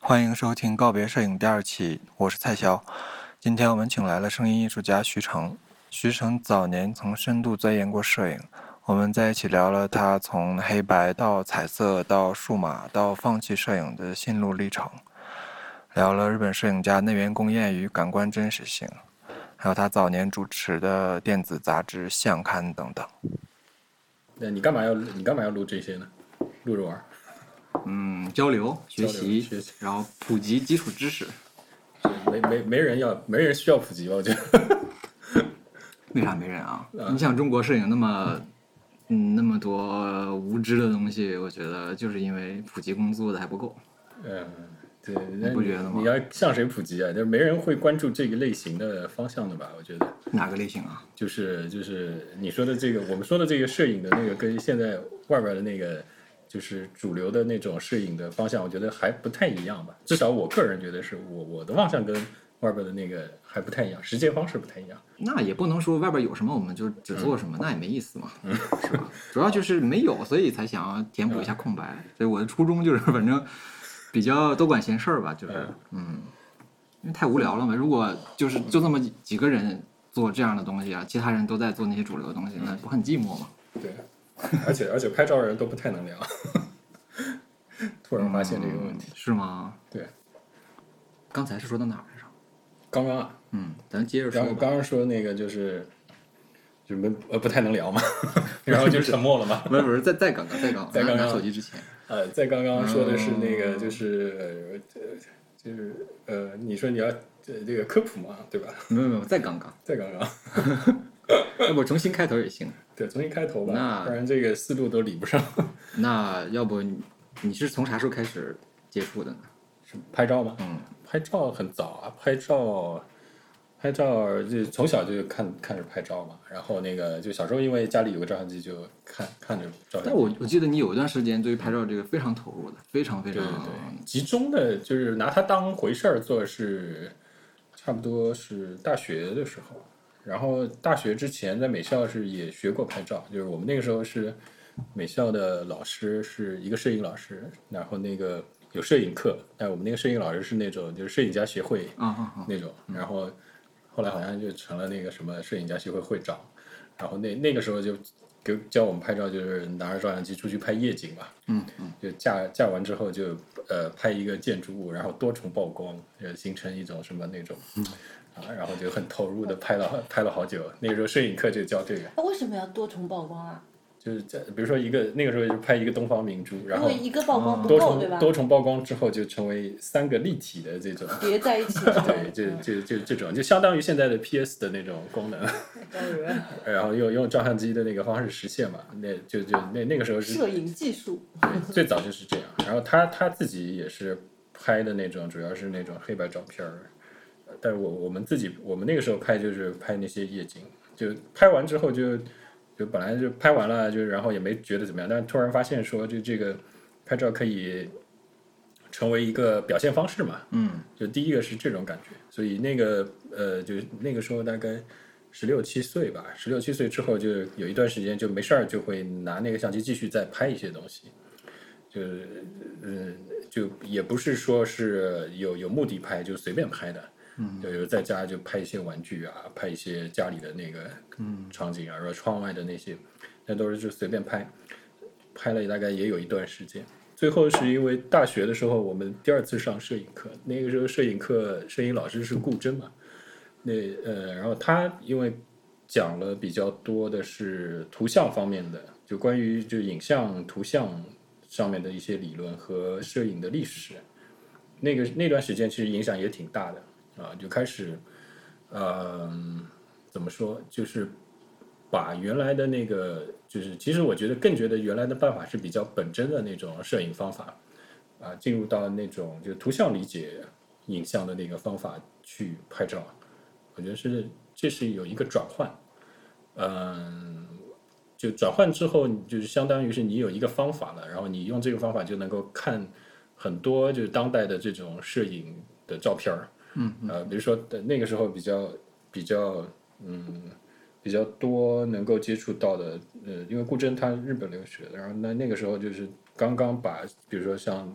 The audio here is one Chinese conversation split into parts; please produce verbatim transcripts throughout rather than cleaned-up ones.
欢迎收听告别摄影第二期，我是蔡潇。今天我们请来了声音艺术家徐成。徐成早年曾深度钻研过摄影，我们在一起聊了他从黑白到彩色到数码到放弃摄影的心路历程，聊了日本摄影家内原公彦与感官真实性，还有他早年主持的电子杂志、相刊等等。 那你干嘛要你干嘛要录这些呢？录着玩？ 嗯，交流、学习， 学习然后普及基础知识。 没没没人要，没人需要普及吧？我觉得。 为啥没人啊？啊你想中国摄影那么，嗯，那么多无知的东西，我觉得就是因为普及工作的还不够。 嗯，对， 你不觉得吗？ 你要向谁普及啊？就是没人会关注这个类型的方向的吧？我觉得。 哪个类型啊？ 就是就是你说的这个，我们说的这个摄影的那个，跟现在外边的那个。就是主流的那种摄影的方向，我觉得还不太一样吧。至少我个人觉得是我我的方向跟外边的那个还不太一样，实践方式不太一样。 那也不能说外边有什么我们就只做什么，嗯、那也没意思嘛，嗯、是吧？主要就是没有，所以才想要填补一下空白。嗯、所以我的初衷就是反正比较多管闲事儿吧，就是嗯，嗯因为太无聊了嘛。如果就是就这么几个人做这样的东西啊，其他人都在做那些主流的东西，那不很寂寞吗？ 对。而且而且拍照的人都不太能聊，突然发现这个问题、 嗯、是吗？ 对， 刚才是说到哪儿来着？ 刚刚啊， 嗯，咱接着说吧。 刚刚说那个就是就没呃不太能聊嘛，然后就沉默了嘛。 不是不是，在在刚刚在刚在刚刚手机之前， 呃，在刚刚说的是那个就是呃就是呃，你说你要这个科普嘛，对吧？ 没有没有，在刚刚， 在刚刚。 要不重新开头也行。 对，重新开头吧，不然这个思路都理不上。 那要不你是从啥时候开始接触的呢？ 是拍照吗？ 嗯， 拍照很早啊，拍照，拍照就从小就看看着拍照嘛。然后那个就小时候因为家里有个照相机，就看看着照相机。 但我我记得你有一段时间对于拍照这个非常投入的，非常非常对对对，集中的就是拿它当回事儿做，是差不多是大学的时候。然后大学之前在美校是也学过拍照，就是我们那个时候是美校的老师是一个摄影老师，然后那个有摄影课，但我们那个摄影老师是那种就是摄影家协会那种，然后后来好像就成了那个什么摄影家协会会长，然后那那个时候就给教我们拍照，就是拿着照相机出去拍夜景嘛， 嗯嗯， 就架架完之后就呃拍一个建筑物，然后多重曝光，就形成一种什么那种。嗯啊，然后就很投入的拍了拍了好久。那个时候摄影课就教这个。 那为什么要多重曝光啊？ 就是在比如说一个那个时候就拍一个东方明珠，然后因为一个曝光不够、 嗯、对吧？ 多重曝光之后就成为三个立体的这种叠在一起。 对，就就就这种就相当于现在的 P S 的那种功能。然后用用照相机的那个方式实现嘛，那就就那那个时候是摄影技术。 对，最早就是这样。然后他他自己也是拍的那种，主要是那种黑白照片儿。但是我我们自己我们那个时候拍就是拍那些夜景，就拍完之后就就本来就拍完了，就然后也没觉得怎么样，但是突然发现说就这个拍照可以成为一个表现方式嘛， 嗯， 就第一个是这种感觉，所以那个呃就那个时候大概十六七岁吧，十六七岁之后就有一段时间就没事儿就会拿那个相机继续再拍一些东西，就嗯就也不是说是有有目的拍，就随便拍的。嗯，就有在家就拍一些玩具啊，拍一些家里的那个嗯场景啊，然后窗外的那些，那都是就随便拍，拍了大概也有一段时间。最后是因为大学的时候，我们第二次上摄影课，那个时候摄影课摄影老师是顾真嘛，那呃，然后他因为讲了比较多的是图像方面的，就关于就影像、图像上面的一些理论和摄影的历史，那个那段时间其实影响也挺大的。啊，就开始，呃，怎么说？就是把原来的那个，就是其实我觉得更觉得原来的办法是比较本真的那种摄影方法，啊，进入到那种就图像理解影像的那个方法去拍照，我觉得是这是有一个转换，嗯，就转换之后，就是相当于是你有一个方法了，然后你用这个方法就能够看很多就是当代的这种摄影的照片儿。 嗯， 呃，比如说那个时候比较比较嗯比较多能够接触到的，呃，因为顾真他日本留学的，然后那那个时候就是刚刚把比如说像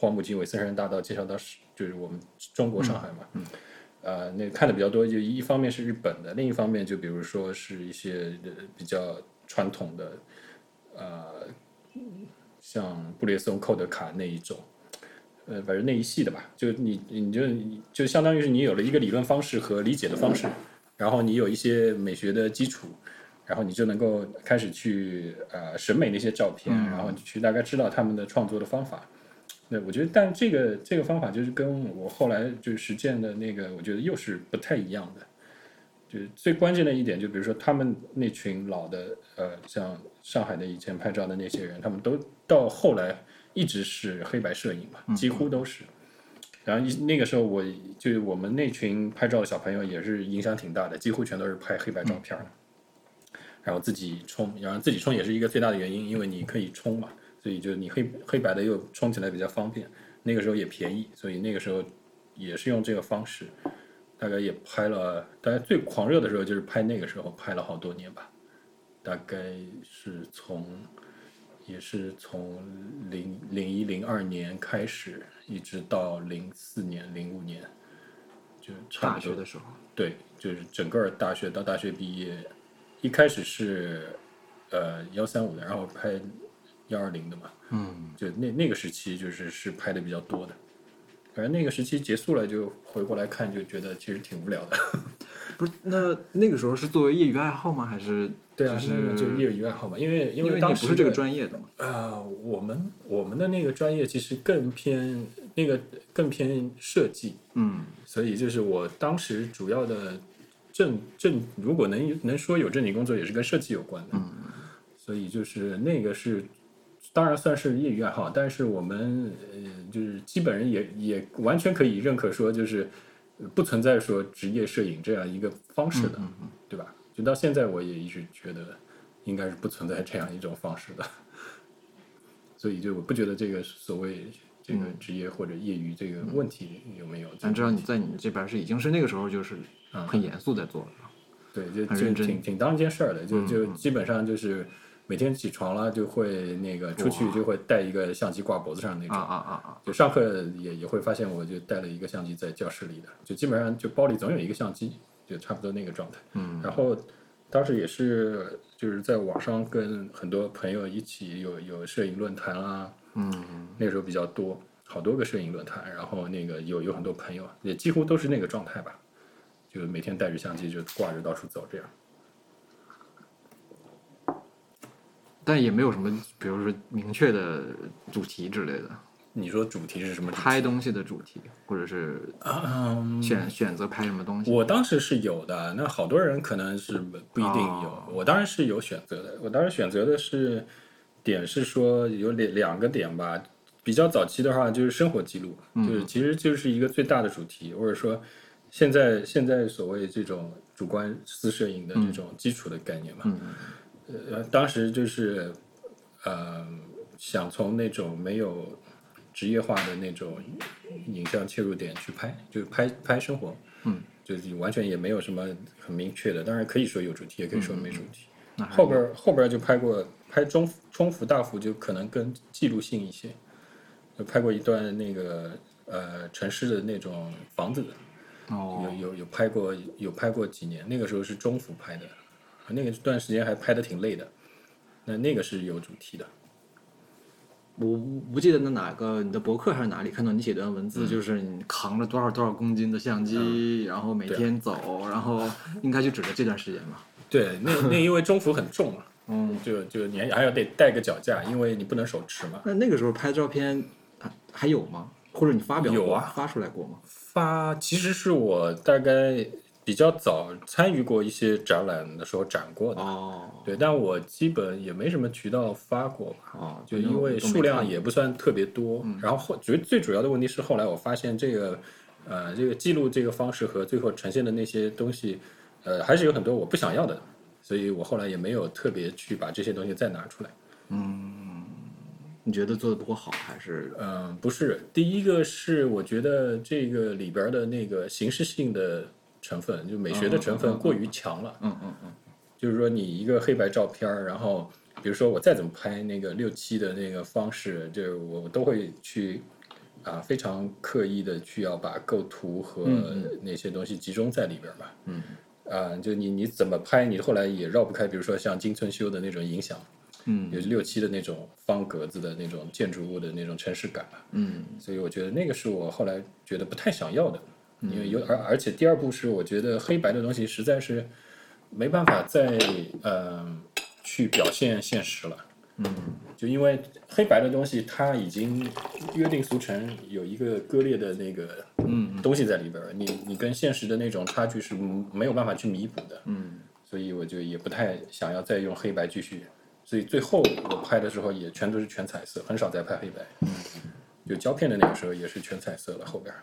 荒木经纬森山大道介绍到是就是我们中国上海嘛，嗯，呃，那看的比较多，就一方面是日本的，另一方面就比如说是一些呃比较传统的，呃，像布列松、寇德卡那一种。呃，反正那一系的吧，就你你就就相当于是你有了一个理论方式和理解的方式，然后你有一些美学的基础，然后你就能够开始去呃审美那些照片， 嗯、 然后去大概知道他们的创作的方法。那我觉得，但这个这个方法就是跟我后来就是实践的那个，我觉得又是不太一样的。就是最关键的一点，就比如说他们那群老的呃，像上海的以前拍照的那些人，他们都到后来。一直是黑白摄影嘛，几乎都是。然后那个时候我，就我们那群拍照的小朋友也是影响挺大的，几乎全都是拍黑白照片的。然后自己冲，然后自己冲也是一个最大的原因，因为你可以冲嘛，所以就你黑黑白的又冲起来比较方便。那个时候也便宜，所以那个时候也是用这个方式，大概也拍了，大概最狂热的时候就是拍那个时候拍了好多年吧，大概是从。也是从零零一零二年开始，一直到零四年、零五年，就差不多大学的时候， 对，就是整个大学到大学毕业，一开始是呃幺三五的，然后拍幺二零的嘛， 嗯， 就那那个时期就是是拍的比较多的，反正那个时期结束了，就回过来看，就觉得其实挺无聊的。 不是，那那个时候是作为业余爱好吗？还是对啊， 就是就业余爱好嘛，因为因为当时你不是这个专业的嘛。 呃，我们我们的那个专业其实更偏那个更偏设计， 嗯， 所以就是我当时主要的正正如果能能说有正经工作，也是跟设计有关的， 嗯， 所以就是那个是当然算是业余爱好，但是我们呃就是基本人也也完全可以认可说就是不存在说职业摄影这样一个方式的， 嗯嗯嗯对吧？就到现在我也一直觉得应该是不存在这样一种方式的，所以就我不觉得这个所谓这个职业或者业余这个问题有没有。 但知道你在你这边是已经是那个时候就是很严肃在做了， 对，就就挺挺当一件事儿的，就就基本上就是每天起床了就会那个出去就会带一个相机挂脖子上那种， 啊啊啊啊！ 就上课也也会发现我就带了一个相机在教室里的，就基本上就包里总有一个相机，就差不多那个状态。 嗯， 然后当时也是就是在网上跟很多朋友一起有有摄影论坛啦， 嗯， 那个时候比较多，好多个摄影论坛，然后那个有有很多朋友，也几乎都是那个状态吧。就每天带着相机就挂着到处走这样， 但也没有什么，比如说明确的主题之类的。 你说主题是什么？ 拍东西的主题，或者是选、嗯、选择拍什么东西？ 我当时是有的，那好多人可能是不一定有。哦、我当然是有选择的，我当时选择的是点是说有两两个点吧。比较早期的话就是生活记录， 嗯、 就是其实就是一个最大的主题，或者说。现在现在所谓这种主观私摄影的这种基础的概念嘛， 嗯、 呃，当时就是呃想从那种没有职业化的那种影像切入点去拍，就拍拍生活， 嗯， 就是完全也没有什么很明确的，当然可以说有主题，也可以说没主题。 嗯、 后边后边就拍过拍中中幅大幅，就可能更记录性一些，就拍过一段那个呃城市的那种房子的。 哦、 有有有拍过有拍过几年，那个时候是中幅拍的，那个段时间还拍的挺累的。那那个是有主题的。 我不记得那哪个你的博客还是哪里看到你写段文字， 嗯、 就是你扛着多少多少公斤的相机，嗯、然后每天走，然后应该就指着这段时间吧。 对，那那因为中幅很重嘛， 嗯， 就就你还要得带个脚架，因为你不能手持嘛。 那那个时候拍照片还有吗？或者你发表过有啊， 发出来过吗？ 发其实是我大概比较早参与过一些展览的时候展过的， 哦， 对，但我基本也没什么渠道发过吧， 哦， 就因为数量也不算特别多。 嗯、 然后后觉得最主要的问题是后来我发现这个，呃，这个记录这个方式和最后呈现的那些东西，呃，还是有很多我不想要的，所以我后来也没有特别去把这些东西再拿出来。 嗯。你觉得做的不够好，还是？ 嗯，不是。第一个是我觉得这个里边的那个形式性的成分，就美学的成分过于强了。 嗯嗯嗯。 就是说，你一个黑白照片，然后比如说我再怎么拍那个六七的那个方式，就是我都会去啊非常刻意的去要把构图和那些东西集中在里边嘛。嗯，啊，就你你怎么拍，你后来也绕不开，比如说像金村修的那种影响。嗯，有六七的那种方格子的那种建筑物的那种城市感吧。嗯，所以我觉得那个是我后来觉得不太想要的，因为有而而且第二部是我觉得黑白的东西实在是没办法再呃去表现现实了。嗯，就因为黑白的东西它已经约定俗成有一个割裂的那个嗯东西在里边，你你跟现实的那种差距是没有办法去弥补的。嗯，所以我就也不太想要再用黑白继续。所以最后我拍的时候也全都是全彩色，很少再拍黑白。嗯，就胶片的那个时候也是全彩色了后边。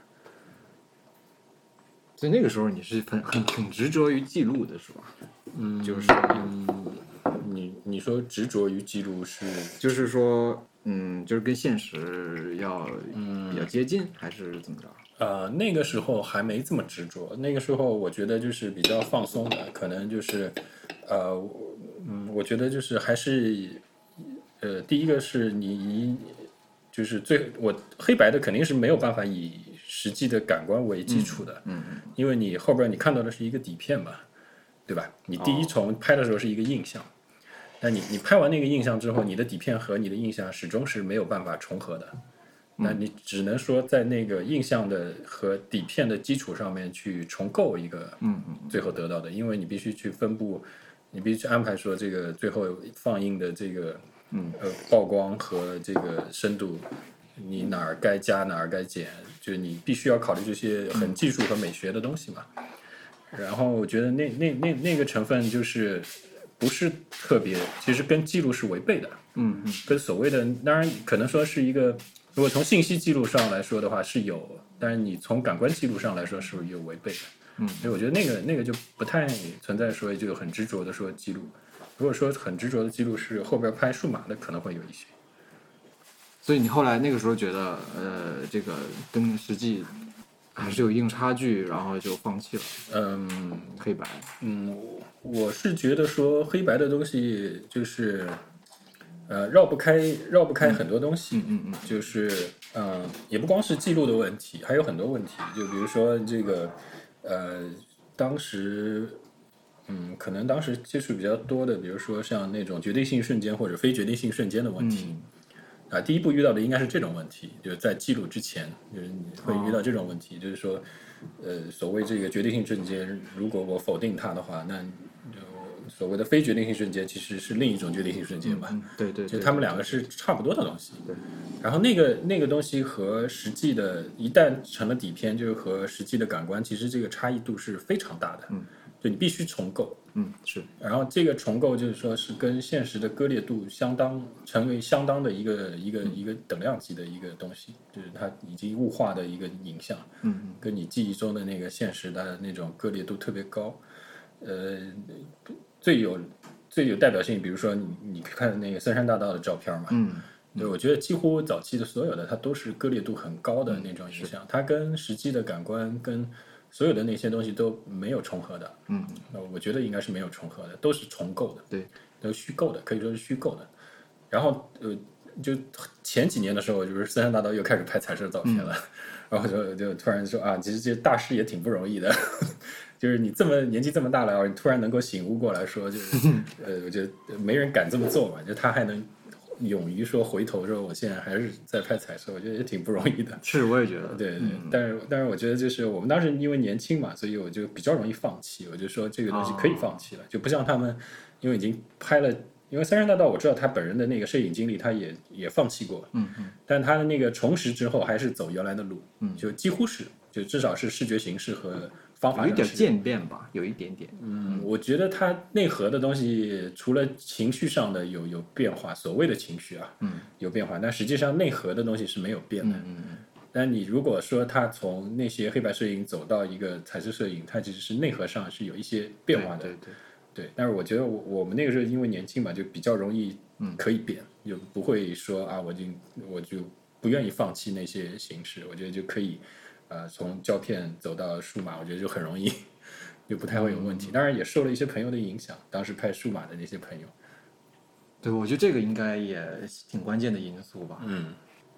所以那个时候你是很很很执着于记录的是吧？ 嗯，就是嗯，你你说执着于记录是， 就是说嗯，就是跟现实要比较接近，嗯、还是怎么着？ 呃，那个时候还没这么执着，那个时候我觉得就是比较放松的，可能就是呃。嗯，我觉得就是还是，呃，第一个是你，就是最我黑白的肯定是没有办法以实际的感官为基础的，嗯，嗯因为你后边你看到的是一个底片嘛，对吧？你第一重拍的时候是一个印象，那、哦、你你拍完那个印象之后，你的底片和你的印象始终是没有办法重合的，那你只能说在那个印象的和底片的基础上面去重构一个，嗯嗯，最后得到的，因为你必须去分布。你必须去安排说这个最后放映的这个嗯呃曝光和这个深度，你哪儿该加哪儿该减，就是你必须要考虑这些很技术和美学的东西嘛。然后我觉得那那那那个成分就是不是特别，其实跟记录是违背的。嗯嗯，跟所谓的当然可能说是一个，如果从信息记录上来说的话是有，但是你从感官记录上来说是有违背的。嗯，所以我觉得那个那个就不太存在说就很执着的说记录，如果说很执着的记录是后边拍数码的可能会有一些。 所以你后来那个时候觉得呃这个跟实际还是有一定差距，然后就放弃了。 嗯， 黑白。 嗯，我是觉得说黑白的东西就是呃绕不开绕不开很多东西。嗯嗯嗯，就是嗯、呃、也不光是记录的问题，还有很多问题，就比如说这个。呃，当时，嗯，可能当时接触比较多的，比如说像那种决定性瞬间或者非决定性瞬间的问题，嗯、啊，第一步遇到的应该是这种问题，就是在记录之前，就是你会遇到这种问题，哦、就是说，呃，所谓这个决定性瞬间，如果我否定它的话，那就所谓的非决定性瞬间其实是另一种决定性瞬间吧？ 嗯、对, 对对， 就他们两个是差不多的东西。 对。 然后那个那个东西和实际的，一旦成了底片，就是和实际的感官，其实这个差异度是非常大的。嗯，就你必须重构。 嗯，是。 然后这个重构就是说是跟现实的割裂度相当，成为相当的一个一个、嗯、一个等量级的一个东西，就是它已经物化的一个影像。嗯嗯，跟你记忆中的那个现实的那种割裂度特别高。呃，最有最有代表性，比如说你你看那个森山大道的照片嘛。嗯。对，我觉得几乎早期的所有的它都是割裂度很高的那种影像，嗯、它跟实际的感官跟所有的那些东西都没有重合的。嗯，我觉得应该是没有重合的，都是重构的。 对， 都虚构的，可以说是虚构的。然后呃，就前几年的时候，就是森山大道又开始拍彩色照片了，嗯、然后就就突然说啊，其实这大师也挺不容易的。就是你这么年纪这么大了，你突然能够醒悟过来说，就是呃，我觉得没人敢这么做嘛，就他还能。勇于说回头说我现在还是在拍彩色，我觉得也挺不容易的。 是，我也觉得。 对对，嗯、但是但是我觉得就是我们当时因为年轻嘛，所以我就比较容易放弃。我就说这个东西可以放弃了，哦、就不像他们，因为已经拍了，因为森山大道我知道他本人的那个摄影经历，他也也放弃过。嗯嗯。但他的那个重拾之后，还是走原来的路，嗯，就几乎是，就至少是视觉形式和。方法有一点渐变吧，有一点点。 嗯，我觉得它内核的东西，除了情绪上的有有变化，所谓的情绪啊，嗯，有变化，但实际上内核的东西是没有变的。嗯嗯。但你如果说它从那些黑白摄影走到一个彩色摄影，它其实是内核上是有一些变化的。 对对 对, 对。但是我觉得我我们那个时候因为年轻嘛，就比较容易可以变，就不会说啊，我就我就不愿意放弃那些形式，我觉得就可以。呃，从胶片走到数码，我觉得就很容易，就不太会有问题。当然也受了一些朋友的影响，当时拍数码的那些朋友。 对，我觉得这个应该也挺关键的因素吧。 嗯，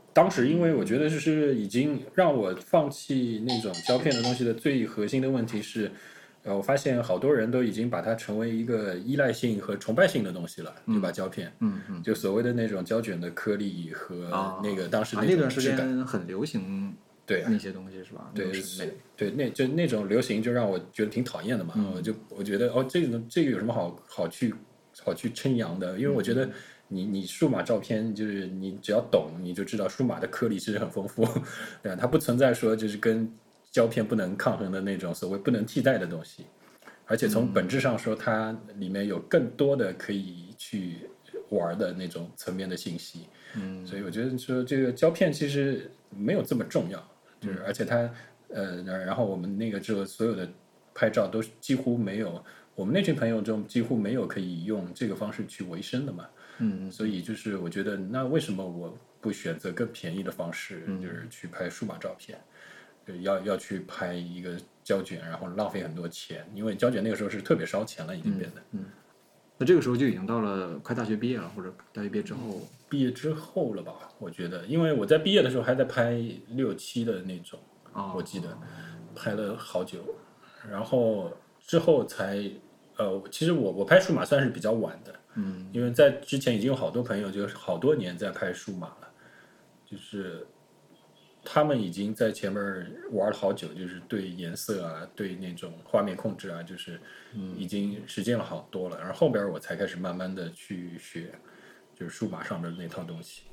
当时因为我觉得就是已经让我放弃那种胶片的东西的最核心的问题是，呃，我发现好多人都已经把它成为一个依赖性和崇拜性的东西了，对吧？胶片， 嗯嗯， 就所谓的那种胶卷的颗粒和那个当时啊、那种段时质感， 间很流行， 对啊那些东西是吧？ 对那种审美对，那就那种流行就让我觉得挺讨厌的嘛。我就我觉得哦，这个这个有什么好好去好去称扬的？因为我觉得你你数码照片就是你只要懂，你就知道数码的颗粒其实很丰富，对吧？它不存在说就是跟胶片不能抗衡的那种所谓不能替代的东西。而且从本质上说，它里面有更多的可以去玩的那种层面的信息。嗯，所以我觉得说这个胶片其实没有这么重要，就是而且它呃，然后我们那个之后所有的拍照都几乎没有，我们那群朋友中几乎没有可以用这个方式去维生的嘛。嗯，所以就是我觉得那为什么我不选择更便宜的方式，就是去拍数码照片？要要去拍一个胶卷，然后浪费很多钱，因为胶卷那个时候是特别烧钱了，已经变得。 嗯，那这个时候就已经到了快大学毕业了，或者大学毕业之后， 毕业之后了吧？我觉得，因为我在毕业的时候还在拍六七的那种， 哦我记得拍了好久，然后之后才呃，其实我我拍数码算是比较晚的，嗯，因为在之前已经有好多朋友就是好多年在拍数码了，就是他们已经在前面玩了好久，就是对颜色啊，对那种画面控制啊，就是已经实践了好多了。然后后边我才开始慢慢的去学，就是数码上面的那套东西。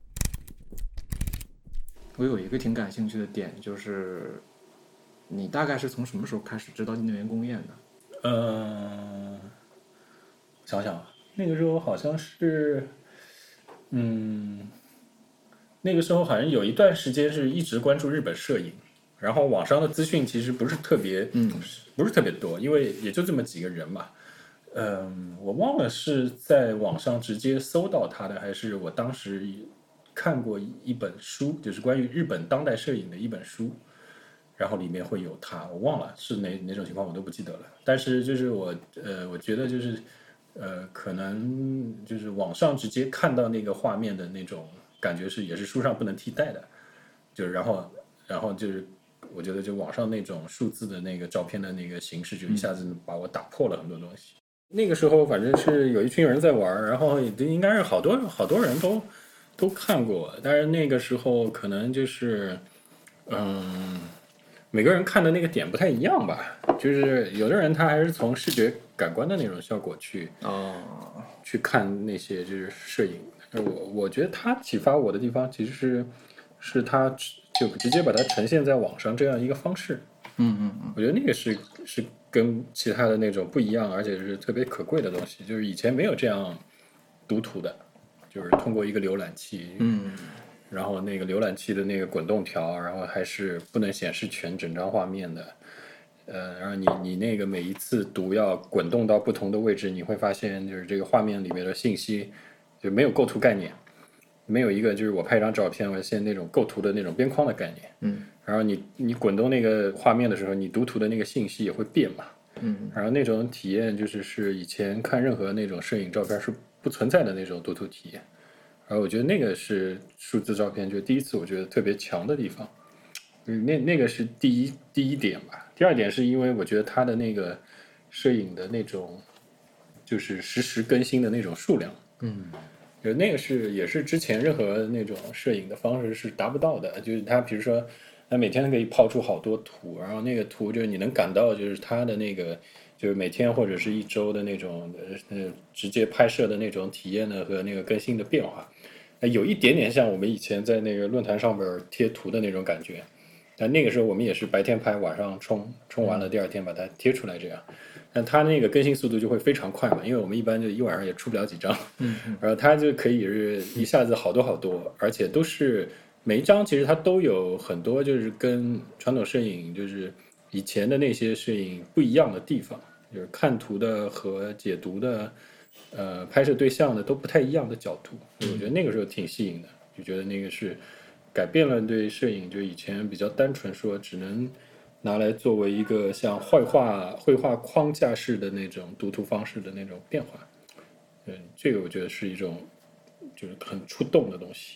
我有一个挺感兴趣的点，就是你大概是从什么时候开始知道内源工业的？ 嗯、呃，想想那个时候好像是，嗯。那个时候好像有一段时间是一直关注日本摄影，然后网上的资讯其实不是特别，嗯，不是特别多，因为也就这么几个人嘛。嗯，我忘了是在网上直接搜到他的，还是我当时看过一本书，就是关于日本当代摄影的一本书，然后里面会有他，我忘了是哪哪种情况，我都不记得了。但是就是我，呃，我觉得就是，呃，可能就是网上直接看到那个画面的那种。感觉是也是书上不能替代的，就是然后然后就是我觉得就网上那种数字的那个照片的那个形式，就一下子把我打破了很多东西。嗯、那个时候反正是有一群人在玩，然后应该是好多好多人都都看过，但是那个时候可能就是嗯，每个人看的那个点不太一样吧，就是有的人他还是从视觉感官的那种效果去哦去看那些就是摄影。我我觉得他启发我的地方其实是，是他就直接把它呈现在网上这样一个方式。 嗯嗯嗯， 我觉得那个是是跟其他的那种不一样，而且是特别可贵的东西。就是以前没有这样读图的，就是通过一个浏览器， 嗯， 然后那个浏览器的那个滚动条，然后还是不能显示全整张画面的。呃，然后你你那个每一次读要滚动到不同的位置，你会发现就是这个画面里面的信息。就没有构图概念，没有一个就是我拍一张照片，我现在那种构图的那种边框的概念。 嗯， 然后你你滚动那个画面的时候，你读图的那个信息也会变嘛。 嗯， 然后那种体验就是是以前看任何那种摄影照片是不存在的那种读图体验。然后我觉得那个是数字照片就第一次我觉得特别强的地方。那那个是第一第一点吧。第二点是因为我觉得它的那个摄影的那种就是实时更新的那种数量。 嗯。 就那个是也是之前任何那种摄影的方式是达不到的，就是他比如说他每天可以抛出好多图，然后那个图就是你能感到就是他的那个就是每天或者是一周的那种呃直接拍摄的那种体验的和那个更新的变化，有一点点像我们以前在那个论坛上边贴图的那种感觉，但那个时候我们也是白天拍，晚上冲冲完了第二天把它贴出来这样。但它那个更新速度就会非常快嘛，因为我们一般就一晚上也出不了几张，嗯，然后它就可以是一下子好多好多，而且都是每一张其实它都有很多就是跟传统摄影就是以前的那些摄影不一样的地方，就是看图的和解读的，呃，拍摄对象的都不太一样的角度，所以我觉得那个时候挺吸引的，就觉得那个是改变了对摄影就以前比较单纯说只能。拿来作为一个像绘画绘画框架式的那种读图方式的那种变化，嗯，这个我觉得是一种就是很触动的东西。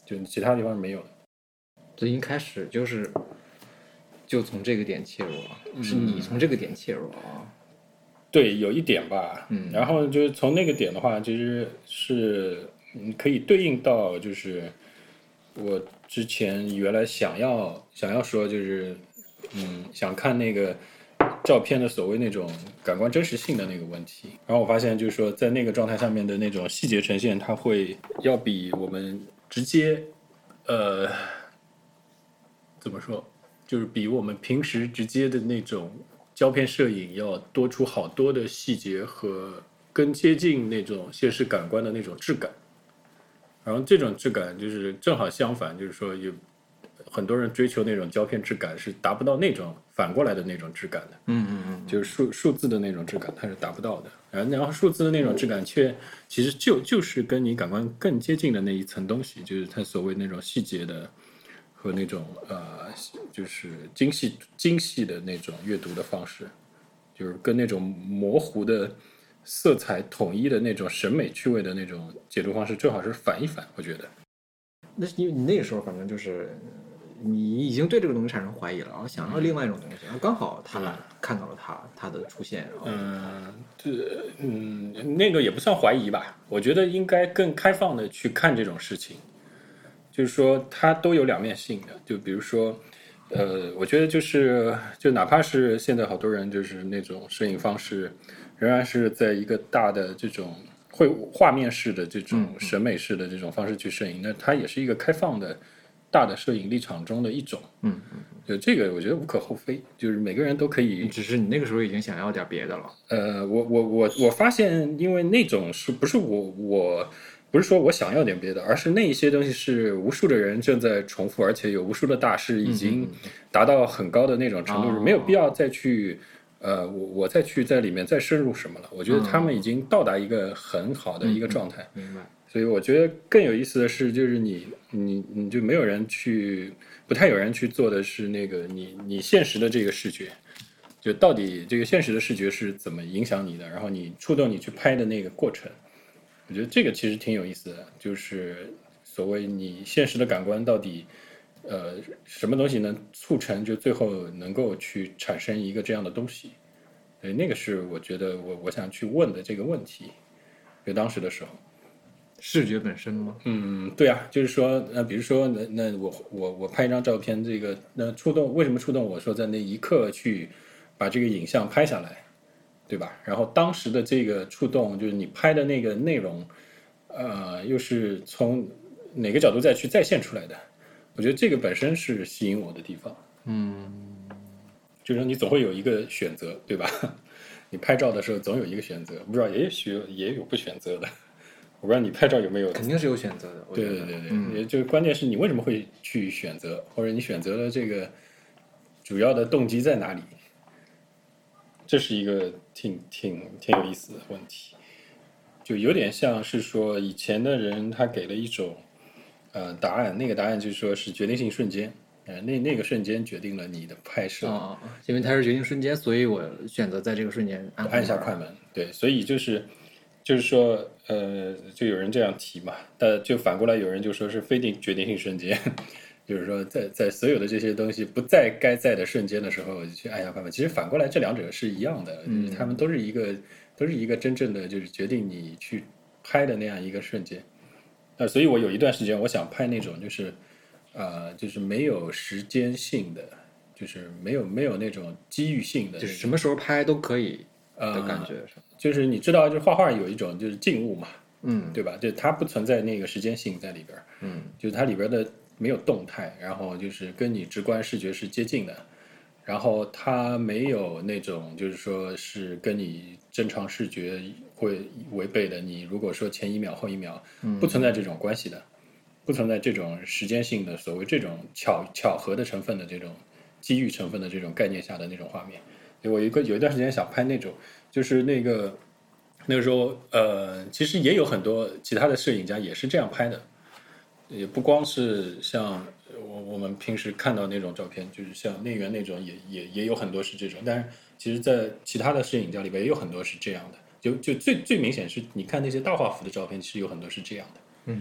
就其他地方是没有的。 最一开始就是就从这个点切入了，是你从这个点切入啊？ 对，有一点吧。 嗯， 然后就是从那个点的话，其实是嗯可以对应到就是我之前原来想要想要说就是嗯想看那个照片的所谓那种感官真实性的那个问题。然后我发现就是说在那个状态下面的那种细节呈现，它会要比我们直接呃怎么说，就是比我们平时直接的那种胶片摄影要多出好多的细节和更接近那种现实感官的那种质感。然后这种质感就是正好相反，就是说有很多人追求那种胶片质感是达不到那种反过来的那种质感的。 嗯嗯嗯， 就是数数字的那种质感，它是达不到的。然后，然后数字的那种质感却其实就就是跟你感官更接近的那一层东西，就是它所谓那种细节的和那种呃，就是精细精细的那种阅读的方式，就是跟那种模糊的色彩统一的那种审美趣味的那种解读方式，正好是反一反。我觉得， 那是因为你那个时候反正就是你已经对这个东西产生怀疑了，然后想要另外一种东西，然后刚好他来看到了他他的出现，然后嗯，这嗯，那个也不算怀疑吧，我觉得应该更开放的去看这种事情。就是说它都有两面性的，就比如说，呃，我觉得就是就哪怕是现在好多人就是那种摄影方式，仍然是在一个大的这种会画面式的这种审美式的这种方式去摄影，那它也是一个开放的大的摄影立场中的一种。 嗯嗯， 就这个我觉得无可厚非，就是每个人都可以。 只是你那个时候已经想要点别的了。 呃，我我我我发现，因为那种是不是我我。不是说我想要点别的，而是那一些东西是无数的人正在重复，而且有无数的大师已经达到很高的那种程度，是没有必要再去，呃，我我再去在里面再深入什么了。我觉得他们已经到达一个很好的一个状态。 明白。 所以我觉得更有意思的是，就是你你你就没有人去，不太有人去做的是那个你你现实的这个视觉，就到底这个现实的视觉是怎么影响你的，然后你触动你去拍的那个过程。我觉得这个其实挺有意思的，就是所谓你现实的感官到底，呃，什么东西能促成就最后能够去产生一个这样的东西？对，那个是我觉得我我想去问的这个问题，就当时的时候， 视觉本身吗？ 嗯，对啊，就是说，那比如说，那那我我我拍一张照片，这个那触动为什么触动我说在那一刻去把这个影像拍下来？对吧？然后当时的这个触动，就是你拍的那个内容，呃，又是从哪个角度再去再现出来的？我觉得这个本身是吸引我的地方。 嗯， 就是说你总会有一个选择，对吧？你拍照的时候总有一个选择，不知道也许也有不选择的。我不知道你拍照有没有？ 肯定是有选择的。 对对对对，嗯、也就关键是你为什么会去选择，或者你选择的这个主要的动机在哪里？这是一个挺挺挺有意思的问题，就有点像是说以前的人他给了一种呃答案，那个答案就是说是决定性瞬间，呃那那个瞬间决定了你的拍摄啊、哦，因为它是决定瞬间，所以我选择在这个瞬间按按下快门。对，所以就是就是说呃就有人这样提嘛，但就反过来有人就说是非定决定性瞬间。就是说在，在所有的这些东西不在该在的瞬间的时候，去按下快门。其实反过来，这两者是一样的，就是他们都是一个，都是一个真正的，就是决定你去拍的那样一个瞬间。呃，所以我有一段时间，我想拍那种，就是，呃，就是没有时间性的，就是没有没有那种机遇性的， 就是什么时候拍都可以的感觉。 呃、就是你知道，就是画画有一种就是静物嘛， 嗯， 对吧？就它不存在那个时间性在里边， 嗯， 就是它里边的。没有动态，然后就是跟你直观视觉是接近的，然后它没有那种就是说是跟你正常视觉会违背的。你如果说前一秒后一秒，不存在这种关系的，不存在这种时间性的所谓这种巧巧合的成分的这种机遇成分的这种概念下的那种画面。我一个有一段时间想拍那种，就是那个那个时候呃，其实也有很多其他的摄影家也是这样拍的。也不光是像我我们平时看到那种照片，就是像内源那种也也也有很多是这种，但是其实在其他的摄影家里边也有很多是这样的。就就最最明显是你看那些大画幅的照片，其实有很多是这样的。 嗯，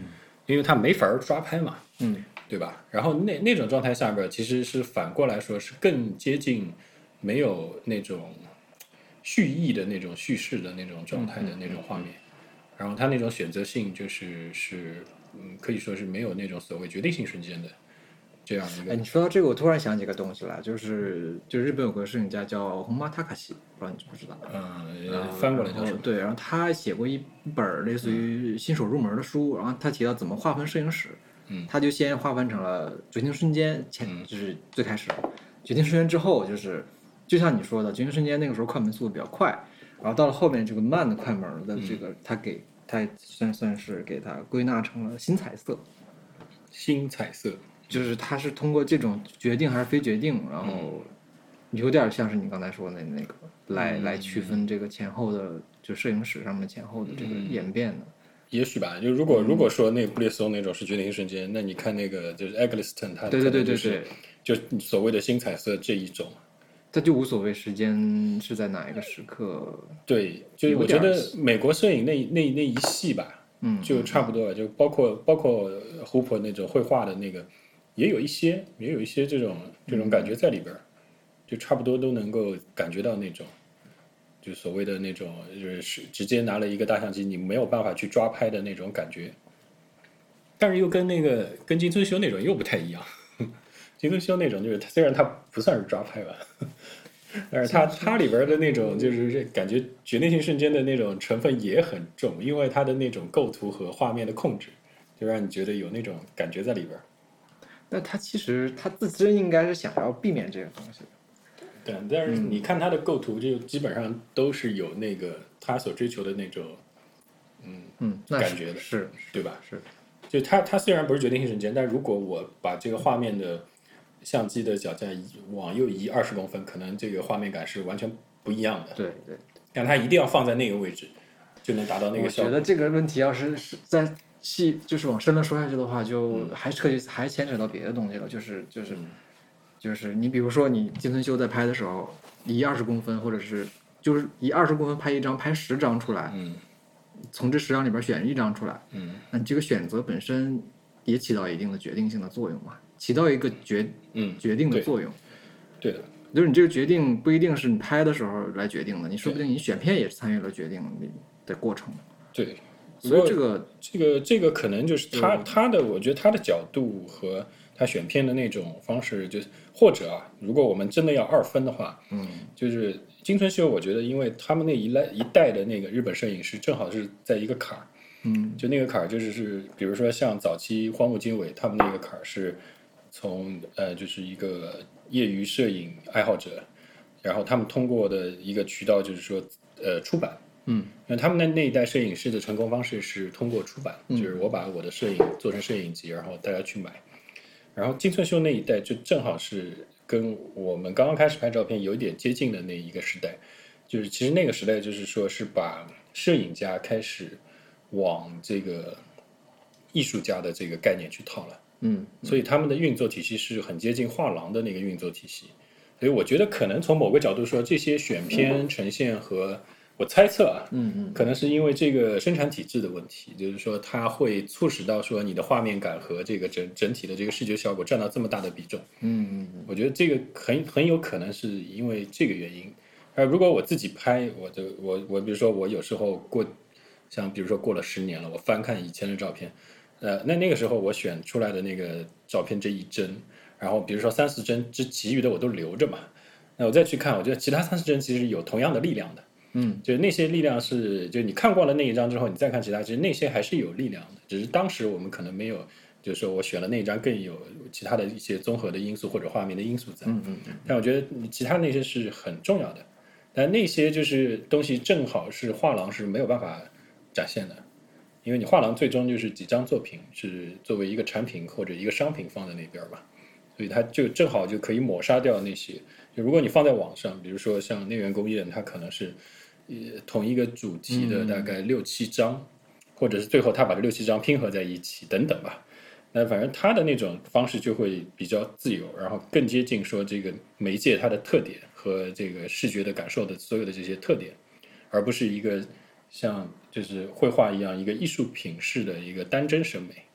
因为它没法抓拍嘛， 嗯， 对吧？然后那那种状态下边，其实是反过来说是更接近没有那种蓄意的那种叙事的那种状态的那种画面，然后它那种选择性就是是嗯，可以说是没有那种所谓决定性瞬间的这样一个。 哎，你说到这个，我突然想起个东西来，就是就日本有个摄影家叫红马塔卡西，不知道你知不知道？ 嗯，翻过来叫什么？ 对，然后他写过一本类似于新手入门的书，然后他提到怎么划分摄影史， 嗯， 他就先划分成了决定瞬间前，就是最开始，决定瞬间之后就是就像你说的，决定瞬间那个时候快门速度比较快，然后到了后面这个慢的快门的这个，他给他算算是给他归纳成了新彩色， 新彩色。 就是它是通过这种决定还是非决定，然后有点像是你刚才说的那个来、嗯、来区分这个前后的，就摄影史上面前后的这个演变的。 也许吧，就如果、嗯、如果说那个布列松那种是决定性瞬间，那你看那个就是 Eggleston 他对对对对对， 就所谓的新彩色这一种， 它就无所谓时间是在哪一个时刻。 对，就我觉得美国摄影那那那一系吧， 嗯， 就差不多了，就包括包括胡珀那种绘画的那个。也有一些，也有一些这种这种感觉在里边、嗯，就差不多都能够感觉到那种，就所谓的那种，就是直接拿了一个大相机，你没有办法去抓拍的那种感觉。但是又跟那个跟金村修那种又不太一样，金村修那种就是虽然它不算是抓拍吧，但是它它里边的那种就是感觉决定性瞬间的那种成分也很重，因为它的那种构图和画面的控制，就让你觉得有那种感觉在里边。 但他其实他自身应该是想要避免这个东西的， 对，但是你看他的构图，就基本上都是有那个他所追求的那种，嗯嗯， 感觉的， 是， 对吧？ 是， 就他他虽然不是决定性瞬间，但如果我把这个画面的相机的脚架往右移二十公分，可能这个画面感是完全不一样的。 对对， 但他一定要放在那个位置，就能达到那个效果。 我觉得这个问题要是是在。细就是往深了说下去的话，就还涉及还牵扯到别的东西了，就是就是、嗯、就是你比如说你金村修在拍的时候，移二十公分，或者是就是移二十公分拍一张，拍十张出来， 嗯， 从这十张里边选一张出来， 嗯， 那这个选择本身也起到一定的决定性的作用嘛，起到一个决嗯决定的作用， 对的， 就是你这个决定不一定是你拍的时候来决定的，你说不定你选片也参与了决定的过程， 对。 所以这个这个这个可能就是他他的，我觉得他的角度和他选片的那种方式，就是或者啊，如果我们真的要二分的话， 嗯， 就是金村秀，我觉得因为他们那一代一代的那个日本摄影师正好是在一个坎儿， 嗯， 就那个坎儿就是是，比如说像早期荒木经惟他们那个坎儿是从呃就是一个业余摄影爱好者，然后他们通过的一个渠道就是说呃出版。 嗯， 因为他们的那一代摄影师的成功方式是通过出版， 嗯、 就是我把我的摄影做成摄影集，然后大家去买。然后金村秀那一代就正好是跟我们刚刚开始拍照片有一点接近的那一个时代，就是其实那个时代就是说是把摄影家开始往这个艺术家的这个概念去套了， 嗯， 所以他们的运作体系是很接近画廊的那个运作体系。所以我觉得可能从某个角度说，这些选片呈现和我猜测啊， 嗯嗯， 可能是因为这个生产体制的问题，就是说它会促使到说你的画面感和这个整整体的这个视觉效果占到这么大的比重。 嗯嗯嗯， 我觉得这个很很有可能是因为这个原因。而如果我自己拍，我就我我比如说我有时候过，像比如说过了十年了，我翻看以前的照片，呃，那那个时候我选出来的那个照片这一帧，然后比如说三四帧之其余的我都留着嘛，那我再去看，我觉得其他三四帧其实有同样的力量的。 嗯， 就那些力量是，就你看过了那一张之后，你再看其他，其实那些还是有力量的，只是当时我们可能没有，就是说我选了那一张更有其他的一些综合的因素或者画面的因素在。 嗯嗯嗯。 但我觉得其他那些是很重要的，但那些就是东西正好是画廊是没有办法展现的，因为你画廊最终就是几张作品是作为一个产品或者一个商品放在那边嘛，所以它就正好就可以抹杀掉那些。就如果你放在网上，比如说像内原工业，它可能是。呃，同一个主题的大概六七张、嗯，或者是最后他把这六七张拼合在一起等等吧。那反正他的那种方式就会比较自由，然后更接近说这个媒介它的特点和这个视觉的感受的所有的这些特点，而不是一个像就是绘画一样一个艺术品式的一个单帧审美。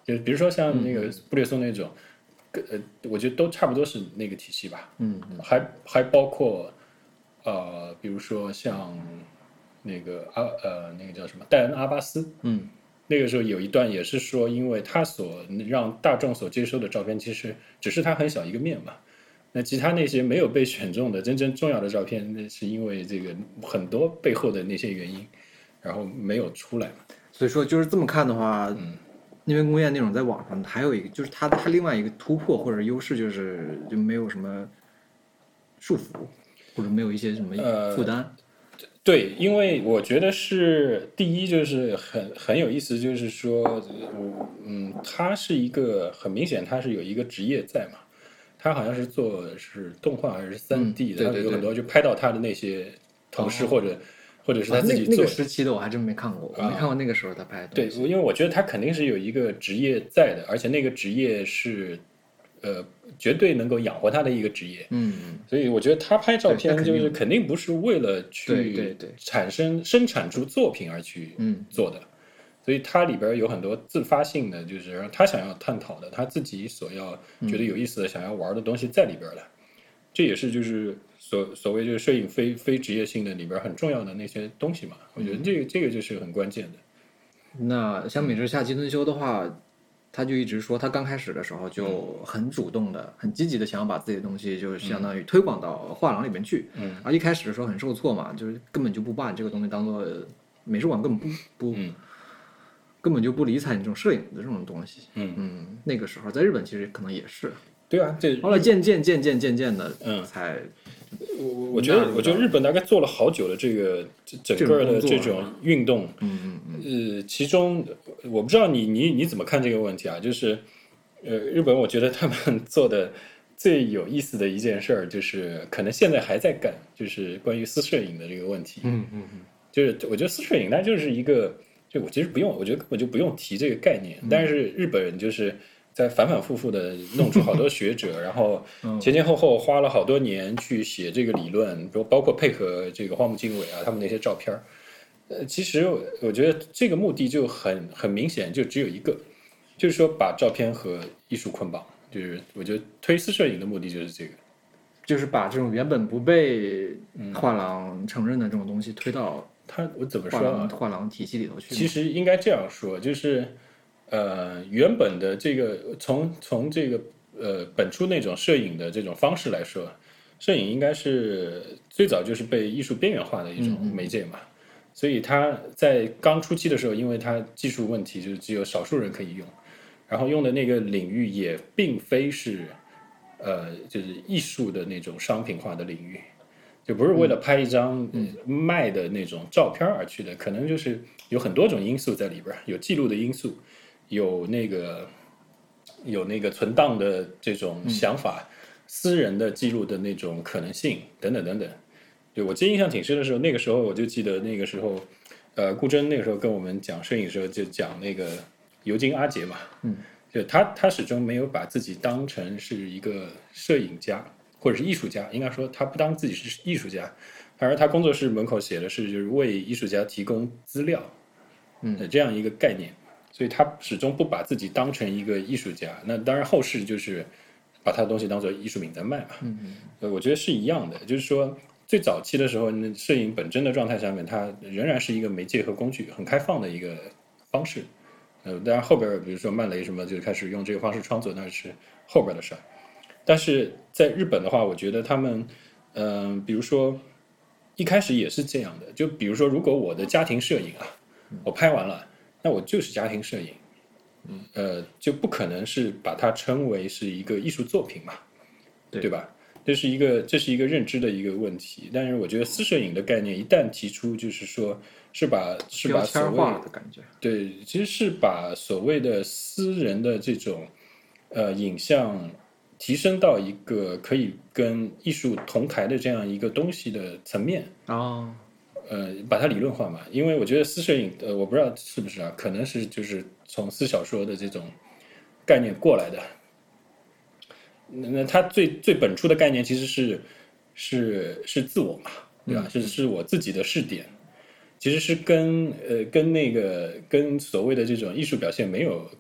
就比如说像那个布列松那种，呃，我觉得都差不多是那个体系吧。 嗯， 还还包括呃，比如说像那个阿呃那个叫什么戴恩阿巴斯， 嗯， 那个时候有一段也是说，因为他所让大众所接收的照片，其实只是他很小一个面嘛。那其他那些没有被选中的真正重要的照片，那是因为这个很多背后的那些原因，然后没有出来嘛。 所以说就是这么看的话，嗯，因为工业那种在网上还有一个就是它它另外一个突破或者优势就是就没有什么束缚，或者没有一些什么负担。 呃对，因为我觉得是第一，就是很很有意思，就是说，嗯，他是一个很明显，他是有一个职业在嘛，他好像是做是动画还是三 D 的， 嗯对对对他有很多就拍到他的那些同事或者、哦、或者是他自己做、 啊、那, 那个时期的我还真没看过，我没看过那个时候他拍的东西。 对，因为我觉得他肯定是有一个职业在的，而且那个职业是。呃，绝对能够养活他的一个职业， 嗯， 所以我觉得他拍照片就是肯定不是为了去产生生产出作品而去做的， 嗯、 所以他里边有很多自发性的，就是他想要探讨的，他自己所要觉得有意思的、嗯、想要玩的东西在里边的，这也是就是所所谓就是摄影非非职业性的里边很重要的那些东西嘛，我觉得这个、嗯、这个就是很关键的。 那相比之下，金村修的话。他就一直说，他刚开始的时候就很主动的、嗯、很积极的想要把自己的东西，就相当于推广到画廊里面去。 嗯， 而一开始的时候很受挫嘛，就是根本就不把你这个东西当做美术馆，根本不不、嗯，根本就不理睬你这种摄影的这种东西。 嗯嗯，那个时候在日本其实可能也是。 对啊，这后来渐渐渐渐渐渐的， 嗯， 才我我觉得我觉得日本大概做了好久的这个整个的这种运动， 嗯嗯嗯， 呃，其中我不知道你你你怎么看这个问题啊？就是呃，日本我觉得他们做的最有意思的一件事儿，就是可能现在还在干，就是关于私摄影的这个问题。 嗯嗯嗯， 就是我觉得私摄影它就是一个，就我其实不用，我觉得根本就不用提这个概念， 嗯、 但是日本人就是在反反复复的弄出好多学者，然后前前后后花了好多年去写这个理论，包括配合这个荒木经惟啊他们那些照片。呃，其实我觉得这个目的就很很明显，就只有一个，就是说把照片和艺术捆绑。就是我觉得推私摄影的目的就是这个， 就是把这种原本不被画廊承认的这种东西推到他我怎么说啊？画廊体系里头去。 其实应该这样说，就是呃，原本的这个从从这个呃本初那种摄影的这种方式来说，摄影应该是最早就是被艺术边缘化的一种媒介嘛。嗯嗯，所以它在刚初期的时候，因为它技术问题，就是只有少数人可以用。然后用的那个领域也并非是，呃，就是艺术的那种商品化的领域，就不是为了拍一张卖的那种照片而去的，可能就是有很多种因素在里边，有记录的因素，有那个有那个存档的这种想法，私人的记录的那种可能性等等等等。对，我记得印象挺深的时候，那个时候我就记得那个时候，呃，顾真那个时候跟我们讲摄影的时候就讲那个。尤金阿杰嘛， 嗯， 就他他始终没有把自己当成是一个摄影家或者是艺术家，应该说他不当自己是艺术家，反而他工作室门口写的是就是为艺术家提供资料， 嗯， 这样一个概念，所以他始终不把自己当成一个艺术家。那当然后世就是把他的东西当做艺术品在卖嘛， 嗯嗯，我觉得是一样的，就是说最早期的时候，摄影本真的状态下面，它仍然是一个媒介和工具，很开放的一个方式。呃，当然后边比如说曼雷什么就开始用这个方式创作，那是后边的事儿。但是在日本的话，我觉得他们，嗯、呃，比如说一开始也是这样的，就比如说如果我的家庭摄影啊，我拍完了，那我就是家庭摄影，呃，就不可能是把它称为是一个艺术作品嘛， 对, 对吧？这是一个这是一个认知的一个问题。但是我觉得私摄影的概念一旦提出，就是说。是把是把所谓的感觉， 对，其实是把所谓的私人的这种呃影像提升到一个可以跟艺术同台的这样一个东西的层面哦， 呃，把它理论化嘛。因为我觉得私摄影，呃，我不知道是不是啊，可能是就是从私小说的这种概念过来的。那它最最本初的概念其实是是是自我嘛，对吧？嗯、是是我自己的视点。其实是跟呃跟那个跟所谓的这种艺术表现没有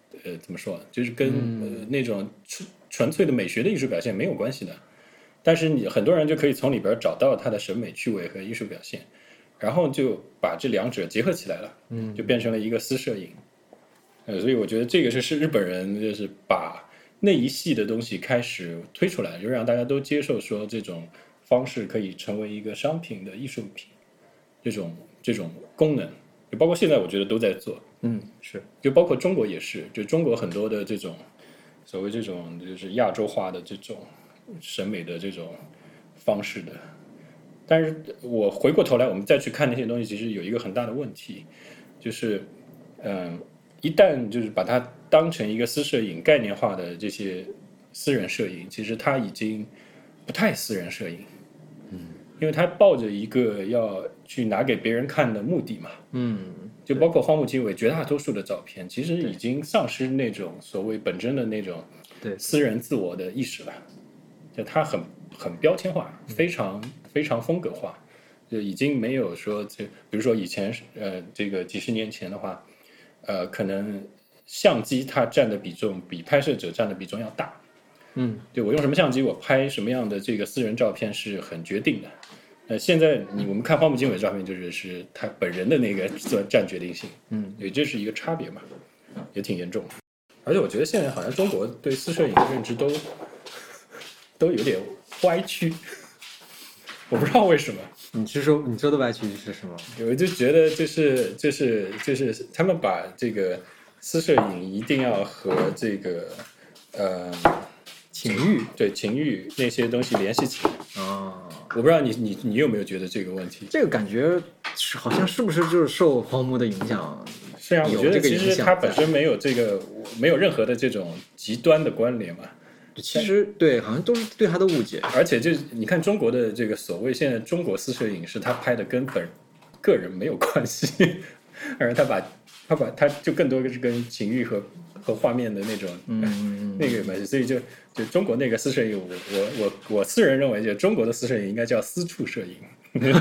呃怎么说，就是跟、呃、那种纯纯粹的美学的艺术表现没有关系的。但是你很多人就可以从里边找到他的审美趣味和艺术表现，然后就把这两者结合起来了，嗯，就变成了一个私摄影。呃，所以我觉得这个是是日本人就是把那一系的东西开始推出来，就让大家都接受说这种方式可以成为一个商品的艺术品，这种这种功能，就包括现在我觉得都在做， 嗯，是， 就包括中国也是，就中国很多的这种所谓这种就是亚洲化的这种审美的这种方式的。但是我回过头来我们再去看那些东西，其实有一个很大的问题，就是嗯、呃，一旦就是把它当成一个私摄影概念化的这些私人摄影，其实它已经不太私人摄影，嗯，因为它抱着一个要去拿给别人看的目的嘛， 嗯， 就包括荒木经惟绝大多数的照片，其实已经丧失那种所谓本真的那种对私人自我的意识了，就它很很标签化，非常非常风格化，就已经没有说这，比如说以前呃这个几十年前的话，呃可能相机它占的比重比拍摄者占的比重要大， 嗯， 就我用什么相机，我拍什么样的这个私人照片是很决定的。呃，现在你我们看荒木经惟照片，就是是他本人的那个占决定性， 嗯， 对，这是一个差别嘛，也挺严重的。而且我觉得现在好像中国对私摄影的认知都都有点歪曲，我不知道为什么。 你是说你说的歪曲是什么？ 我就觉得就是就是就是他们把这个私摄影一定要和这个呃情欲， 对情欲那些东西联系起来啊。 我不知道你你你有没有觉得这个问题？ 这个感觉是好像是不是就是受荒木的影响？ 是啊，我觉得其实它本身在没有这个没有任何的这种极端的关联嘛。 其实对，好像都是对他的误解。 而且就你看中国的这个所谓现在中国私摄影是他拍的跟本个人没有关系，而他把他把他就更多的是跟情欲和和画面的那种嗯那个有关系，所以就就中国那个私摄影，我我我我私人认为，就中国的私摄影应该叫私处摄影。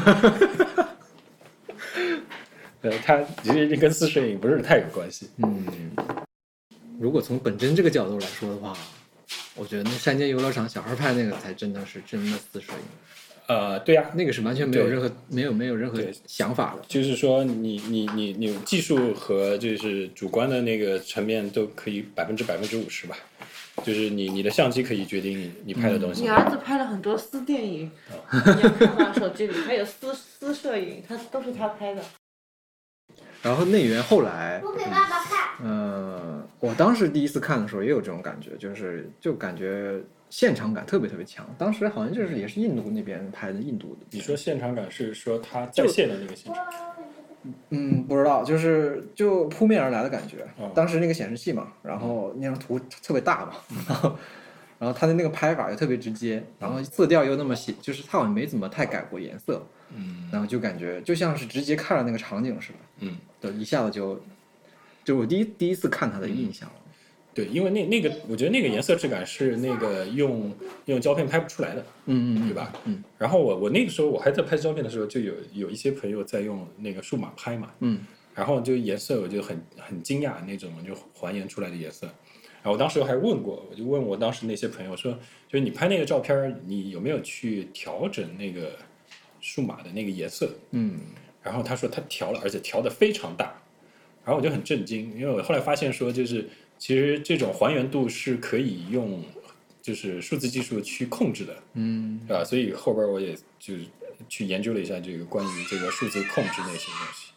呃，它其实跟私摄影不是太有关系。 嗯，如果从本真这个角度来说的话，我觉得那山间游乐场小孩拍那个才真的是真的私摄影。 呃，对呀、啊， 那个是完全没有任何没有没有任何想法的。 就是说你，你你你你技术和就是主观的那个层面都可以百分之百分之五十吧。就是你你的相机可以决定你你拍的东西。 你儿子拍了很多私电影，哦、你要看到手机里还有私私摄影，他都是他拍的。 然后内援后来， 我给爸爸看。 呃，我当时第一次看的时候也有这种感觉，就是就感觉现场感特别特别强。当时好像就是也是印度那边拍的，印度的。 你说现场感是说他在线的那个现场？ 嗯，不知道，就是就扑面而来的感觉。 哦、 当时那个显示器嘛，然后那张图特别大嘛，然后然后他的那个拍法又特别直接，然后色调又那么细，就是他好像没怎么太改过颜色。 嗯， 然后就感觉就像是直接看了那个场景似的。 嗯， 对，一下子就就我第一第一次看他的印象了。 嗯、对，因为那那个我觉得那个颜色质感是那个用用胶片拍不出来的。 嗯嗯， 对吧？ 嗯。 然后我我那个时候我还在拍胶片的时候，就有有一些朋友在用那个数码拍嘛。 嗯。 然后就颜色我就很很惊讶那种就还原出来的颜色。然后我当时还问过，我就问我当时那些朋友说，就是你拍那个照片，你有没有去调整那个数码的那个颜色？ 嗯。 然后他说他调了，而且调的非常大。然后我就很震惊，因为我后来发现说，就是其实这种还原度是可以用就是数字技术去控制的， 嗯， 对吧？所以后边我也就去研究了一下这个关于这个数字控制那些东西。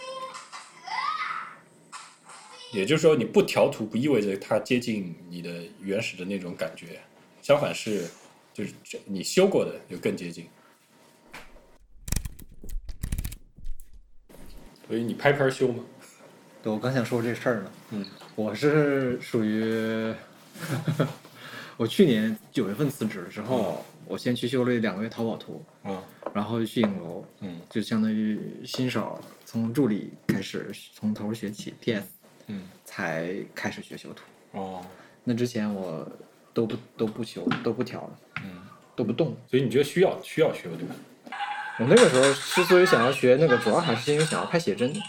也就是说，你不调图不意味着它接近你的原始的那种感觉，相反是就是你修过的就更接近。所以你拍片修吗？ 对，我刚想说这事儿呢。 嗯， 我是属于我去年九月份辞职之后，嗯、我先去修了两个月淘宝图， 嗯， 然后去影楼， 嗯， 就相当于新手从助理开始从头学起 P S， 嗯， 才开始学修图。 哦， 那之前我都不都不修都不调了， 嗯， 都不动。 所以你觉得需要需要学对吧？ 我那个时候之所以想要学那个，主要还是因为想要拍写真。 拍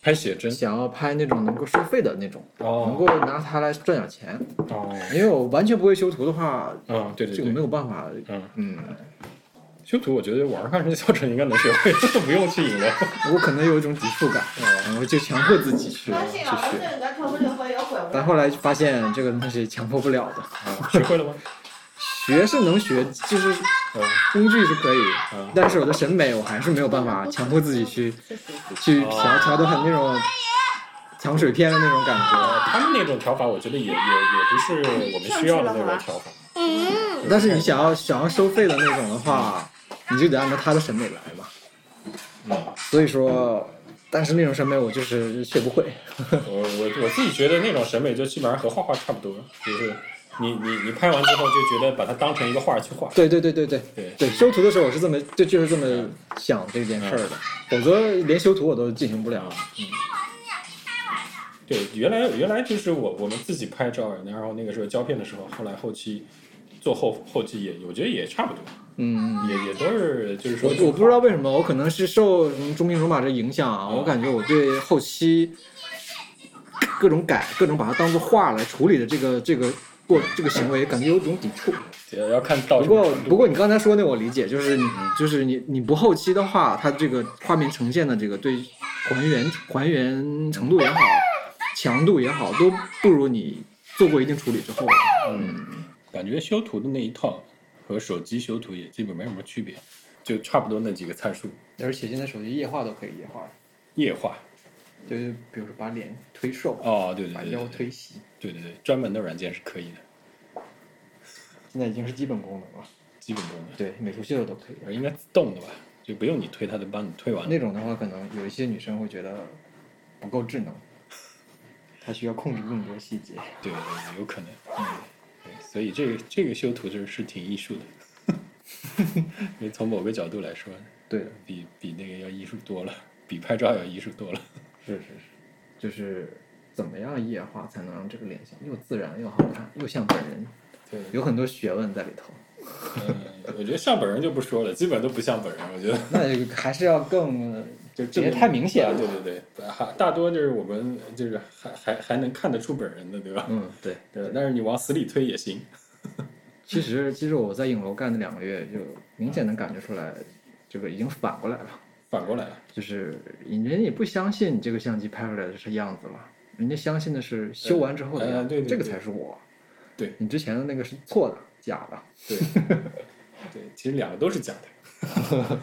拍写真， 想要拍那种能够收费的那种， 哦能够拿它来赚点钱。 哦， 因为我完全不会修图的话， 嗯，对对这个没对， 有办法。 嗯嗯， 修图我觉得网上看人家教程应该能学会，这不用去引流。 我可能有一种抵触感，然后就强迫自己去去相信啊， 学。 人家看不了会有会。 但后来发现这个东西强迫不了的， 啊，学会了吗？ 学是能学，就是嗯工具是可以， 嗯但是我的审美我还是没有办法强迫自己去去调调的很那种强水片的那种感觉。 呃，他们那种调法，我觉得也也也不是我们需要的那种调法。 但是你想要想要收费的那种的话，你就得按照他的审美来嘛。 嗯， 所以说，但是那种审美我就是学不会。 我我我自己觉得那种审美就基本上和画画差不多，就是你你你拍完之后就觉得把它当成一个画去画。 对对对对对对对，修图的时候我是这么就就是这么想这件事儿的，否则连修图我都进行不了。 嗯，对，原来原来就是我我们自己拍照，然后那个时候胶片的时候，后来后期做后后期也我觉得也差不多， 嗯， 也也都是就是说我我不知道为什么，我可能是受什么中兵戎马这影响啊，我感觉我对后期各种改、各种把它当做画来处理的这个这个过这个行为，感觉有种抵触。 也要看到不过不过你刚才说那我理解，就是你就是你你不后期的话，它这个画面呈现的这个对还原还原程度也好，强度也好，都不如你做过一定处理之后。 嗯，感觉修图的那一套和手机修图也基本没什么区别，就差不多那几个参数。 而且现在手机液化都可以液化， 液化， 就是比如说把脸推瘦， 哦，对对把腰对对推细， 对对对，专门的软件是可以的， 现在已经是基本功能了。 基本功能。 对，美图秀秀都可以。 应该自动的吧，就不用你推，它就帮你推完了。 那种的话，可能有一些女生会觉得不够智能，她需要控制更多细节。 对对对，有可能。嗯，对，所以这个这个修图就是是挺艺术的，因为从某个角度来说， 对的， 比比那个要艺术多了，比拍照要艺术多了。 是是是，就是怎么样液化才能让这个脸像又自然又好看，又像本人， 对， 有很多学问在里头。 嗯，我觉得像本人就不说了，基本都不像本人。我觉得那还是要更就直接太明显了。 对对对，还大多就是我们就是还还还能看得出本人的，对吧？ 嗯，对。 对，但是你往死里推也行。 其实其实我在影楼干的两个月，就明显能感觉出来，这个已经反过来了。 反过来了， 就是人家也不相信你这个相机拍出来的是样子了，人家相信的是修完之后的样子， 呃对对对这个才是我。 对， 你之前的那个是错的，假的。 对，对，其实两个都是假的。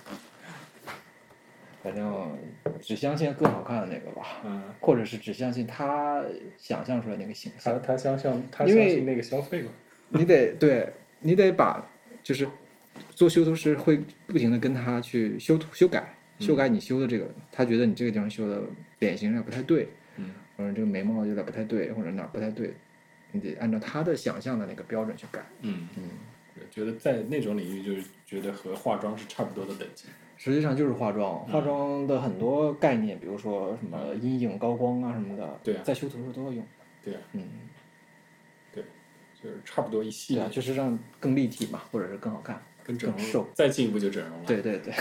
反正只相信更好看的那个吧， 嗯， 或者是只相信他想象出来那个形象。 他他相信他因为相信那个消费嘛。 你得对，你得把就是做修图师会不停的跟他去修图修改，修改你修的这个，他觉得你这个地方修的脸型有点不太对， 嗯， 或者这个眉毛有点不太对，或者哪儿不太对，你得按照他的想象的那个标准去改。 嗯嗯， 我觉得在那种领域，就是觉得和化妆是差不多的等级。 实际上就是化妆， 嗯化妆的很多概念，比如说什么阴影、高光啊什么的， 对啊在修图的时候都要用。 对啊， 嗯， 对，就是差不多一系列对啊，，就是让更立体嘛，或者是更好看。 跟整更瘦容再进一步就整容了。 对对对。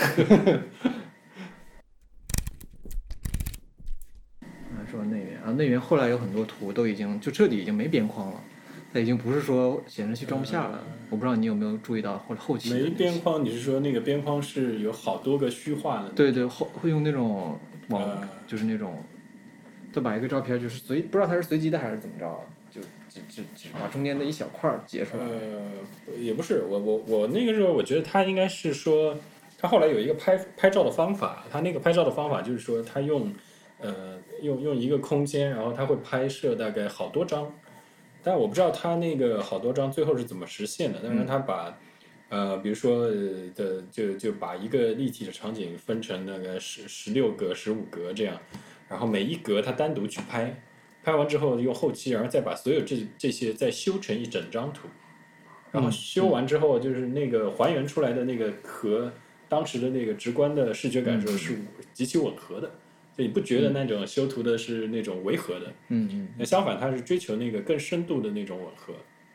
啊，说内源啊，内源后来有很多图都已经就彻底已经没边框了，它已经不是说显示器装不下了。我不知道你有没有注意到后后期的那些没边框，你是说那个边框是有好多个虚化的？ 对对，后会用那种网， 呃就是那种，他把一个照片就是随不知道他是随机的还是怎么着，就只只只把中间的一小块儿截出来。 呃，也不是，我我我那个时候我觉得他应该是说，他后来有一个拍拍照的方法，他那个拍照的方法就是说，他用呃用用一个空间，然后他会拍摄大概好多张，但我不知道他那个好多张最后是怎么实现的，但是他把。呃，比如说呃的，就就把一个立体的场景分成那个十十六格、十五格这样，然后每一格它单独去拍，拍完之后用后期，然后再把所有这这些再修成一整张图，然后修完之后就是那个还原出来的那个和当时的那个直观的视觉感受是极其吻合的，就你不觉得那种修图的是那种违和的， 嗯嗯。 那相反它是追求那个更深度的那种吻合。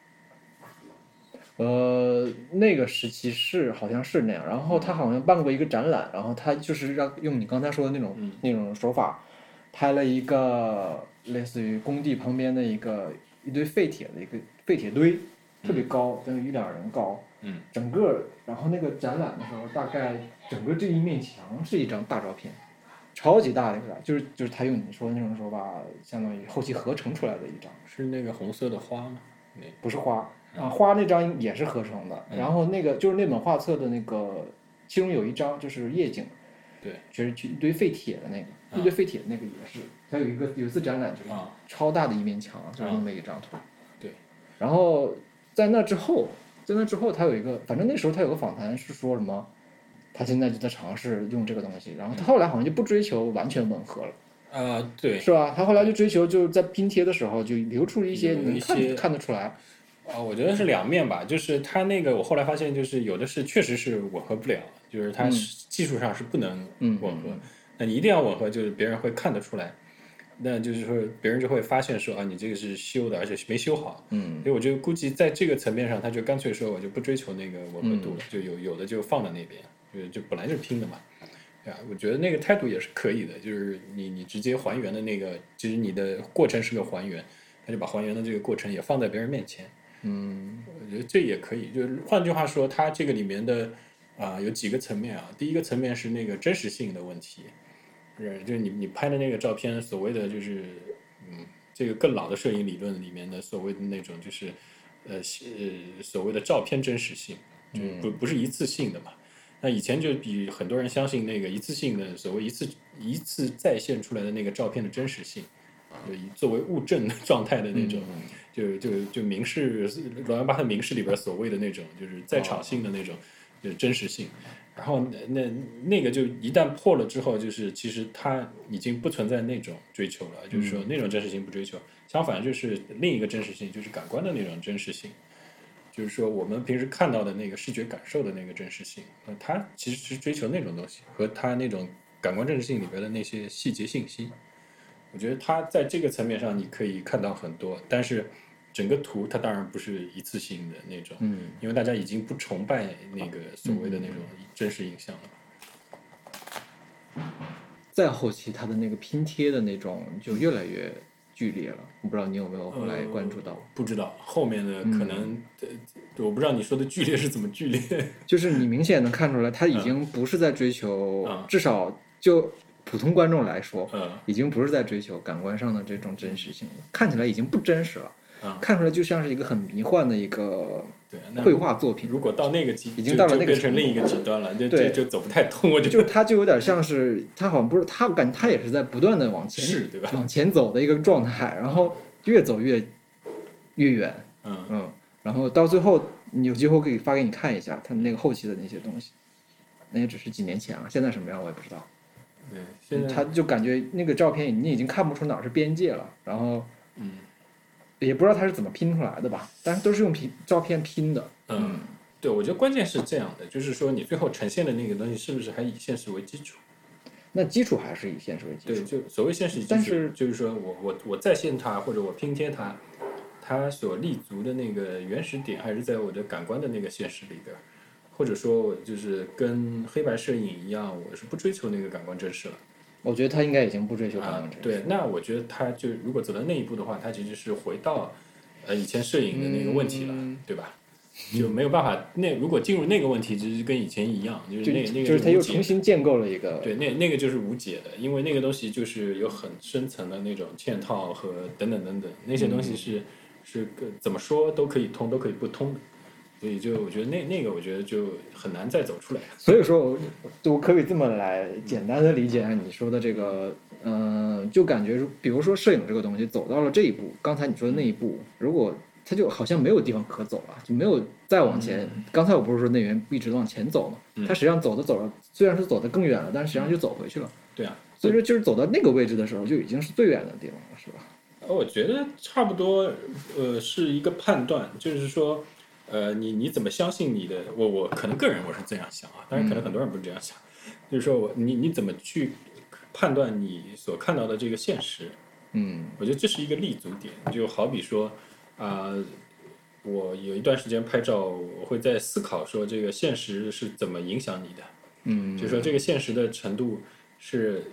呃，那个时期是好像是那样，然后他好像办过一个展览，然后他就是让用你刚才说的那种、 嗯那种手法， 拍了一个类似于工地旁边的一个一堆废铁的一个废铁堆，特别高，得有一两人高。 嗯， 整个然后那个展览的时候，大概整个这一面墙是一张大照片，超级大的一个，就是就是他用你说的那种说法，相当于后期合成出来的一张。 是那个红色的花吗？ 不是花啊，花那张也是合成的。 嗯、 然后那个就是那本画册的那个，其中有一张就是夜景， 对， 就是一堆废铁的那个， 嗯、 一堆废铁的那个也是。它有一个有一次展览就是超大的一面墙，就是那么一张图。 嗯、对。 然后在那之后，在那之后他有一个，反正那时候他有个访谈是说什么，他现在就在尝试用这个东西。然后他后来好像就不追求完全吻合了。 啊、呃，对， 是吧？他后来就追求，就是在拼贴的时候就留出一些能看看得出来。 啊、呃，我觉得是两面吧，就是他那个我后来发现，就是有的是确实是吻合不了，就是它技术上是不能吻合。 嗯嗯、 那你一定要吻合，就是别人会看得出来，那就是说别人就会发现说啊，你这个是修的，而且没修好。 嗯， 所以我就估计在这个层面上，他就干脆说我就不追求那个吻合度了，嗯、就有有的就放在那边，就就本来就是拼的嘛。啊，我觉得那个态度也是可以的，就是你你直接还原的那个，其实你的过程是个还原，他就把还原的这个过程也放在别人面前， 嗯， 我觉得这也可以。就是换句话说，它这个里面的啊、呃、有几个层面啊，第一个层面是那个真实性的问题，是就是你你拍的那个照片，所谓的就是嗯这个更老的摄影理论里面的所谓的那种就是呃呃所谓的照片真实性，就不不是一次性的嘛。那以前就比很多人相信那个一次性的所谓一次一次再现出来的那个照片的真实性，就作为物证的状态的那种， 嗯、 就就就明示老杨巴特明示里边所谓的那种就是在场性的那种，就是真实性。然后那那个就一旦破了之后，就是其实它已经不存在那种追求了，就是说那种真实性不追求，相反就是另一个真实性，就是感官的那种真实性。就是说，我们平时看到的那个视觉感受的那个真实性，那它其实是追求那种东西，和它那种感官真实性里边的那些细节信息。我觉得它在这个层面上你可以看到很多，但是整个图它当然不是一次性的那种， 嗯， 因为大家已经不崇拜那个所谓的那种真实影像了。 再后期，它的那个拼贴的那种就越来越剧烈了，我不知道你有没有后来关注到？呃、 不知道后面的可能、嗯呃，我不知道你说的剧烈是怎么剧烈。 就是你明显能看出来，他已经不是在追求，嗯、至少就普通观众来说， 嗯、 已经不是在追求感官上的这种真实性，看起来已经不真实了。 嗯、 看出来就像是一个很迷幻的一个绘画作品。 如果到那个极， 已经到了那个变成另一个极端了，就就就走不太通。我觉得就它就有点像是他好像不是他，感觉他也是在不断的往前， 是对吧？ 往前走的一个状态，然后越走越越远。 嗯嗯，然后到最后，你有机会可以发给你看一下他那个后期的那些东西，那也只是几年前啊，现在什么样我也不知道。 对，现在他就感觉那个照片你已经看不出哪儿是边界了，然后嗯。 也不知道它是怎么拼出来的吧，但是都是用拼照片拼的。 嗯，对，我觉得关键是这样的，就是说你最后呈现的那个东西是不是还以现实为基础？ 那基础还是以现实为基础。 对，就所谓现实基础， 但是就是说我我我再现它或者我拼贴它，它所立足的那个原始点还是在我的感官的那个现实里边，或者说我就是跟黑白摄影一样，我是不追求那个感官真实了。 我觉得他应该已经不追求感官真实、 啊。对，那我觉得他就如果走到那一步的话，他其实是回到呃以前摄影的那个问题了， 嗯、 对吧？就没有办法，那如果进入那个问题，其实跟以前一样，就是那那个就是他又重新建构了一个。 对，那那个就是无解的，因为那个东西就是有很深层的那种嵌套和等等等等，那些东西是、嗯、是怎么说都可以通，都可以不通的。所以就我觉得那那个我觉得就很难再走出来。 所以说我我可以这么来简单的理解你说的这个，嗯、呃，就感觉比如说摄影这个东西走到了这一步，刚才你说的那一步，如果它就好像没有地方可走了，就没有再往前。嗯、刚才我不是说内源一直往前走嘛， 嗯、 它实际上走着走着，虽然是走得更远了，但是实际上就走回去了。 对啊， 所以说就是走到那个位置的时候，就已经是最远的地方了，是吧？ 我觉得差不多，呃，是一个判断，就是说。呃，你你怎么相信你的？我我可能个人我是这样想啊，当然可能很多人不是这样想，嗯、就是说我你你怎么去判断你所看到的这个现实？ 嗯， 我觉得这是一个立足点，就好比说啊、呃，我有一段时间拍照，我会在思考说这个现实是怎么影响你的？ 嗯， 就是说这个现实的程度是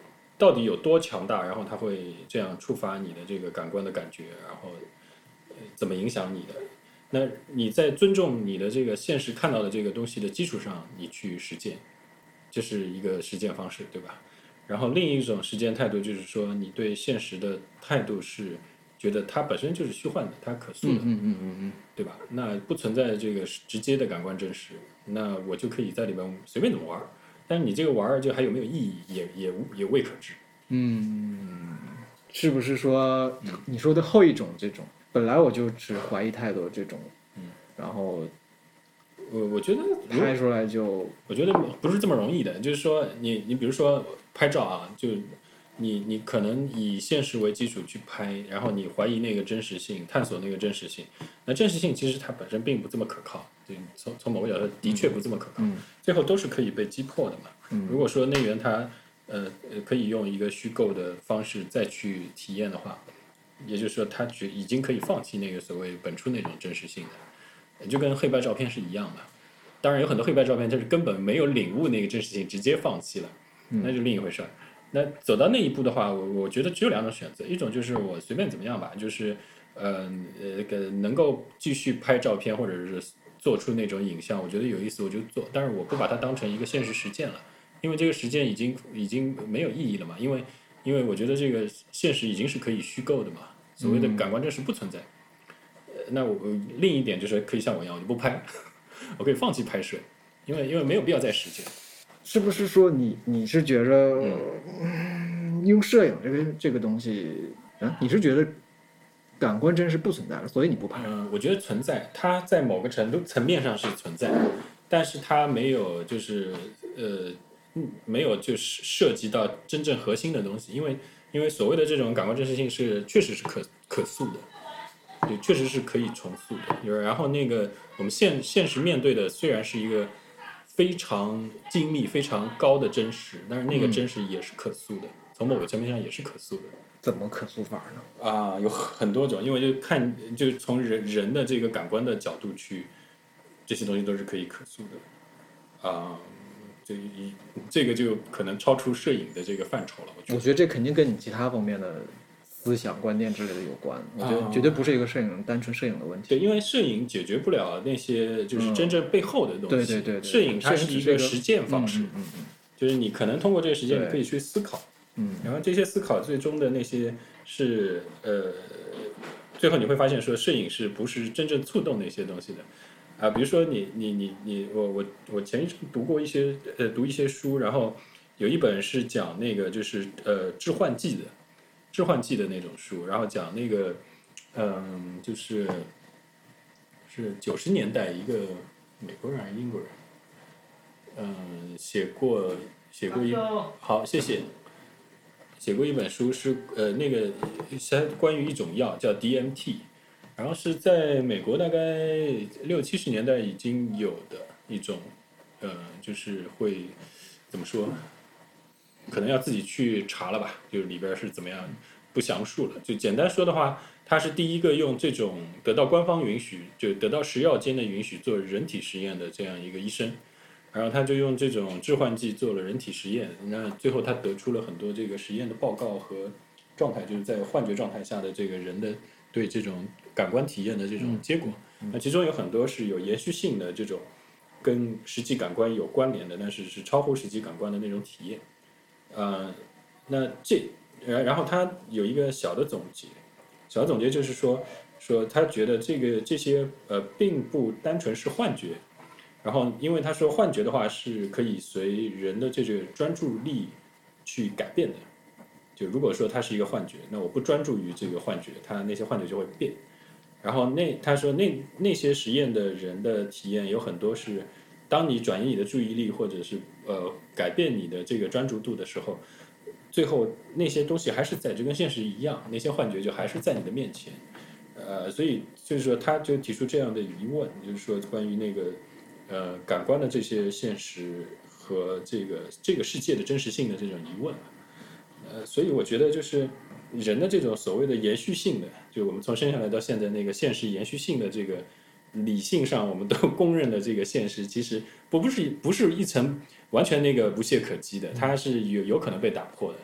到底有多强大，然后它会这样触发你的这个感官的感觉，然后、呃、怎么影响你的？那你在尊重你的这个现实看到的这个东西的基础上，你去实践，这是一个实践方式，对吧？然后另一种实践态度就是说，你对现实的态度是觉得它本身就是虚幻的，它可塑的， 嗯嗯嗯嗯， 对吧？那不存在这个直接的感官真实，那我就可以在里边随便怎么玩。但是你这个玩儿就还有没有意义，也也也未可知。 嗯，是不是说你说的后一种这种，本来我就持怀疑态度这种， 嗯， 然后我我觉得拍出来就， 我觉得不是这么容易的。就是说你，你比如说拍照啊，就你你可能以现实为基础去拍，然后你怀疑那个真实性，探索那个真实性。那真实性其实它本身并不这么可靠，就从从某个角度的确不这么可靠， 嗯、 最后都是可以被击破的嘛。 嗯、 如果说内源它呃可以用一个虚构的方式再去体验的话，也就是说它觉已经可以放弃那个所谓本初那种真实性的，就跟黑白照片是一样的。当然有很多黑白照片，它是根本没有领悟那个真实性，直接放弃了，那就另一回事儿。那走到那一步的话，我我觉得只有两种选择，一种就是我随便怎么样吧，就是呃呃能够继续拍照片或者是做出那种影像，我觉得有意思我就做，但是我不把它当成一个现实实践了，因为这个实践已经已经没有意义了嘛，因为因为我觉得这个现实已经是可以虚构的嘛，所谓的感官真实不存在。呃、那我另一点就是可以像我一样，我就不拍。我可以放弃拍摄，因为因为没有必要再实践。 是不是说你你是觉着、嗯、用摄影这个这个东西，啊，你是觉得感官真实不存在了，所以你不拍？ 嗯，我觉得存在，它在某个程度层面上是存在，但是它没有就是呃没有就是涉及到真正核心的东西，因为因为所谓的这种感官真实性是确实是可可塑的。对，确实是可以重塑的。然后那个我们现现实面对的虽然是一个非常精密、非常高的真实，但是那个真实也是可塑的，嗯、从某个层面上也是可塑的。 怎么可塑法呢？ 啊，有很多种，因为就看就从人人的这个感官的角度去，这些东西都是可以可塑的。啊，这一这个就可能超出摄影的这个范畴了。我觉得， 我觉得这肯定跟你其他方面的思想观念之类的有关，我觉得绝对不是一个摄影单纯摄影的问题。 对，因为摄影解决不了那些就是真正背后的东西。 嗯、对对 对, 对， 摄影它是一个实践方式， 嗯嗯嗯， 就是你可能通过这个实践，你可以去思考， 嗯， 然后这些思考最终的那些是呃，最后你会发现说，摄影是不是真正触动那些东西的啊？比如说你你你你我我我前一阵读过一些呃读一些书，然后有一本是讲那个就是呃致幻剂的。致幻剂的那种书，然后讲那个，嗯，就是是九十年代一个美国人还是英国人，嗯，写过写过一好谢谢，写过一本书是呃那个是关于一种药叫 D M T， 然后是在美国大概六七十年代已经有的一种，呃，就是会怎么说？可能要自己去查了吧，就是里边是怎么样，不详述了。就简单说的话，他是第一个用这种得到官方允许，就得到食药监的允许做人体实验的这样一个医生，然后他就用这种致幻剂做了人体实验，那最后他得出了很多这个实验的报告和状态，就是在幻觉状态下的这个人的对这种感官体验的这种结果。那其中有很多是有延续性的这种跟实际感官有关联的，但是是超乎实际感官的那种体验。呃，那这，然后他有一个小的总结，小的总结就是说，说他觉得这个这些呃并不单纯是幻觉，然后因为他说幻觉的话是可以随人的这个专注力去改变的，就如果说它是一个幻觉，那我不专注于这个幻觉，它那些幻觉就会变。然后那他说那那些实验的人的体验有很多是。当你转移你的注意力，或者是呃改变你的这个专注度的时候，最后那些东西还是在，就跟现实一样，那些幻觉就还是在你的面前。呃，所以就是说，他就提出这样的疑问，就是说关于那个呃感官的这些现实和这个这个世界的真实性的这种疑问。呃，所以我觉得就是人的这种所谓的延续性的，就我们从生下来到现在那个现实延续性的这个。理性上我们都公认的这个现实，其实不不是不是一层完全那个无懈可击的，它是有有可能被打破的。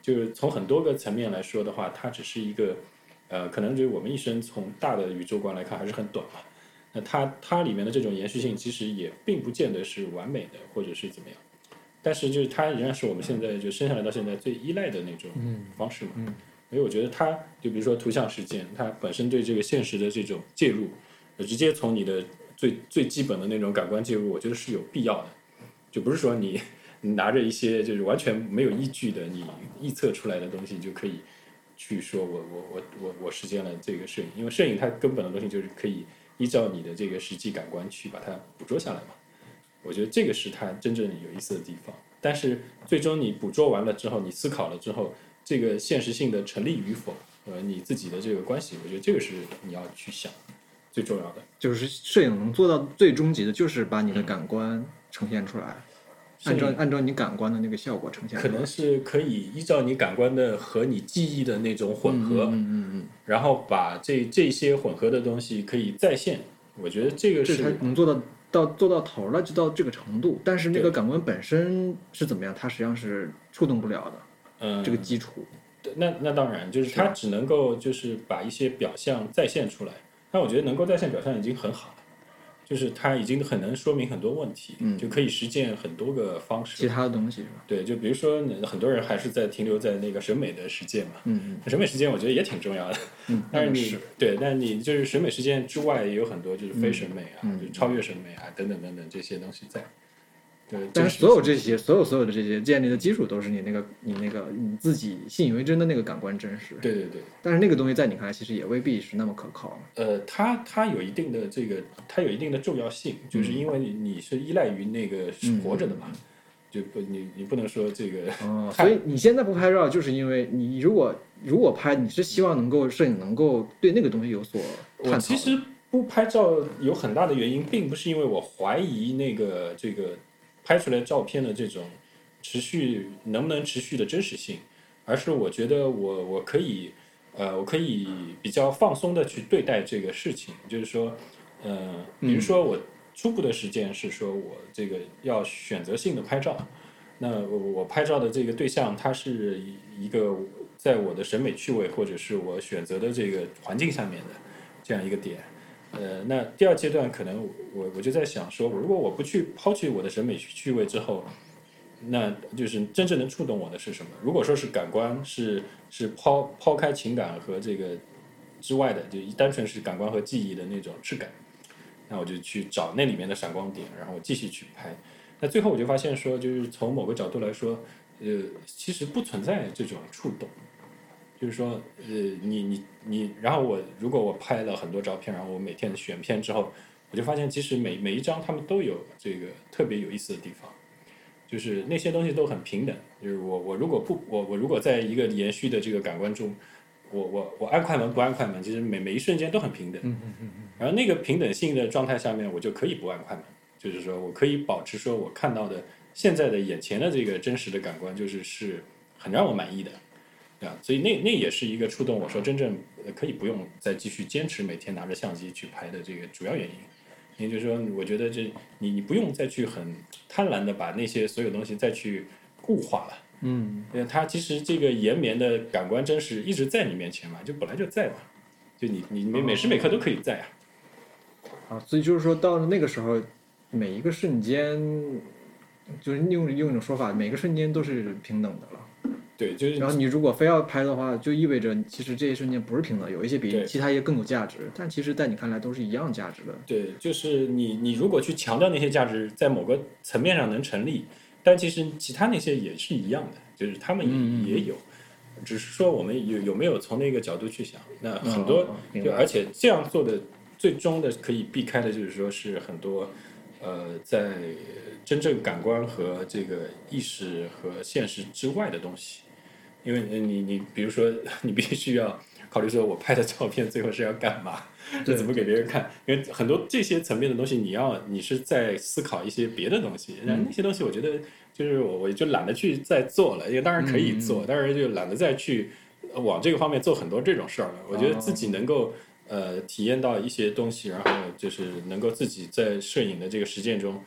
就是从很多个层面来说的话，它只是一个，呃，可能就是我们一生从大的宇宙观来看还是很短嘛。那它它里面的这种延续性，其实也并不见得是完美的，或者是怎么样。但是就是它仍然是我们现在就生下来到现在最依赖的那种方式嘛。嗯嗯、所以我觉得它就比如说图像实践，它本身对这个现实的这种介入，直接从你的最最基本的那种感官介入，我觉得是有必要的。就不是说你你拿着一些就是完全没有依据的你臆测出来的东西就可以去说我我我我我实践了这个摄影，因为摄影它根本的东西就是可以依照你的这个实际感官去把它捕捉下来嘛。我觉得这个是它真正有意思的地方。但是最终你捕捉完了之后，你思考了之后，这个现实性的成立与否和你自己的这个关系，我觉得这个是你要去想最重要的。 就是摄影能做到最终极的，就是把你的感官呈现出来。嗯按照按照你感官的那个效果呈现， 可能是可以依照你感官的和你记忆的那种混合， 嗯嗯嗯嗯， 然后把这这些混合的东西可以再现。我觉得这个是它能做到到做到头了，就到这个程度。但是那个感官本身是怎么样，它实际上是触动不了的。 嗯， 这个基础， 那那当然就是它只能够就是把一些表象再现出来。但我觉得能够再现表象已经很好了。就是它已经很能说明很多问题，嗯，就可以实践很多个方式。 其他的东西是吧？ 对，就比如说很多人还是在停留在那个审美的实践嘛， 嗯嗯， 审美实践我觉得也挺重要的， 嗯， 但是你是对，但你就是审美实践之外也有很多就是非审美啊， 嗯、 就超越审美啊等等等等这些东西在。对， 但是所有这些，所有所有的这些建立的基础都是你那个你那个你自己信以为真的那个感官真实。 对对对。 但是那个东西在你看来其实也未必是那么可靠。 呃，它它有一定的这个，它有一定的重要性，就是因为你你是依赖于那个活着的嘛，嗯、就不你你不能说这个。 哦，所以你现在不拍照，就是因为你如果如果拍，你是希望能够摄影能够对那个东西有所探讨。 我其实不拍照有很大的原因，并不是因为我怀疑那个这个。拍出来照片的这种持续能不能持续的真实性，而是我觉得我我可以呃我可以比较放松的去对待这个事情，就是说呃比如说我初步的实践是说我这个要选择性的拍照，那我我拍照的这个对象它是一个在我的审美趣味或者是我选择的这个环境下面的这样一个点。呃，那第二阶段可能我我就在想说，如果我不去抛弃我的审美趣味之后，那就是真正能触动我的是什么？如果说是感官，是是抛抛开情感和这个之外的，就单纯是感官和记忆的那种质感，那我就去找那里面的闪光点，然后继续去拍。那最后我就发现说，就是从某个角度来说，呃，其实不存在这种触动。就是说，呃，你你你，然后我如果我拍了很多照片，然后我每天选片之后，我就发现其实每每一张他们都有这个特别有意思的地方，就是那些东西都很平等。就是我我如果不我我如果在一个延续的这个感官中，我我我按快门不按快门，其实每每一瞬间都很平等。 嗯嗯嗯。 然后那个平等性的状态下面，我就可以不按快门，就是说我可以保持说我看到的现在的眼前的这个真实的感官，就是是很让我满意的。啊，所以那那也是一个触动我说真正可以不用再继续坚持每天拿着相机去拍的这个主要原因。也就是说，我觉得这你你不用再去很贪婪的把那些所有东西再去固化了。 嗯， 它其实这个延绵的感官真实一直在你面前嘛，就本来就在嘛，就你你每每时每刻都可以在啊。 啊，所以就是说到了那个时候，每一个瞬间，就是用用一种说法，每个瞬间都是平等的了。 对，就是。 然后你如果非要拍的话，就意味着其实这一瞬间不是平等，有一些比其他也更有价值，但其实在你看来都是一样价值的。 对，就是你你如果去强调那些价值在某个层面上能成立，但其实其他那些也是一样的，就是他们也、嗯、也有，只是说我们有有没有从那个角度去想。那很多， 哦哦、 就而且这样做的最终的可以避开的就是说是很多呃在真正感官和这个意识和现实之外的东西。因为你你比如说你必须要考虑说我拍的照片最后是要干嘛，这怎么给别人看？因为很多这些层面的东西，你要你是在思考一些别的东西，那、嗯、那些东西我觉得就是我我就懒得去再做了，因为当然可以做，当然就懒得再去往这个方面做很多这种事儿了。我觉得自己能够呃体验到一些东西，然后就是能够自己在摄影的这个实践中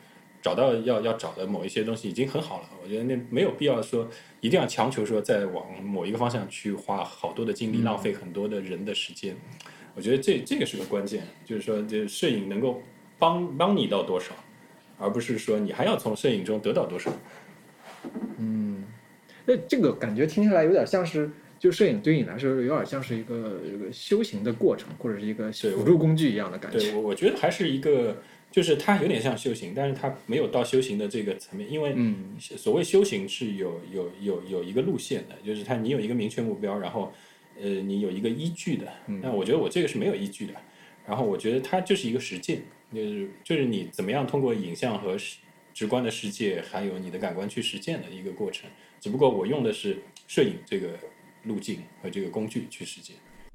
找到要要找的某一些东西已经很好了。我觉得那没有必要说一定要强求说再往某一个方向去花好多的精力，浪费很多的人的时间。我觉得这这个是个关键，就是说这摄影能够帮帮你到多少，而不是说你还要从摄影中得到多少。 嗯，那这个感觉听起来有点像是，就摄影对你来说有点像是一个这个修行的过程，或者是一个辅助工具一样的感觉。 对，我我觉得还是一个，就是它有点像修行，但是它没有到修行的这个层面，因为所谓修行是有有有有一个路线的，就是它你有一个明确目标，然后呃你有一个依据的。那我觉得我这个是没有依据的，然后我觉得它就是一个实践，就是就是你怎么样通过影像和直观的世界，还有你的感官去实践的一个过程。只不过我用的是摄影这个路径和这个工具去实践。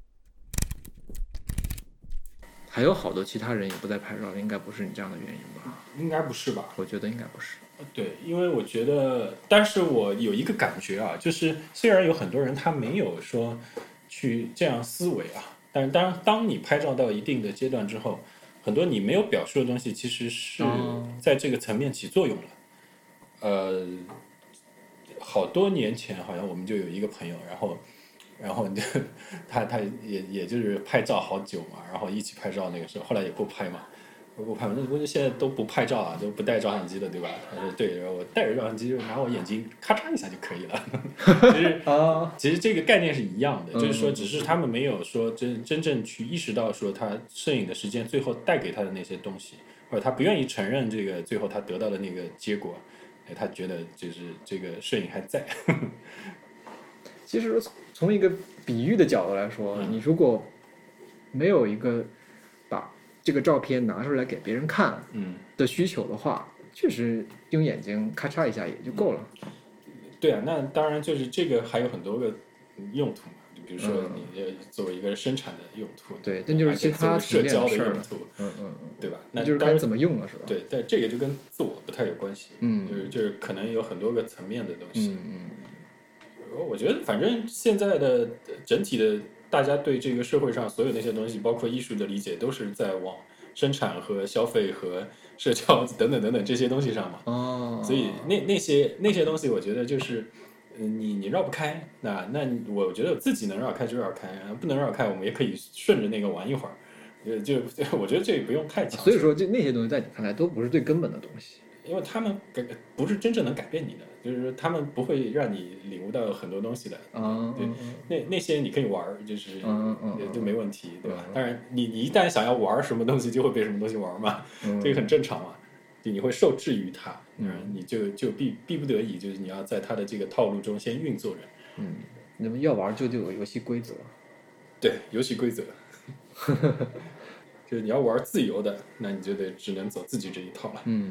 还有好多其他人也不在拍照，应该不是你这样的原因吧？ 应该不是吧？ 我觉得应该不是。 对，因为我觉得，但是我有一个感觉啊，就是虽然有很多人他没有说去这样思维啊，但是当当你拍照到一定的阶段之后，很多你没有表述的东西，其实是在这个层面起作用了。呃，好多年前好像我们就有一个朋友，然后。然后他他也也就是拍照好久嘛，然后一起拍照那个时候，后来也不拍嘛，不拍嘛，那不是现在都不拍照啊，都不带照相机的，对吧？他说对，然后我带着照相机，拿我眼睛咔嚓一下就可以了。其实啊，其实这个概念是一样的，就是说，只是他们没有说真真正去意识到说他摄影的时间最后带给他的那些东西，或者他不愿意承认这个最后他得到的那个结果，他觉得就是这个摄影还在。 其实从一个比喻的角度来说，嗯、你如果没有一个把这个照片拿出来给别人看的需求的话，嗯、确实用眼睛咔嚓一下也就够了。 嗯、对啊，那当然就是这个还有很多个用途嘛，就比如说你作为一个生产的用途， 嗯、对，但就是其他社交的用途， 嗯嗯嗯， 对吧？ 那就是看怎么用了，是吧？ 对，但这个就跟自我不太有关系， 嗯， 就是就是可能有很多个层面的东西， 嗯嗯。 我觉得，反正现在的整体的，大家对这个社会上所有那些东西，包括艺术的理解，都是在往生产和消费和社交等等等等这些东西上嘛。 哦。 所以那那些那些东西，我觉得就是，嗯，你你绕不开。那那我觉得自己能绕开就绕开，不能绕开，我们也可以顺着那个玩一会儿。呃，就我觉得这也不用太强。 所以说，这那些东西在你看来都不是最根本的东西。 因为他们改不是真正能改变你的，就是说他们不会让你领悟到很多东西的。 啊， 对，那那些你可以玩，就是嗯嗯就没问题，对吧？当然，你你一旦想要玩什么东西，就会被什么东西玩嘛，这个很正常嘛。就你会受制于它，嗯，你就就逼逼不得已，就是你要在它的这个套路中先运作着。 嗯，那么要玩就得有游戏规则。 对，游戏规则。就是你要玩自由的，那你就得只能走自己这一套了。 嗯。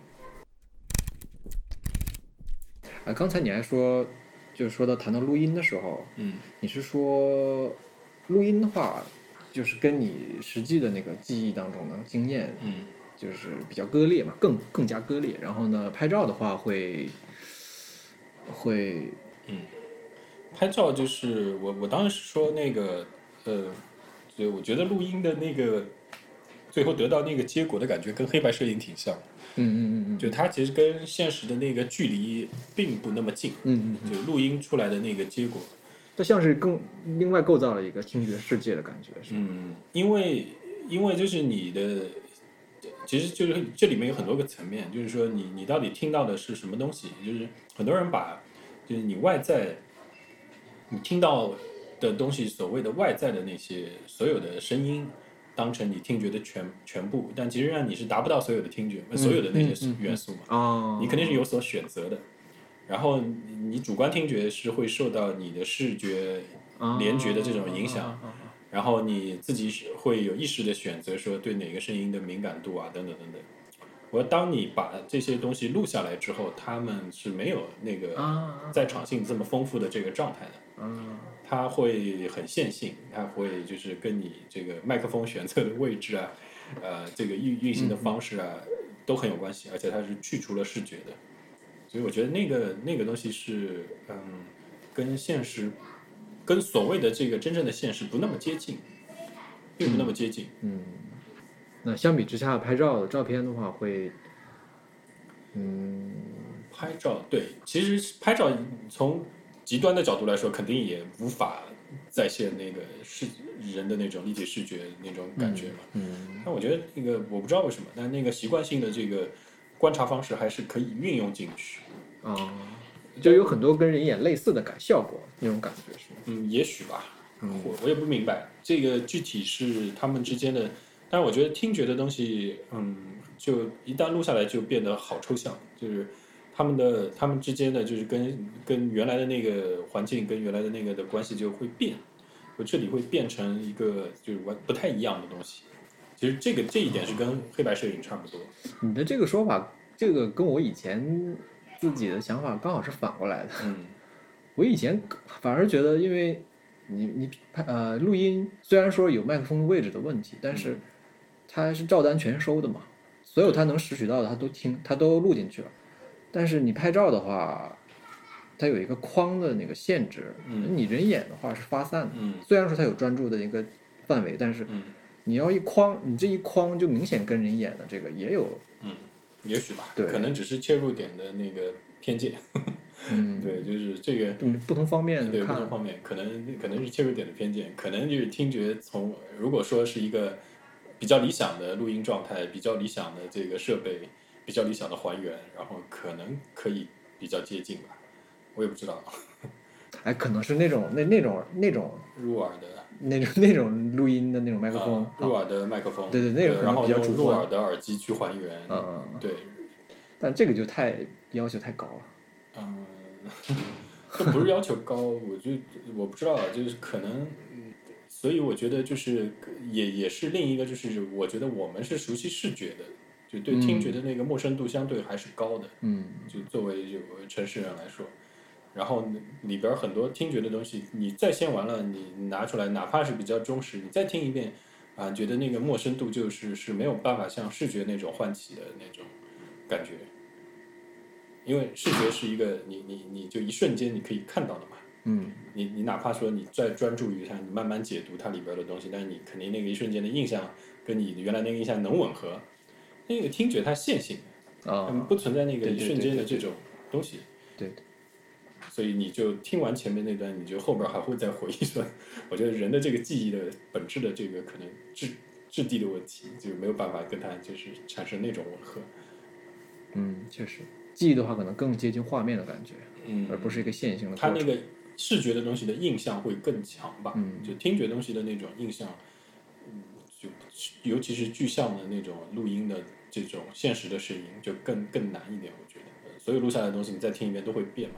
啊，刚才你还说，就是说到谈到录音的时候， 嗯， 你是说录音的话，就是跟你实际的那个记忆当中的经验， 嗯， 就是比较割裂嘛，更更加割裂。然后呢，拍照的话会会， 嗯，拍照就是我我当时说那个呃，就我觉得录音的那个最后得到那个结果的感觉跟黑白摄影挺像。 嗯嗯嗯嗯， 就它其实跟现实的那个距离并不那么近， 嗯嗯， 就录音出来的那个结果， 它像是更另外构造了一个听觉世界的感觉，是吗？ 嗯，因为因为就是你的，其实就是这里面有很多个层面，就是说你你到底听到的是什么东西，就是很多人把就是你外在你听到的东西，所谓的外在的那些所有的声音。当成你听觉的全全部，但其实上你是达不到所有的听觉，嗯、所有的那些元素嘛。 嗯嗯嗯、 你肯定是有所选择的。然后你主观听觉是会受到你的视觉联觉的这种影响， 哦、 然后你自己会有意识的选择说对哪个声音的敏感度啊，等等等等。我当你把这些东西录下来之后，他们是没有那个在场性这么丰富的这个状态的。 嗯， 它会很线性，它会就是跟你这个麦克风选择的位置啊，呃，这个运运行的方式啊，都很有关系，而且它是去除了视觉的，所以我觉得那个那个东西是嗯，跟现实，跟所谓的这个真正的现实不那么接近，并不那么接近。 嗯，嗯那相比之下，拍照的照片的话会嗯， 拍照对，其实拍照从极端的角度来说，肯定也无法再现那个视人的那种立体视觉那种感觉嘛。 嗯， 但我觉得那个我不知道为什么，但那个习惯性的这个观察方式还是可以运用进去。 啊、哦，就有很多跟人眼类似的感效果，那种感觉是吗？ 嗯，也许吧，我我也不明白这个具体是他们之间的，但是我觉得听觉的东西，嗯，就一旦录下来就变得好抽象，就是他们的他们之间的就是跟跟原来的那个环境跟原来的那个的关系就会变，我这里会变成一个就是完不太一样的东西。其实这个这一点是跟黑白摄影差不多。 你的这个说法，这个跟我以前自己的想法刚好是反过来的。 嗯， 我以前反而觉得，因为你你拍呃录音，虽然说有麦克风位置的问题，但是它是照单全收的嘛，所有它能拾取到的，它都听，它都录进去了。但是你拍照的话，它有一个框的那个限制， 嗯， 你人眼的话是发散的。 嗯， 虽然说它有专注的一个范围，但是你要一框，你这一框就明显跟人眼的这个也有， 嗯，也许吧， 对， 可能只是切入点的那个偏见。 嗯， 对，就是这个， 嗯，不同方面对， 看不同方面，可能可能是切入点的偏见，可能就是听觉从如果说是一个比较理想的录音状态，比较理想的这个设备，比较理想的还原，然后可能可以比较接近吧，我也不知道。 哎，可能是那种那那种那种入耳的那种那种录音的那种麦克风， 啊、入耳的麦克风， 对对，那个可然后能比较主观用入耳的耳机去还原， 嗯， 对， 但这个就太要求太高了。 嗯，这不是要求高，我就我不知道，就是可能，所以我觉得就是也也是另一个，就是我觉得我们是熟悉视觉的，就对听觉的那个陌生度相对还是高的， 嗯， 就作为就城市人来说，然后里边很多听觉的东西，你再先完了，你拿出来，哪怕是比较忠实，你再听一遍，啊，觉得那个陌生度就是是没有办法像视觉那种唤起的那种感觉。因为视觉是一个你你你就一瞬间你可以看到的嘛， 嗯， 你你哪怕说你再专注于它，你慢慢解读它里边的东西，但是你肯定那个一瞬间的印象跟你原来那个印象能吻合，那个听觉它线性的， 啊、 嗯，不存在那个一瞬间的这种东西， 对对， 所以你就听完前面那段，你就后边还会再回忆说，我觉得人的这个记忆的本质的这个可能质质地的问题，就没有办法跟它就是产生那种吻合， 嗯，确实，记忆的话可能更接近画面的感觉， 嗯， 而不是一个线性的过程。 它那个视觉的东西的印象会更强吧， 嗯， 就听觉东西的那种印象，嗯，就尤其是具象的那种录音的这种现实的声音，就更更难一点，我觉得。所有录下来的东西，你再听一遍都会变嘛。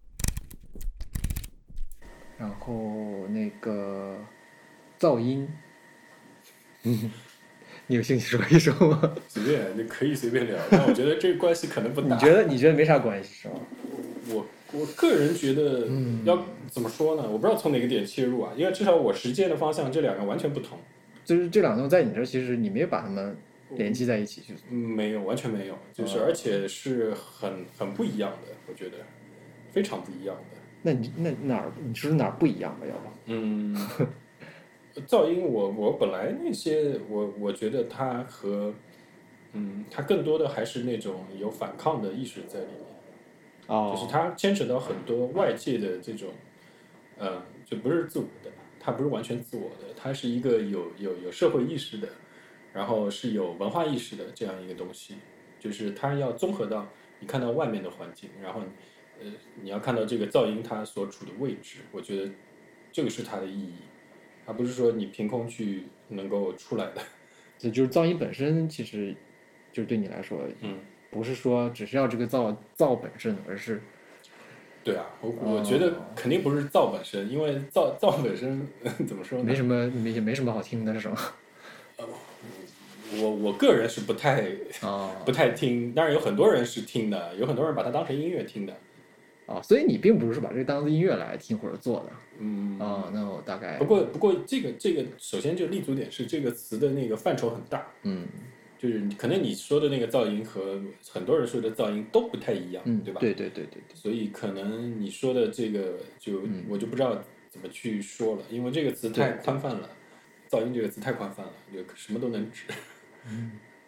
然后那个噪音，嗯，你有兴趣说一说吗？ 随便，你可以随便聊，但我觉得这个关系可能不大。 你觉得你觉得没啥关系是吗？ 我我个人觉得，要怎么说呢？我不知道从哪个点切入啊，因为至少我实践的方向这两个完全不同。 就是这两种在你这儿，其实你没有把它们联系在一起去。 嗯，没有，完全没有，就是而且是很很不一样的，我觉得非常不一样的。 那你那哪儿？你说说哪儿不一样吧？要不？ 嗯，噪音我我本来那些我我觉得它和嗯，它更多的还是那种有反抗的意识在里面。 哦， 就是它牵扯到很多外界的这种，呃，就不是自我的，它不是完全自我的，它是一个有有有社会意识的，然后是有文化意识的这样一个东西，就是它要综合到你看到外面的环境，然后呃你要看到这个噪音它所处的位置，我觉得这个是它的意义，而不是说你凭空去能够出来的。 这就是噪音本身，其实就是对你来说， 嗯。 不是说只是要这个噪噪本身，而是对啊，我我觉得肯定不是噪本身，因为噪噪本身怎么说呢？ 没什么没没什么好听的，是吗？ 我我个人是不太哦不太听，当然有很多人是听的，有很多人把它当成音乐听的。 哦，所以你并不是把这个当做音乐来听或者做的。 嗯， 哦，那我大概不过不过这个这个首先就立足点是这个词的那个范畴很大， 嗯， 就是可能你说的那个噪音和很多人说的噪音都不太一样， 嗯， 对吧？ 对对对对对， 所以可能你说的这个就、 嗯、 我就不知道怎么去说了，因为这个词太宽泛了，噪音这个词太宽泛了，就什么都能指。 嗯，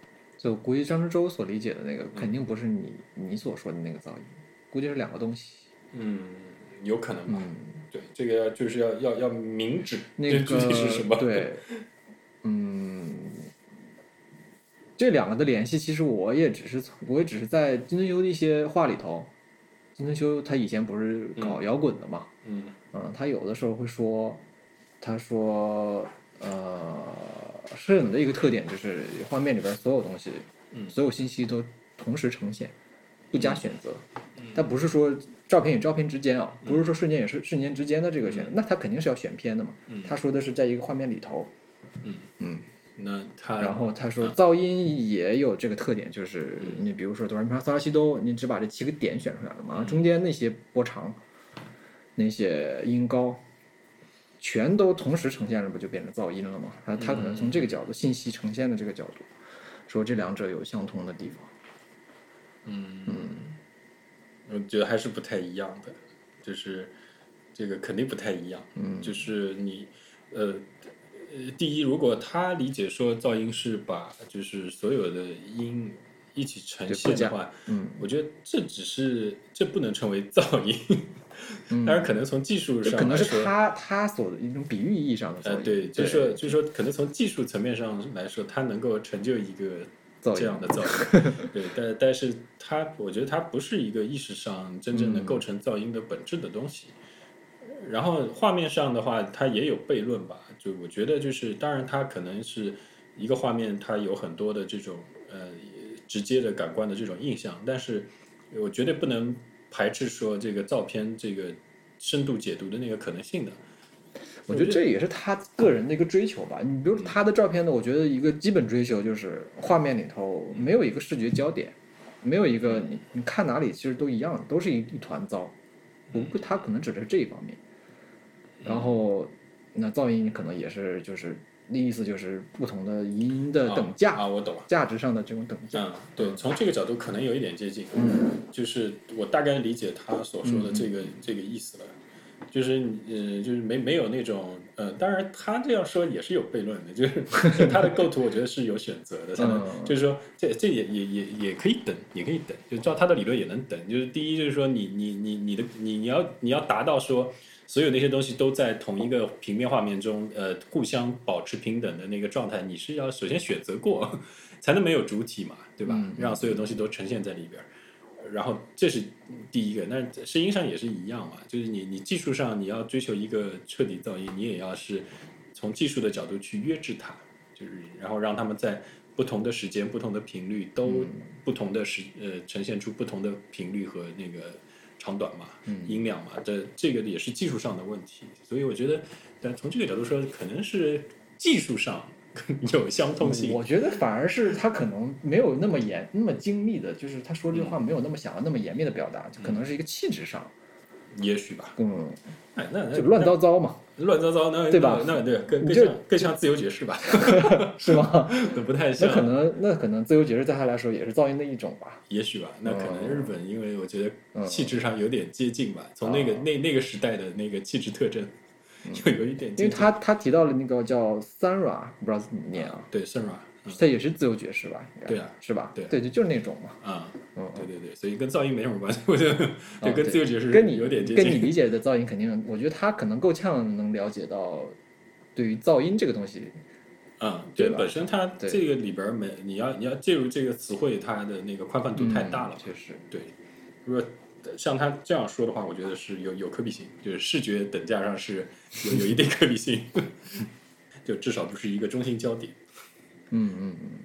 所以我估计张之洲所理解的那个肯定不是你、嗯、你所说的那个噪音，估计是两个东西。 嗯，有可能吧。 嗯， 对，这个就是要要要明指那个具体是什么。 对，嗯，这两个的联系，其实我也只是我也只是在金春秋的一些话里头，金春秋他以前不是搞摇滚的嘛， 嗯嗯，他有的时候会说，他说，呃，摄影的一个特点就是画面里边所有东西， 嗯， 所有信息都同时呈现，不加选择。它不是说照片与照片之间啊，不是说瞬间与瞬间之间的这个选择，那它肯定是要选片的嘛。他说的是在一个画面里头。 嗯嗯， 那他然后他说噪音也有这个特点，就是你比如说哆来咪发嗦拉西哆，你只把这七个点选出来了嘛，中间那些波长、那些音高，全都同时呈现了，不就变成噪音了吗？他他可能从这个角度，信息呈现的这个角度，说这两者有相通的地方。 嗯嗯。我觉得还是不太一样的，就是这个肯定不太一样。 嗯， 就是你，呃，呃，第一，如果他理解说噪音是把就是所有的音一起呈现的话， 嗯， 我觉得这只是这不能称为噪音。当然，可能从技术上来说， 可能是他他所的一种比喻意义上的噪音。 呃，对，就是说，就是说，可能从技术层面上来说，它能够成就一个这样的噪音。对，但但是它，我觉得它不是一个意识上真正能构成噪音的本质的东西。嗯、然后画面上的话，它也有悖论吧？就我觉得，就是当然，它可能是一个画面，它有很多的这种呃直接的感官的这种印象，但是我绝对不能排斥说这个照片这个深度解读的那个可能性的。 我觉得这也是他个人的一个追求吧。你比如他的照片呢，我觉得一个基本追求就是画面里头没有一个视觉焦点，没有一个你你看哪里其实都一样，都是一一团糟。不过他可能指的是这一方面。然后那噪音可能也是就是那意思就是不同的音的等价啊，我懂， 价值上的这种等价。 嗯，对，从这个角度可能有一点接近。嗯，就是我大概理解他所说的这个、嗯、这个意思了。就是呃，就是没没有那种呃，当然他这样说也是有悖论的，就是就他的构图我觉得是有选择的，嗯、就是说这这也也也也可以等，也可以等，就照他的理论也能等。就是第一就是说你你你你的你你要你要达到说所有那些东西都在同一个平面画面中呃互相保持平等的那个状态，你是要首先选择过，才能没有主体嘛，对吧？嗯、让所有东西都呈现在里边。然后这是第一个，那声音上也是一样嘛，就是你你技术上你要追求一个彻底噪音，你也要是从技术的角度去约制它，就是然后让他们在不同的时间、不同的频率都不同的时呃呈现出不同的频率和那个长短嘛、音量嘛，这这个也是技术上的问题，所以我觉得，但从这个角度说，可能是技术上。有相通性， 我觉得反而是他可能没有那么严、那么精密的，就是他说这话没有那么想要那么严密的表达，就可能是一个气质上， 也许吧， 嗯， 哎，那就乱糟糟嘛， 乱糟糟，那对吧？ 那对，更更像更像自由爵士吧， 是吗？ 不太像， 那可能那可能自由爵士在他来说也是噪音的一种吧， 也许吧，那可能日本因为我觉得气质上有点接近吧，从那个那那个时代的那个气质特征。就有一点， 因为他他提到了那个叫 Sunra， 不知道怎么念啊？ 对 ，Sunra， 它也是自由爵士吧？ 对啊， 是吧？ 对对，就就是那种嘛。 啊，嗯，对对对，所以跟噪音没什么关系，我觉得就跟自由爵士跟你有点接近。跟你理解的噪音肯定，我觉得他可能够呛能了解到对于噪音这个东西。 嗯，对，本身它这个里边没你要你要介入这个词汇，它的那个宽泛度太大了， 确实。 对，如果像他这样说的话，我觉得是有有可比性，就是视觉等价上是有有一定可比性，就至少不是一个中心焦点。 嗯嗯嗯。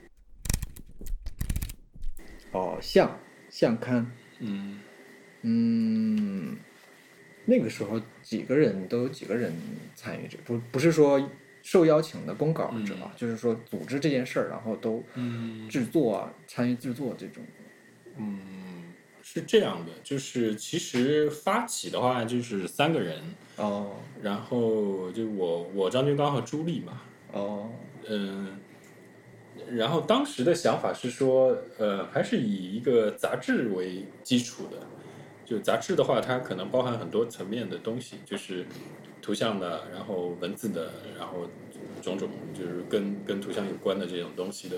哦，相相刊， 嗯嗯，那个时候几个人都有几个人参与这，不不是说受邀请的公稿者啊， 嗯、 就是说组织这件事儿，然后都制作啊， 嗯、 参与制作这种。 嗯。是这样的，就是其实发起的话就是三个人哦， 然后就我我张军刚和朱莉嘛， 哦， 嗯，然后当时的想法是说，呃，还是以一个杂志为基础的，就杂志的话，它可能包含很多层面的东西，就是图像的，然后文字的，然后种种就是跟跟图像有关的这种东西的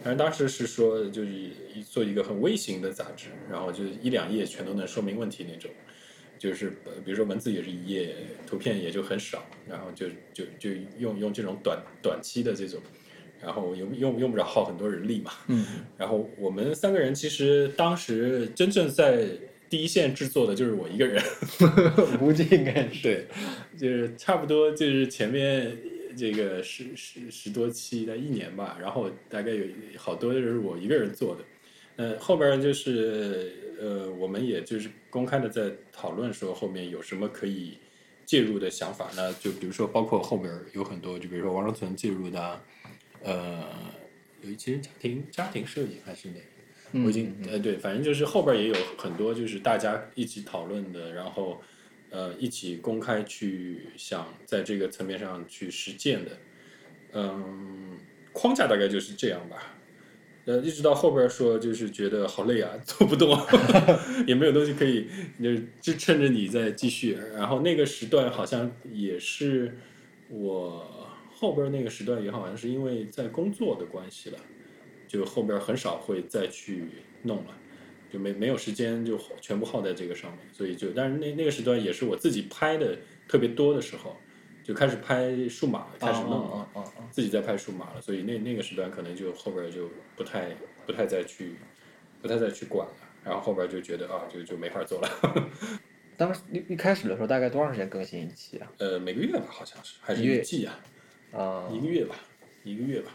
但是当时是说就是做一个很微型的杂志，然后就一两页全都能说明问题那种。就是比如说文字也是一页，图片也就很少，然后就就就用用这种短短期的这种，然后用用用不着耗很多人力嘛。 嗯。 然后我们三个人其实当时真正在第一线制作的就是我一个人， 估计应该是对，就是差不多就是前面这个十十十多期的一年吧，然后大概有好多就是我一个人做的，呃，后边就是呃，我们也就是公开的在讨论说后面有什么可以介入的想法呢？就比如说包括后边有很多，就比如说王荣存介入的，呃，有一期家庭家庭摄影还是哪个？我已经呃对，反正就是后边也有很多就是大家一起讨论的，然后呃一起公开去想在这个层面上去实践的，嗯，框架大概就是这样吧。呃，一直到后边说，就是觉得好累啊，做不动，也没有东西可以就是支撑着你再继续。然后那个时段好像也是我后边那个时段也好像是因为在工作的关系了，就后边很少会再去弄了，就没没有时间就全部耗在这个上面，所以就但是那那个时段也是我自己拍的特别多的时候。就开始拍数码，开始弄了， 哦哦哦哦自己在拍数码了，所以那那个时段可能就后边就不太不太再去不太再去管了，然后后边就觉得啊，就就没法做了。 当时一一开始的时候，大概多长时间更新一期啊？ 呃，每个月吧，好像是还是一月一季啊？ 啊、 一个月吧，一个月吧，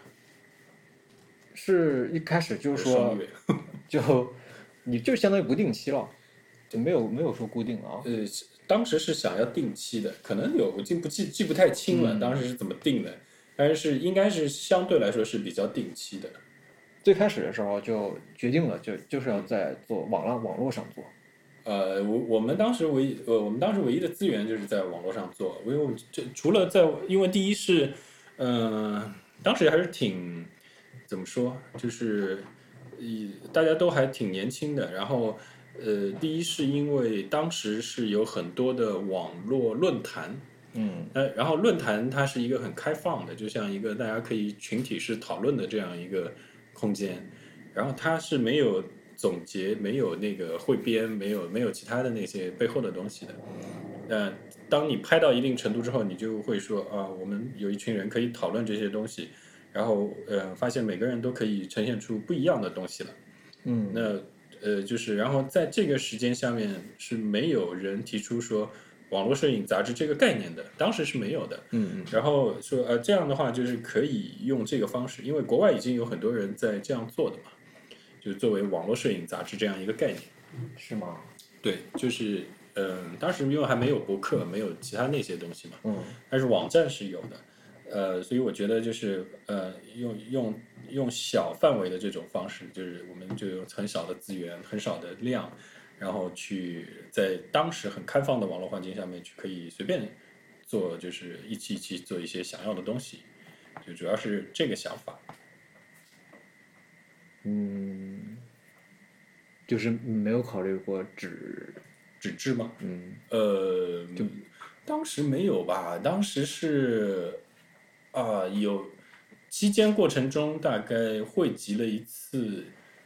是一开始就双说月。 就你就相当于不定期了，就没有没有说固定啊。 呃，当时是想要定期的，可能有我记不记记不太清了，当时是怎么定的，但是应该是相对来说是比较定期的。 最开始的时候就决定了，就就是要在做网络网络上做。 呃，我我们当时唯一呃，我们当时唯一的资源就是在网络上做，因为我们这除了在，因为第一是，嗯、呃，当时还是挺怎么说，就是以大家都还挺年轻的，然后呃，第一是因为当时是有很多的网络论坛， 嗯呃，然后论坛它是一个很开放的，就像一个大家可以群体式讨论的这样一个空间，然后它是没有总结，没有那个汇编，没有没有其他的那些背后的东西的。呃，当你拍到一定程度之后，你就会说啊，我们有一群人可以讨论这些东西，然后呃，发现每个人都可以呈现出不一样的东西了。 嗯， 那呃，就是然后在这个时间下面是没有人提出说网络摄影杂志这个概念的，当时是没有的。 嗯嗯， 然后说呃这样的话就是可以用这个方式，因为国外已经有很多人在这样做的嘛，就是作为网络摄影杂志这样一个概念。 是吗？ 对，就是嗯、呃，当时因为还没有博客，没有其他那些东西嘛， 嗯， 但是网站是有的。呃，所以我觉得就是呃，用用用小范围的这种方式，就是我们就用很少的资源、很少的量，然后去在当时很开放的网络环境下面去可以随便做，就是一期一期做一些想要的东西，就主要是这个想法。 嗯，就是没有考虑过纸， 纸质吗？ 嗯， 呃，就当时没有吧，当时是啊、呃有期间过程中大概汇集了一次，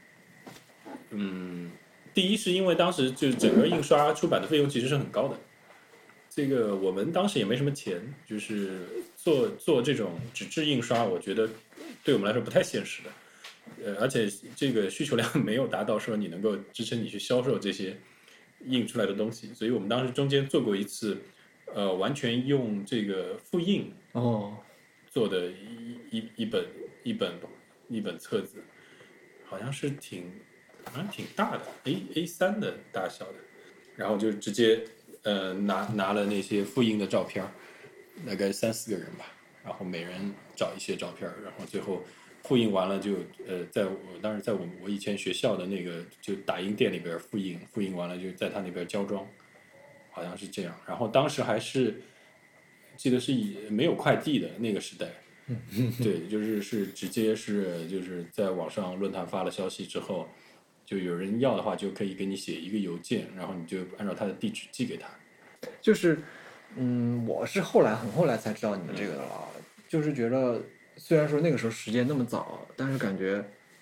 嗯，第一是因为当时就整个印刷出版的费用其实是很高的，这个我们当时也没什么钱，就是做做这种纸质印刷，我觉得对我们来说不太现实的，呃，而且这个需求量没有达到说你能够支撑你去销售这些印出来的东西，所以我们当时中间做过一次，呃，完全用这个复印哦， 做的一一一本一本一本册子，好像是挺好像挺大的 A A 三的大小的，然后就直接呃拿拿了那些复印的照片，大概三四个人吧，然后每人找一些照片，然后最后复印完了就呃在我当时在我我以前学校的那个就打印店里边复印，复印完了就在他那边胶装，好像是这样。然后当时还是记得是以没有快递的那个时代，对，就是是直接是就是在网上论坛发了消息之后，就有人要的话就可以给你写一个邮件，然后你就按照他的地址寄给他。 就是，嗯，我是后来很后来才知道你们这个的了，就是觉得虽然说那个时候时间那么早，但是感觉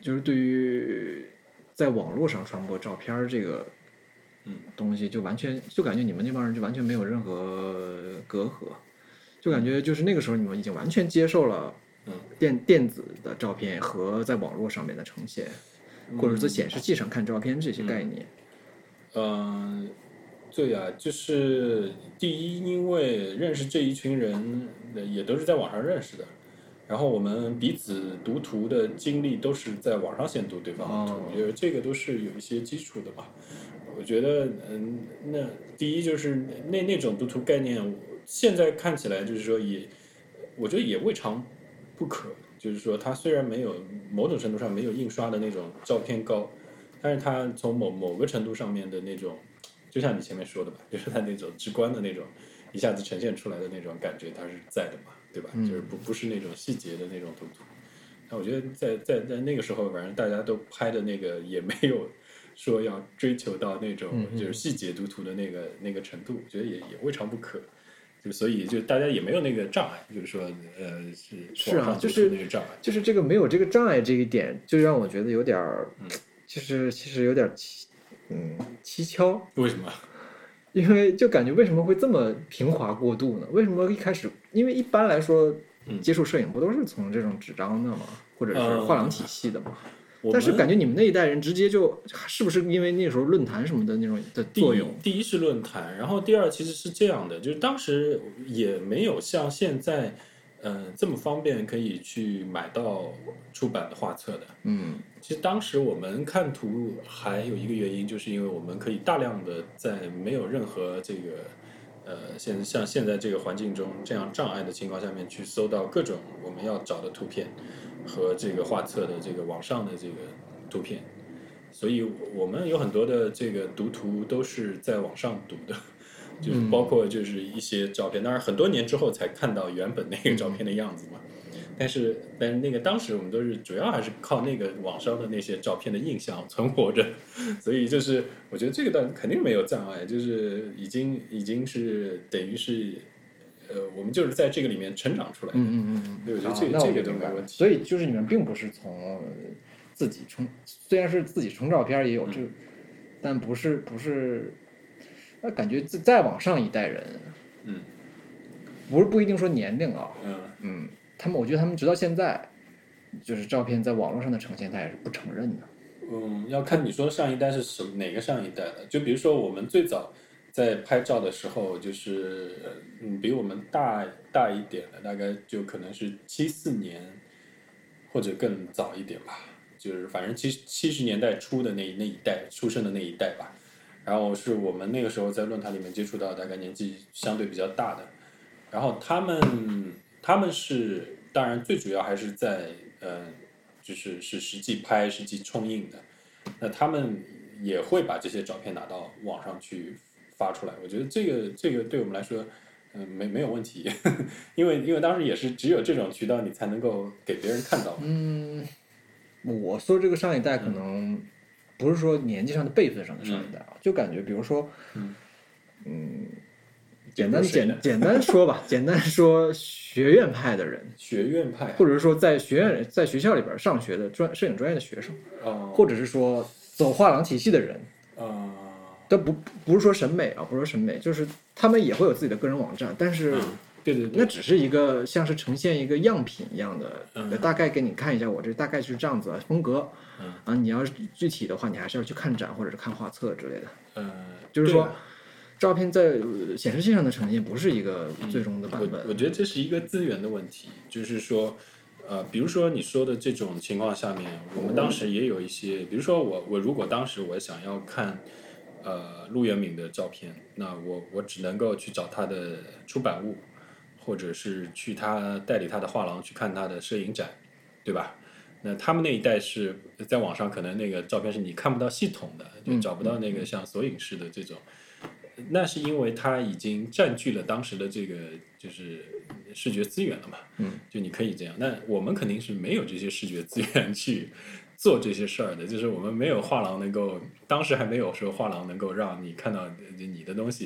就是对于在网络上传播照片这个东西，就完全就感觉你们那帮人就完全没有任何隔阂，就感觉就是那个时候你们已经完全接受了电电子的照片和在网络上面的呈现，或者在显示器上看照片这些概念。 嗯，呃、对呀、啊，就是第一，因为认识这一群人也都是在网上认识的。然后我们彼此读图的经历都是在网上先读对方的图，我觉得这个都是有一些基础的嘛。我觉得，嗯，那第一就是那那种读图概念，现在看起来就是说也，我觉得也未尝不可。就是说，它虽然没有某种程度上没有印刷的那种照片高，但是它从某某个程度上面的那种，就像你前面说的吧，就是它那种直观的那种一下子呈现出来的那种感觉，它是在的嘛。对吧？就是不不是那种细节的那种图图。那我觉得在在在那个时候，反正大家都拍的那个也没有说要追求到那种就是细节读图的那个那个程度，我觉得也也未尝不可。就所以就大家也没有那个障碍，就是说呃是是啊，就是那个障碍， 就是这个没有这个障碍这一点，就让我觉得有点儿，就是其实有点蹊嗯蹊跷。 为什么？ 因为就感觉为什么会这么平滑过渡呢？为什么一开始？因为一般来说，接触摄影不都是从这种纸张的嘛，或者是画廊体系的嘛？ 嗯、 但是感觉你们那一代人直接就是不是因为那时候论坛什么的那种的作用？ 第一, 第一是论坛，然后第二其实是这样的，就是当时也没有像现在。呃，这么方便可以去买到出版的画册的。 嗯， 其实当时我们看图还有一个原因，就是因为我们可以大量的在没有任何这个呃，现像现在这个环境中这样障碍的情况下面去搜到各种我们要找的图片和这个画册的这个网上的这个图片，所以我们有很多的这个读图都是在网上读的。就是包括就是一些照片，当然很多年之后才看到原本那个照片的样子嘛。但是但是那个当时我们都是主要还是靠那个网上的那些照片的印象存活着，所以就是我觉得这个倒肯定没有障碍，就是已经已经是等于是呃我们就是在这个里面成长出来的。 嗯嗯嗯， 对，我觉得这个、 啊、 这个都没问题。 所以就是你们并不是从自己冲，虽然是自己冲照片也有这个、嗯，但不是不是。那感觉再往上一代人， 嗯， 不是不一定说年龄啊， 嗯嗯，他们我觉得他们直到现在，就是照片在网络上的呈现，他也是不承认的。 嗯，要看你说上一代是什哪个上一代的，就比如说我们最早在拍照的时候，就是嗯比我们大大一点的，大概就可能是七四年或者更早一点吧，就是反正七七十年代初的那那一代出生的那一代吧。然后是我们那个时候在论坛里面接触到大概年纪相对比较大的，然后他们他们是当然最主要还是在呃就是是实际拍实际冲印的，那他们也会把这些照片拿到网上去发出来。我觉得这个这个对我们来说，嗯、呃、没没有问题，因为因为当时也是只有这种渠道你才能够给别人看到。 嗯，我说这个上一代可能。不是说年纪上的辈分上的上一代啊、嗯，就感觉比如说，嗯，嗯简单简简单说吧，简单说，学院派的人， 学院派， 或者是说在学院在学校里边上学的专摄影专业的学生， 哦， 或者是说走画廊体系的人， 啊， 都不不是说审美啊，不是说审美，就是他们也会有自己的个人网站，但是。 嗯对对对， 那只是一个像是呈现一个样品一样的， 嗯、 大概给你看一下，我这大概是这样子风格， 嗯啊，你要是具体的话，你还是要去看展或者是看画册之类的， 嗯， 就是说，照片在显示器上的呈现不是一个最终的版本。 嗯、我, 我觉得这是一个资源的问题，就是说，呃，比如说你说的这种情况下面，我们当时也有一些，比如说我我如果当时我想要看。呃，陆源敏的照片，那我我只能够去找他的出版物，或者是去他代理他的画廊去看他的摄影展，对吧？那他们那一代是在网上可能那个照片是你看不到系统的，就找不到那个像索引式的这种，嗯、那是因为他已经占据了当时的这个就是视觉资源了嘛， 嗯， 就你可以这样。那我们肯定是没有这些视觉资源去。做这些事儿的，就是我们没有画廊能够，当时还没有说画廊能够让你看到你的东西，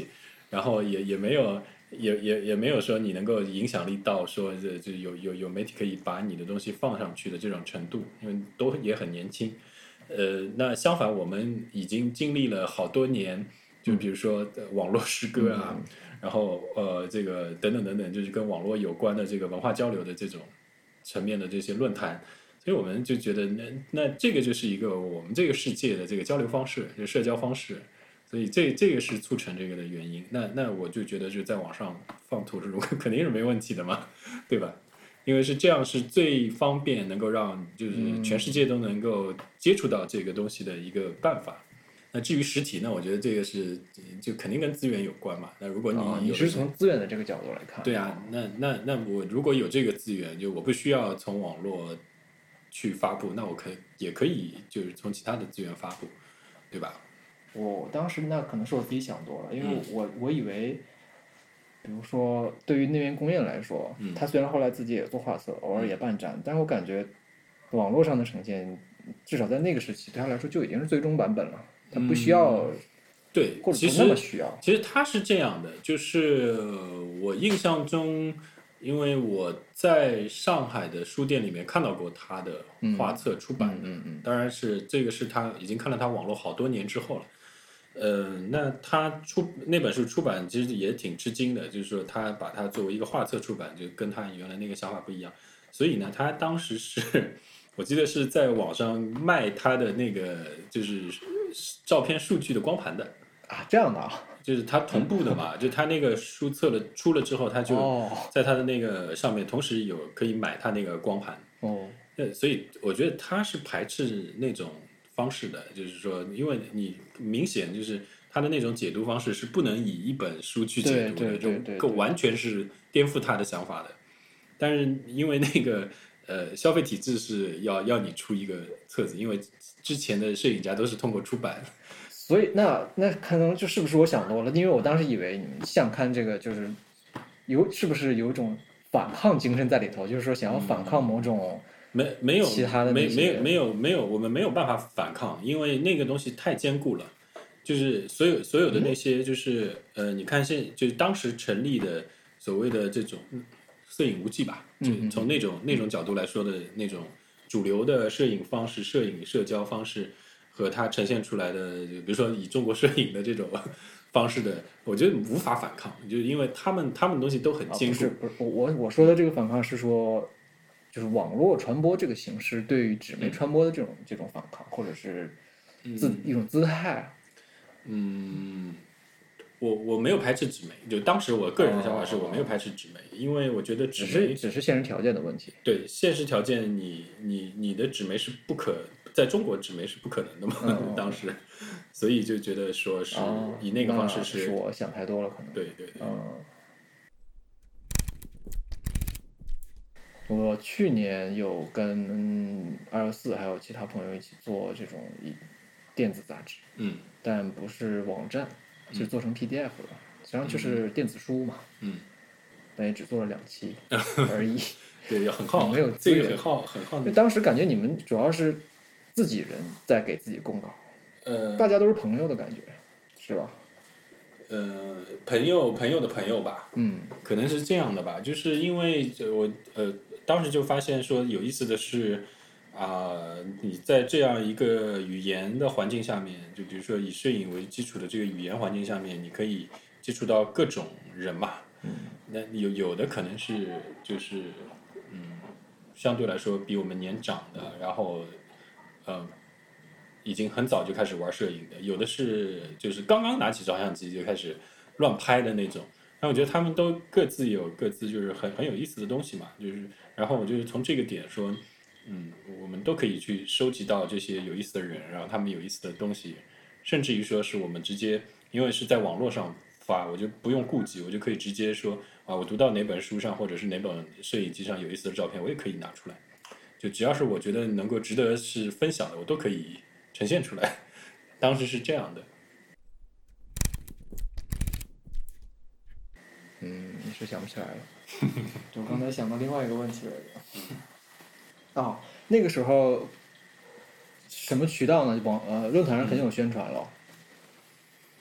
然后也也没有也也也没有说你能够影响力到说这就有有有媒体可以把你的东西放上去的这种程度，因为都也很年轻。呃，那相反，我们已经经历了好多年，就比如说、呃、网络诗歌啊， 嗯、 然后呃这个等等等等，就是跟网络有关的这个文化交流的这种层面的这些论坛，所以我们就觉得那那这个就是一个我们这个世界的这个交流方式，就社交方式。所以这这个是促成这个的原因。那那我就觉得就在网上放图这种肯定是没问题的嘛，对吧？因为是这样是最方便能够让就是全世界都能够接触到这个东西的一个办法。那至于实体呢，我觉得这个是就肯定跟资源有关嘛。那如果你、 哦、你是从资源的这个角度来看， 对啊，那那那我如果有这个资源，就我不需要从网络去发布，那我可以也可以就是从其他的资源发布，对吧？ 我当时那可能是我自己想多了，因为我、嗯、我以为，比如说对于内原公彦来说、嗯，他虽然后来自己也做画册，偶尔也办展、嗯，但是我感觉网络上的呈现，至少在那个时期对他来说就已经是最终版本了，他不需要， 嗯、对， 或者不那么需要。 其实他是这样的，就是我印象中，因为我在上海的书店里面看到过他的画册出版的， 嗯嗯嗯， 当然是这个是他已经看了他网络好多年之后了。呃，那他出那本书出版其实也挺吃惊的，就是说他把它作为一个画册出版，就跟他原来那个想法不一样。所以呢，他当时是我记得是在网上卖他的那个就是照片数据的光盘的啊，这样的啊， 就是他同步的嘛，就他那个书册了出了之后，他就在他的那个上面同时有可以买他那个光盘哦。 呃，所以我觉得他是排斥那种方式的，就是说，因为你明显就是他的那种解读方式是不能以一本书去解读的，就完全是颠覆他的想法的。但是因为那个呃消费体制是要要你出一个册子，因为之前的摄影家都是通过出版， 所以那那可能就是不是我想多了，因为我当时以为你们相刊这个就是有是不是有一种反抗精神在里头，就是说想要反抗某种。 嗯没没有其他的没没有没有没有，我们没有办法反抗，因为那个东西太坚固了。就是所有所有的那些，就是、嗯、呃，你看现就是当时成立的所谓的这种摄影无忌吧，就从那种、嗯、那种角度来说的那种主流的摄影方式、摄影社交方式和它呈现出来的，比如说以中国摄影的这种方式的，我觉得无法反抗，就是因为他们他们的东西都很坚固。 啊、不是不是，我我说的这个反抗是说。就是网络传播这个形式对于纸媒传播的这种、嗯、这种反抗，或者是自、嗯、一种姿态。 嗯，我我没有排斥纸媒，就当时我个人的想法是我没有排斥纸媒，哦、因为我觉得纸媒只是只是现实条件的问题。 对，现实条件你你你的纸媒是不可在中国纸媒是不可能的嘛，哦、当时，所以就觉得说是以那个方式是， 哦、是我想太多了，可能。 对对对。 嗯。我去年有跟二幺四还有其他朋友一起做这种电子杂志， 嗯， 但不是网站，是做成 P D F 的，实际上就是电子书嘛， 嗯， 但也只做了两期而已。 对，也很耗， 没有这个很耗，很耗。 当时感觉你们主要是自己人在给自己供稿， 呃， 大家都是朋友的感觉，是吧？ 呃，朋友朋友的朋友吧， 嗯， 可能是这样的吧，就是因为我呃。当时就发现说有意思的是，啊、呃，你在这样一个语言的环境下面，就比如说以摄影为基础的这个语言环境下面，你可以接触到各种人嘛。 嗯， 那有有的可能是就是嗯，相对来说比我们年长的，然后嗯、呃，已经很早就开始玩摄影的，有的是就是刚刚拿起照相机就开始乱拍的那种。但我觉得他们都各自有各自就是很很有意思的东西嘛，就是然后我就是从这个点说，嗯，我们都可以去收集到这些有意思的人，然后他们有意思的东西，甚至于说是我们直接因为是在网络上发，我就不用顾忌，我就可以直接说啊，我读到哪本书上或者是哪本摄影机上有意思的照片，我也可以拿出来，就只要是我觉得能够值得是分享的，我都可以呈现出来。当时是这样的。 嗯，一时想不起来了。就刚才想到另外一个问题来着。哦，那个时候什么渠道呢？网呃论坛上肯定有宣传了。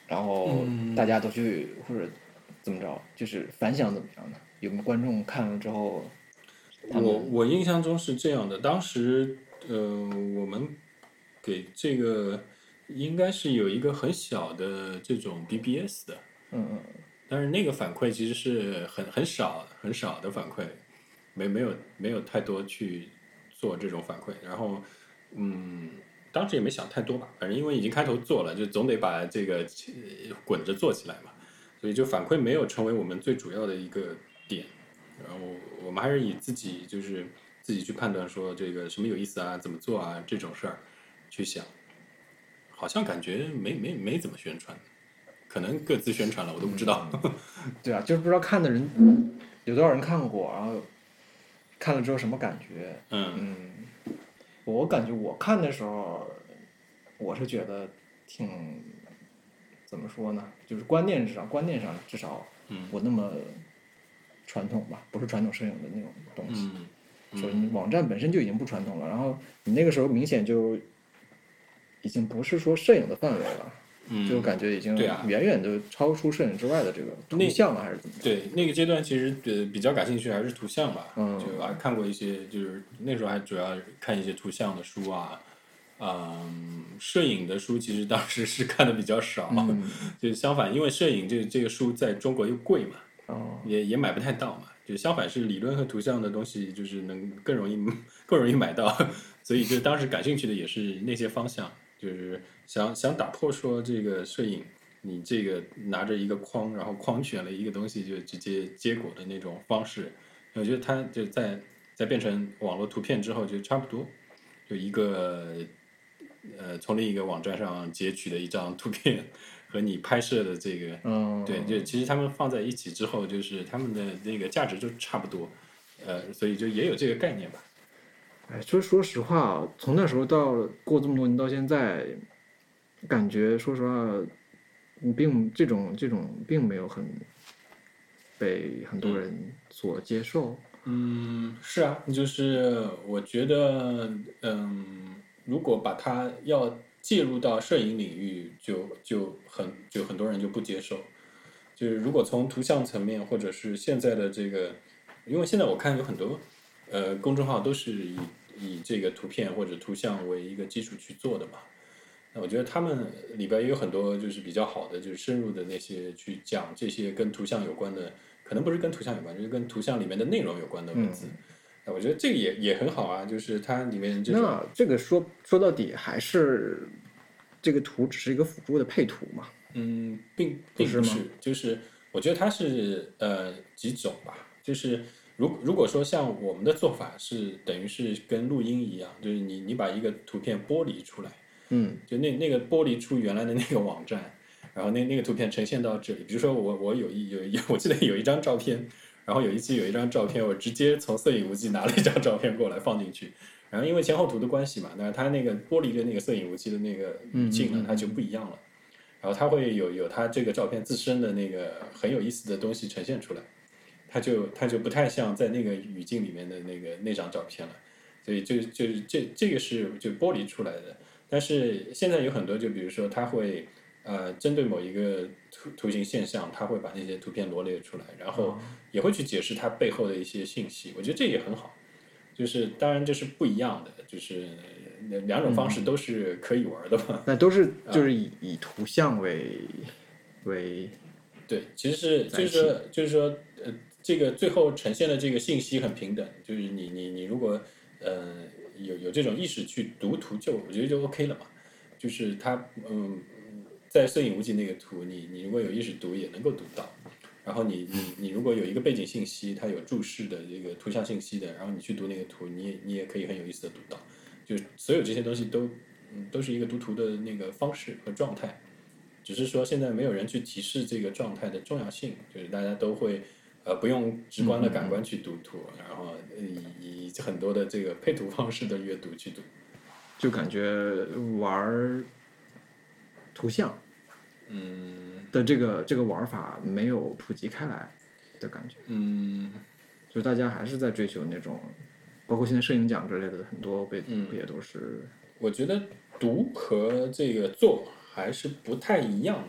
然后大家都去、嗯、或者怎么着，就是反响怎么样呢？有没有观众看了之后？ 我我印象中是这样的，当时呃我们给这个应该是有一个很小的这种 B B S 的， 嗯嗯， 但是那个反馈其实是很很少很少的反馈，没没有没有太多去做这种反馈，然后嗯当时也没想太多吧，反正因为已经开头做了，就总得把这个滚着做起来嘛，所以就反馈没有成为我们最主要的一个点。然后我们还是以自己就是自己去判断说这个什么有意思啊，怎么做啊这种事儿去想，好像感觉没没没怎么宣传，可能各自宣传了我都不知道。 嗯、对啊，就是不知道看的人有多少人看过，然后看了之后什么感觉？ 嗯嗯，我感觉我看的时候，我是觉得挺怎么说呢？就是观念上，观念上至少我那么。传统吧，不是传统摄影的那种东西。 嗯嗯、说你网站本身就已经不传统了，然后你那个时候明显就已经不是说摄影的范围了， 嗯、 就感觉已经远远就超出摄影之外的这个图像了，还是怎么着？ 对，那个阶段其实呃比较感兴趣还是图像吧， 嗯， 就还看过一些，就是那时候还主要看一些图像的书啊。嗯，摄影的书其实当时是看的比较少， 嗯、 就相反，因为摄影这这个书在中国又贵嘛。 哦、 也也买不太到嘛，就相反是理论和图像的东西，就是能更容易更容易买到，所以就当时感兴趣的也是那些方向，就是想想打破说这个摄影，你这个拿着一个框，然后框选了一个东西就直接结果的那种方式，我觉得它就在在变成网络图片之后就差不多，就一个呃从另一个网站上截取的一张图片。和你拍摄的这个， 嗯， 对，就其实他们放在一起之后，就是他们的那个价值就差不多，呃，所以就也有这个概念吧。 哎，说说实话，从那时候到过这么多年到现在，感觉说实话，你并这种这种并没有很被很多人所接受。 嗯，是啊，就是我觉得，嗯，如果把它要介入到摄影领域就，就就很就很多人就不接受。就是如果从图像层面，或者是现在的这个，因为现在我看有很多呃公众号都是以以这个图片或者图像为一个基础去做的嘛。那我觉得他们里边也有很多就是比较好的，就是深入的那些去讲这些跟图像有关的，可能不是跟图像有关，就是跟图像里面的内容有关的文字。嗯、我觉得这个也也很好啊，就是它里面这种。 那这个说说到底还是这个图只是一个辅助的配图嘛？ 嗯，并并不是，就是我觉得它是呃几种吧，就是如如果说像我们的做法是等于是跟录音一样，就是你你把一个图片剥离出来， 嗯， 就那那个剥离出原来的那个网站，然后那那个图片呈现到这里，比如说我我有一有有我记得有一张照片，然后有一期有一张照片，我直接从摄影无极拿了一张照片过来放进去，然后因为前后图的关系嘛，那它那个剥离的那个摄影无极的那个语境呢，它就不一样了。然后它会有有它这个照片自身的那个很有意思的东西呈现出来，它就它就不太像在那个语境里面的那个那张照片了，所以就就是这这个是就剥离出来的。但是现在有很多，就比如说它会呃针对某一个图图形现象，它会把那些图片罗列出来，然后也会去解释它背后的一些信息。我觉得这也很好，就是当然这是不一样的，就是两种方式都是可以玩的嘛。 那、嗯、都是就是以、啊、以图像为为对，其实是就是说就是说呃这个最后呈现的这个信息很平等，就是你你你如果呃有有这种意识去读图就我觉得就 OK 了嘛。就是它嗯在摄影无极那个图，你你如果有意识读也能够读到。然后你你你如果有一个背景信息，它有注释的这个图像信息的，然后你去读那个图，你也你也可以很有意思的读到。就所有这些东西都嗯都是一个读图的那个方式和状态，只是说现在没有人去提示这个状态的重要性，就是大家都会呃不用直观的感官去读图，嗯、然后以以很多的这个配图方式的阅读去读， 就感觉玩图像嗯的这个这个玩法没有普及开来的感觉， 嗯， 就大家还是在追求那种。包括现在摄影奖之类的很多被嗯也都是， 我觉得读和这个做还是不太一样的。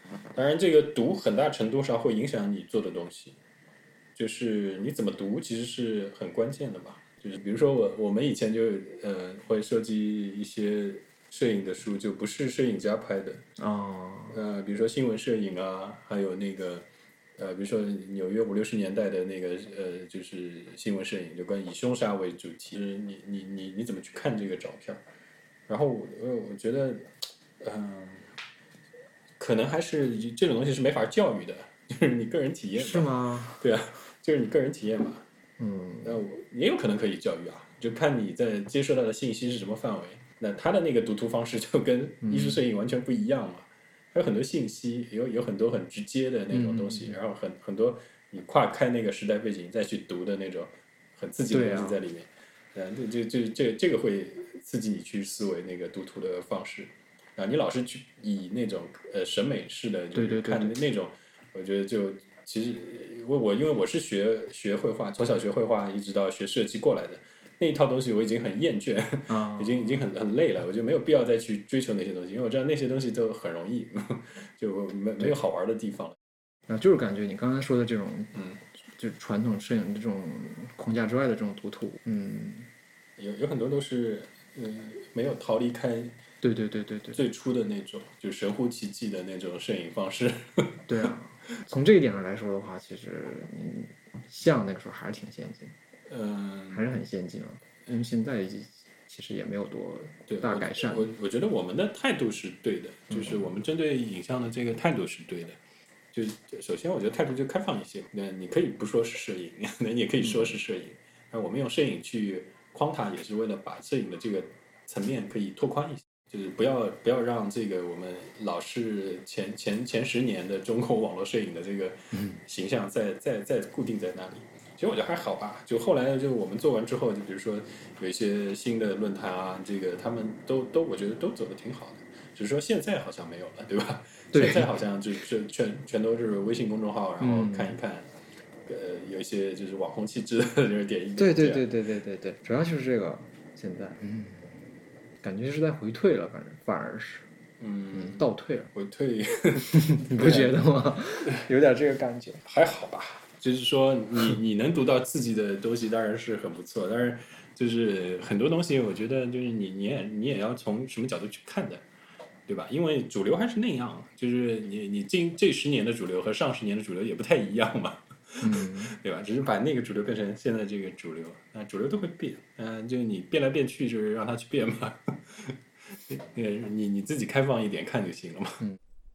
当然，这个读很大程度上会影响你做的东西，就是你怎么读其实是很关键的嘛。就是比如说我我们以前就呃会设计一些摄影的书，就不是摄影家拍的哦， 呃，比如说新闻摄影啊，还有那个呃，比如说纽约五六十年代的那个呃，就是新闻摄影，就关于以凶杀为主题，就是你你你你怎么去看这个照片？然后我我觉得，嗯、呃，可能还是这种东西是没法教育的，就是你个人体验。 是吗？ 对啊，就是你个人体验嘛。 嗯， 那我也有可能可以教育啊，就看你在接收到的信息是什么范围。那他的那个读图方式就跟艺术摄影完全不一样嘛，还有很多信息，有有很多很直接的那种东西， 嗯、 然后很很多你跨开那个时代背景再去读的那种很刺激的东西在里面。嗯、啊，这这这这个会刺激你去思维那个读图的方式。啊，你老是去以那种呃审美式的就是看那种，我觉得就其实我我因为我是学学绘画，从小学绘画一直到学设计过来的，那一套东西我已经很厌倦， 啊、 已经已经很很累了，我就没有必要再去追求那些东西，因为我知道那些东西都很容易，就没没有好玩的地方了。 啊，就是感觉你刚才说的这种， 嗯， 就是传统摄影这种框架之外的这种读图，嗯， 有有很多都是嗯没有逃离开。 对对对对对， 最初的那种就神乎其技的那种摄影方式。 对啊，从这一点上来说的话，其实嗯，像那个时候还是挺先进， 嗯， 还是很先进了。因为现在其实也没有多大改善。 我 我, 我觉得我们的态度是对的，就是我们针对影像的这个态度是对的。就首先，我觉得态度就开放一些。那你可以不说是摄影，那你也可以说是摄影。那我们用摄影去框它，也是为了把摄影的这个层面可以拓宽一些。就是不要不要让这个我们老是前前前十年的中国网络摄影的这个形象再再再固定在那里。其实我觉得还好吧。就后来就我们做完之后，就比如说有一些新的论坛啊，这个他们都都我觉得都走得挺好的。只是说现在好像没有了，对吧？ 对， 现在好像就是全全都是微信公众号，然后看一看，嗯、呃，有一些就是网红气质的，就是点一点。 对对对对对对对，主要就是这个现在，嗯。感觉是在回退了，反正反而是， 嗯， 倒退了， 回退， 你不觉得吗？有点这个感觉。 还好吧，就是说你你能读到自己的东西，当然是很不错。但是就是很多东西，我觉得就是你你也你也要从什么角度去看的，对吧？因为主流还是那样，就是你你近这十年的主流和上十年的主流也不太一样嘛。 嗯， 对吧？只是把那个主流变成现在这个主流，啊，主流都会变，嗯、呃，就你变来变去，就是让它去变嘛。那个你你自己开放一点看就行了嘛。 嗯。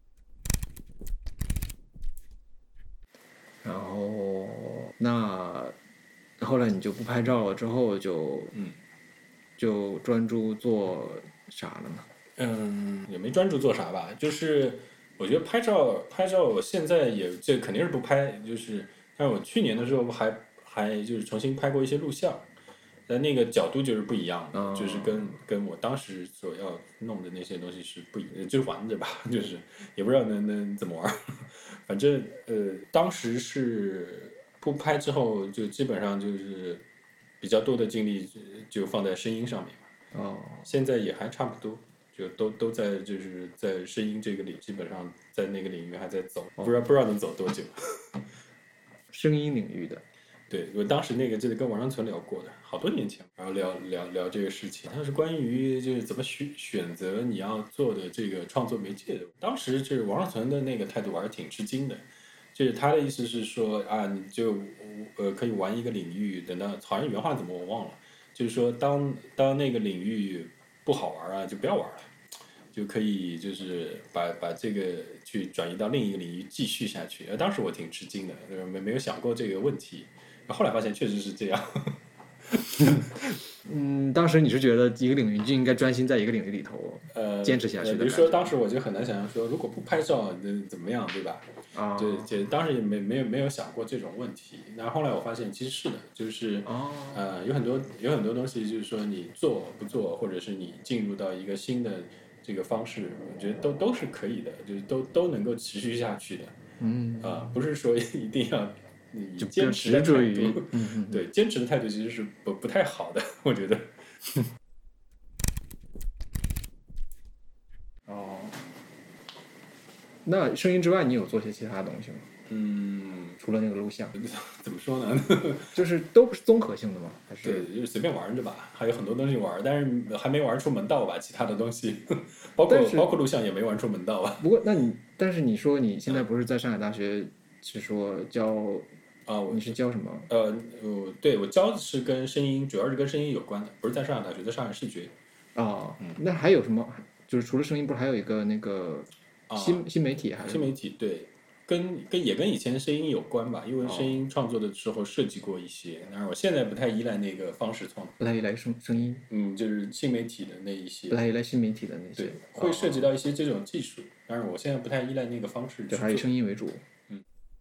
然后那后来你就不拍照了，之后就嗯， 就专注做啥了呢？ 嗯，也没专注做啥吧，就是我觉得拍照拍照，我现在也这肯定是不拍，就是。但是我去年的时候还还就是重新拍过一些录像，但那个角度就是不一样的， 哦、 就是跟跟我当时所要弄的那些东西是不一，就是玩着吧，就是也不知道能能怎么玩，反正呃当时是不拍之后，就基本上就是比较多的精力就放在声音上面嘛。 哦， 现在也还差不多。就都都在就是在声音这个领，基本上在那个领域还在走，不知道不知道能走多久。 声音领域的， 对，我当时那个就是跟王让存聊过的，好多年前，然后聊聊聊这个事情，它是关于就是怎么选选择你要做的这个创作媒介的。当时就是王让存的那个态度，我还是挺吃惊的，就是他的意思是说啊，你就呃可以玩一个领域，等到好像原话怎么我忘了，就是说当当那个领域不好玩啊，就不要玩了。就可以就是把把这个去转移到另一个领域继续下去。呃，当时我挺吃惊的，没没有想过这个问题。后来发现确实是这样。 嗯，当时你是觉得一个领域就应该专心在一个领域里头，呃，坚持下去的。 比如说当时我就很难想象说，如果不拍照，那怎么样，对吧？ 啊， 对，就当时也没没有没有想过这种问题。那后来我发现其实是的，就是哦， 呃，有很多有很多东西，就是说你做不做，或者是你进入到一个新的。这个方式，我觉得都都是可以的，就是都都能够持续下去的。 嗯， 啊、呃，不是说一定要你就坚持的态度，嗯嗯， 对，坚持的态度其实是不不太好的，我觉得。 哦， 那声音之外，你有做些其他东西吗？ 嗯， 除了那个录像， 怎么说呢？ 就是都是综合性的吗？还是对，就是随便玩着吧，还有很多东西玩，但是还没玩出门道吧。其他的东西，包括包括录像也没玩出门道吧。 不过，那你但是你说你现在不是在上海大学，是说教啊？ 你是教什么？ 呃，我对我教的是跟声音，主要是跟声音有关的，不是在上海大学，在上海视觉。 哦，那还有什么？就是除了声音，不是还有一个那个新、 啊、 新媒体还是新媒体？对。跟跟也跟以前声音有关吧，因为声音创作的时候设计过一些，当然我现在不太依赖那个方式创作， 不太依赖声声音， 嗯，就是新媒体的那一些， 不太依赖新媒体的那些， 对，会涉及到一些这种技术，当然我现在不太依赖那个方式， 就还是以声音为主。 嗯，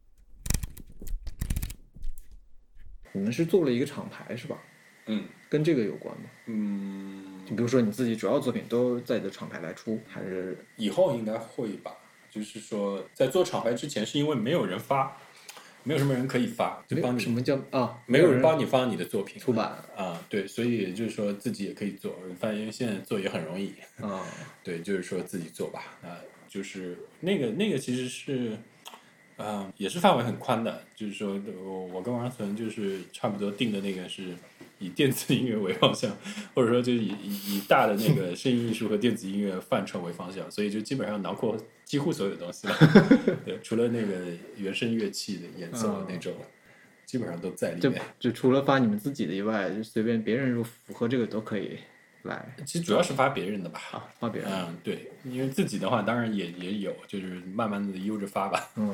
你们是做了一个厂牌是吧？ 嗯， 跟这个有关吗？ 嗯， 就比如说你自己主要作品都在你的厂牌来出，还是以后应该会吧？就是说，在做厂牌之前，是因为没有人发，没有什么人可以发，就帮你什么叫啊？ 没有人帮你发你的作品出版啊，对，所以就是说自己也可以做，发现现在做也很容易啊， 对，就是说自己做吧，啊，就是那个那个其实是，啊，也是范围很宽的，就是说我我跟王存就是差不多定的那个是以电子音乐为方向，或者说就是以以以大的那个声音艺术和电子音乐范畴为方向，所以就基本上囊括几乎所有的东西了。对，除了那个原声乐器的演奏那种，嗯、基本上都在里面。 就就除了发你们自己的以外，就随便别人如果符合这个都可以来。 其实主要是发别人的吧。 啊，发别人。 嗯，对，因为自己的话当然也也有，就是慢慢的悠着发吧。 嗯。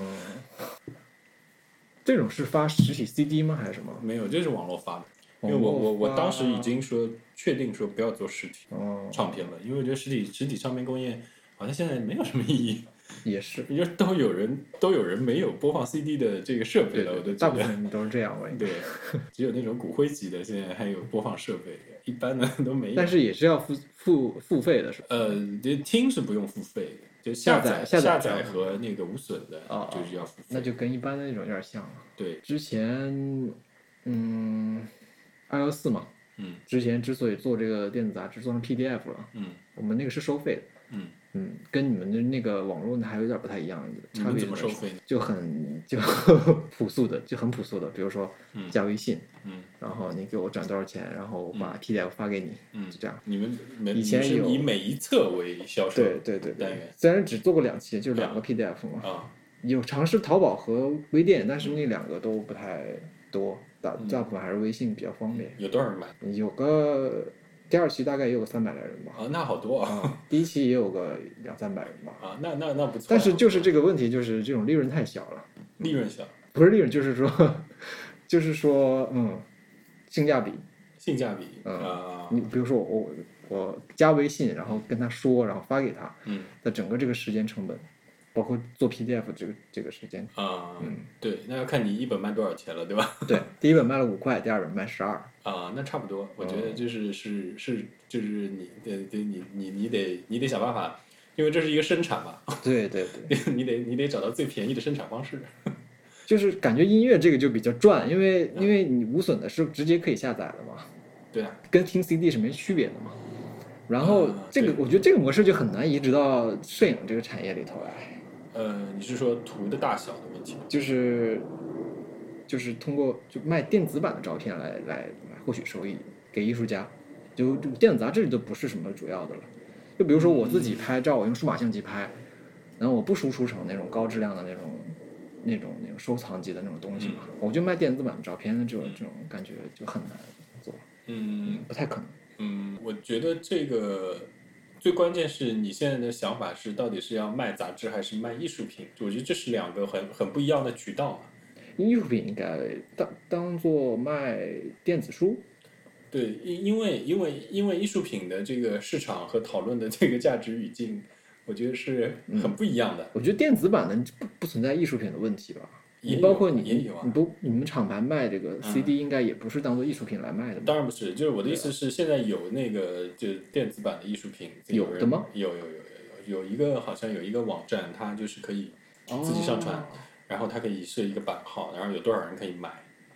这种是发实体 C D 吗？还是什么？ 没有，这是网络发的。因为我我我当时已经说确定说不要做实体唱片了，因为我觉得实体实体唱片工业好像现在没有什么意义。 也是， 因为都有人都有人没有播放 C D 的这个设备了，我都大部分人都是这样吧。 对，只有那种骨灰级的现在还有播放设备，一般的都没有。 但是也是要付付付费的，是吧？ 呃，听是不用付费的，就下载下载下载和那个无损的， 哦、 就是要付费。 那就跟一般的那种有点像了。 对， 之前嗯。二幺四嘛， 嗯， 之前之所以做这个电子杂志做成 P D F 了， 嗯， 我们那个是收费的， 嗯嗯，跟你们的那个网络呢还有点不太一样，差别怎么收费？ 就很就朴素的，就很朴素的，比如说加微信， 嗯， 然后你给我转多少钱，然后我把 P D F 发给你， 嗯， 就这样。 你们以前有以每一册为销售， 对对对对， 虽然只做过两期，就两个 P D F 嘛， 啊， 有尝试淘宝和微店，但是那两个都不太多。大大部分还是微信比较方便。 有多少人买？ 有个第二期大概也有个三百来人吧。 啊，那好多啊！ 啊第一期也有个两三百人吧。 啊，那那那不错。 但是就是这个问题，就是这种利润太小了。 利润小？ 不是利润，就是说，就是说，嗯，性价比。 性价比。 嗯。 啊。 你比如说我我加微信，然后跟他说，然后发给他。 嗯。 的整个这个时间成本。包括做 P D F 这个这个时间啊，嗯，对，那要看你一本卖多少钱了，对吧？ 对，第一本卖了五块，第二本卖十二。 啊，那差不多，我觉得就是是是就是你得得你你你得你得想办法，因为这是一个生产嘛。 对对对， 你得你得找到最便宜的生产方式。 就是感觉音乐这个就比较赚，因为因为你无损的是直接可以下载的嘛。 对啊， 跟听 C D 是没区别的嘛。然后这个我觉得这个模式就很难移植到摄影这个产业里头来。 呃，你是说图的大小的问题吗？ 就是就是通过就卖电子版的照片来来来获取收益，给艺术家，就就电子杂志都不是什么主要的了。就比如说我自己拍照，我用数码相机拍，然后我不输出成那种高质量的那种那种那种收藏级的那种东西嘛， 嗯、 我就卖电子版的照片，这种这种感觉就很难做， 嗯， 不太可能。 嗯，我觉得这个。最关键是你现在的想法是到底是要卖杂志还是卖艺术品？我觉得这是两个很很不一样的渠道嘛。 艺术品应该当当做卖电子书。 对，因因为因为因为艺术品的这个市场和讨论的这个价值语境，我觉得是很不一样的。 嗯、我觉得电子版的不不存在艺术品的问题吧？ 你包括你也有啊， 你不你们厂牌卖这个 C D 应该也不是当做艺术品来卖的、嗯。 当然不是，就是我的意思是，现在有那个就电子版的艺术品， 有的吗？ 有有有有有有一个好像有一个网站，它就是可以自己上传，哦、然后它可以设一个版号，然后有多少人可以买，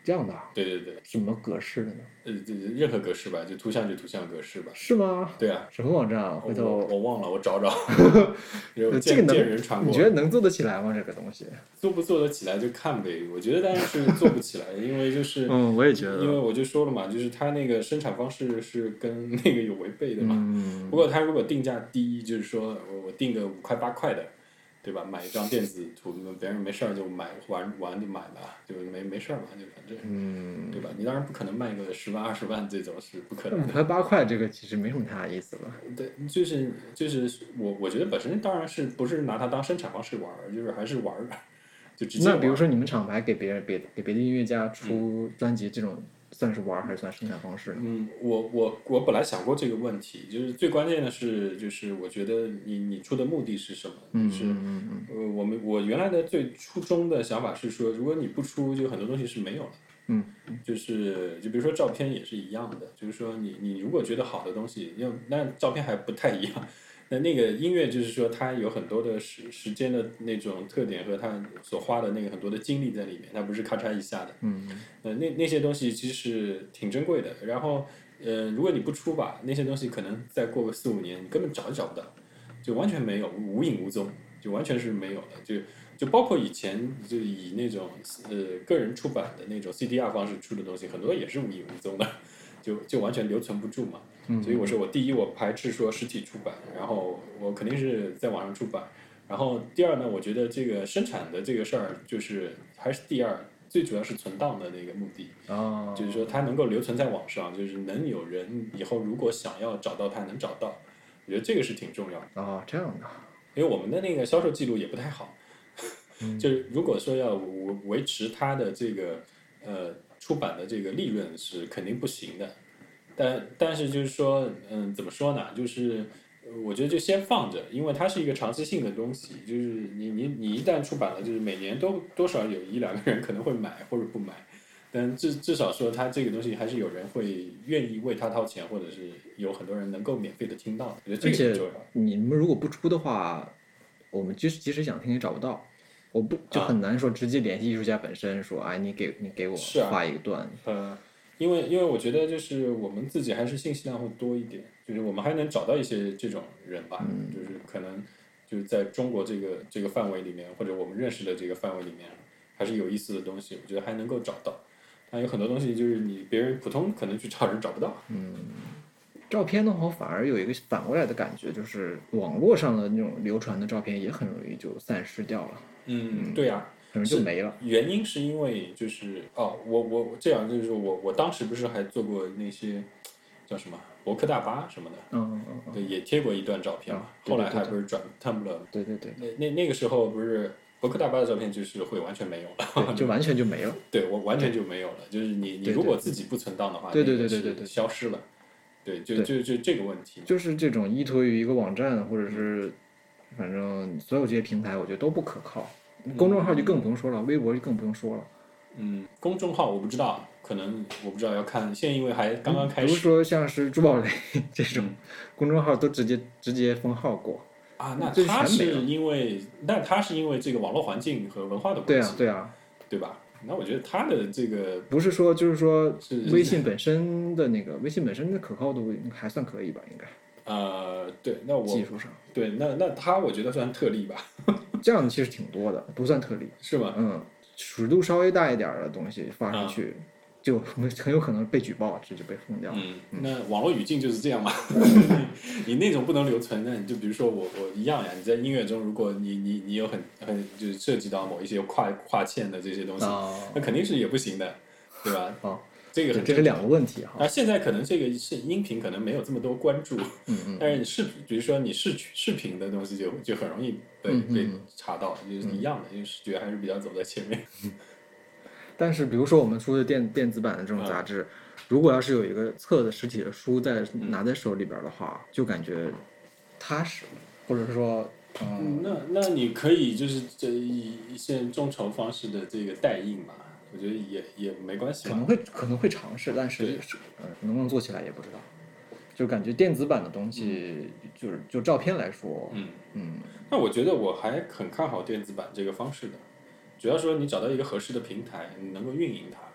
这样的啊？ 对对对， 什么格式的呢？ 呃，这任何格式吧，就图像就图像格式吧。 是吗？ 对啊， 什么网站啊？回我头我忘了，我找找。有这个见能见人传过。 你觉得能做得起来吗？这个东西？ 做不做得起来就看呗。我觉得当然是做不起来，因为就是嗯，我也觉得， 因为我就说了嘛，就是它那个生产方式是跟那个有违背的嘛。 嗯， 不过它如果定价低，就是说我我定个五块八块的，对吧？买一张电子图，别人没事儿就买玩玩就买吧，就没没事儿嘛，就反正， 嗯， 对吧？你当然不可能卖个十万二十万这种是不可能的。 五块八块这个其实没什么太大意思了。 对，就是就是我我觉得本身当然是不是拿它当生产方式玩儿，就是还是玩儿，就直接玩儿。 那比如说你们厂牌给别人别给别的音乐家出专辑，这种算是玩儿还是算生产方式呢？ 嗯，我我我本来想过这个问题，就是最关键的是，就是我觉得你你出的目的是什么？ 嗯就是嗯嗯呃，我们我原来的最初衷的想法是说，如果你不出，就很多东西是没有了。 嗯， 就是就比如说照片也是一样的，就是说你你如果觉得好的东西，要那照片还不太一样。那那个音乐就是说，它有很多的时时间的那种特点和它所花的那个很多的精力在里面，它不是咔嚓一下的。 嗯， 呃，那那些东西其实挺珍贵的。然后，呃，如果你不出吧，那些东西可能再过个四五年，你根本找也找不到，就完全没有，无影无踪，就完全是没有的。就就包括以前就以那种呃个人出版的那种 C D R 方式出的东西，很多也是无影无踪的，就就完全留存不住嘛。所以我说我第一我排斥说实体出版，然后我肯定是在网上出版。然后第二呢，我觉得这个生产的这个事儿就是还是第二，最主要是存档的那个目的， 哦， 就是说它能够留存在网上，就是能有人以后如果想要找到它能找到，我觉得这个是挺重要的。 哦，这样的， 因为我们的那个销售记录也不太好，就是如果说要维维持它的这个呃出版的这个利润是肯定不行的，但但是就是说，嗯，怎么说呢？就是我觉得就先放着，因为它是一个长期性的东西，就是你你你一旦出版了，就是每年都多少有一两个人可能会买或者不买，但至至少说它这个东西还是有人会愿意为它掏钱，或者是有很多人能够免费的听到，我觉得这而且个很重要。 你们如果不出的话，我们即使即使想听也找不到。我不就很难说直接联系艺术家本身说，哎，你给你给我是啊画一个段。 呃，因为因为我觉得就是我们自己还是信息量会多一点，就是我们还能找到一些这种人吧，就是可能就是在中国这个这个范围里面，或者我们认识的这个范围里面，还是有意思的东西，我觉得还能够找到。但有很多东西就是你别人普通可能去找人找不到。 照片的话，反而有一个反过来的感觉，就是网络上的那种流传的照片也很容易就散失掉了， 嗯，对呀、 很容易就没了。 原因是因为就是哦，我我我这样就是说我我当时不是还做过那些叫什么博客大巴什么的， 嗯嗯嗯嗯， 对，也贴过一段照片嘛， 啊对后来对对还不是转 Tumblr， 对对对， 那那那个时候不是博客大巴的照片就是会完全没有了， 对就完全就没了。 对我完全就没有了，就是你你对对如果自己不存档的话， 对对那个是对对对对消失了，对，就对就就这个问题， 就是这种依托于一个网站，或者是反正所有这些平台，我觉得都不可靠。公众号就更不用说了，微博就更不用说了。 嗯，公众号我不知道，可能我不知道要看，现在因为还刚刚开比如始说像是珠宝类这种公众号，都直接直接封号过。 啊，那这他是全没了因为，那他是因为这个网络环境和文化的对关系， 啊对啊， 对吧？那我觉得他的这个不是说就是说是微信本身的那个微信本身的可靠度还算可以吧，应该呃，对，那我技术上对，那那他我觉得算特例吧， 这样的其实挺多的，不算特例。 是吗？ 嗯，尺度稍微大一点儿的东西发出去，就很很有可能被举报，这就被封掉了。 嗯，那网络语境就是这样嘛，你那种不能留存，那你就比如说我我一样呀，你在音乐中，如果你你你有很很就是涉及到某一些跨跨嵌的这些东西， 哦那肯定是也不行的，对吧？ 哦， 这个很对这是两个问题哈。 啊，现在可能这个是音频可能没有这么多关注， 嗯嗯， 但是你视比如说你视视频的东西就就很容易被、 嗯嗯被查到，就是一样的，因为视觉还是比较走在前面。 但是比如说我们出的电电子版的这种杂志，如果要是有一个册的实体的书在拿在手里边的话，就感觉踏实，或者说，嗯， 嗯，那那你可以就是这一一些众筹方式的这个代印嘛，我觉得也也没关系嘛。 可能会可能会尝试，但是是呃能不能做起来也不知道。就感觉电子版的东西，就是就照片来说， 嗯嗯， 那我觉得我还很看好电子版这个方式的，主要说你找到一个合适的平台，你能够运营它。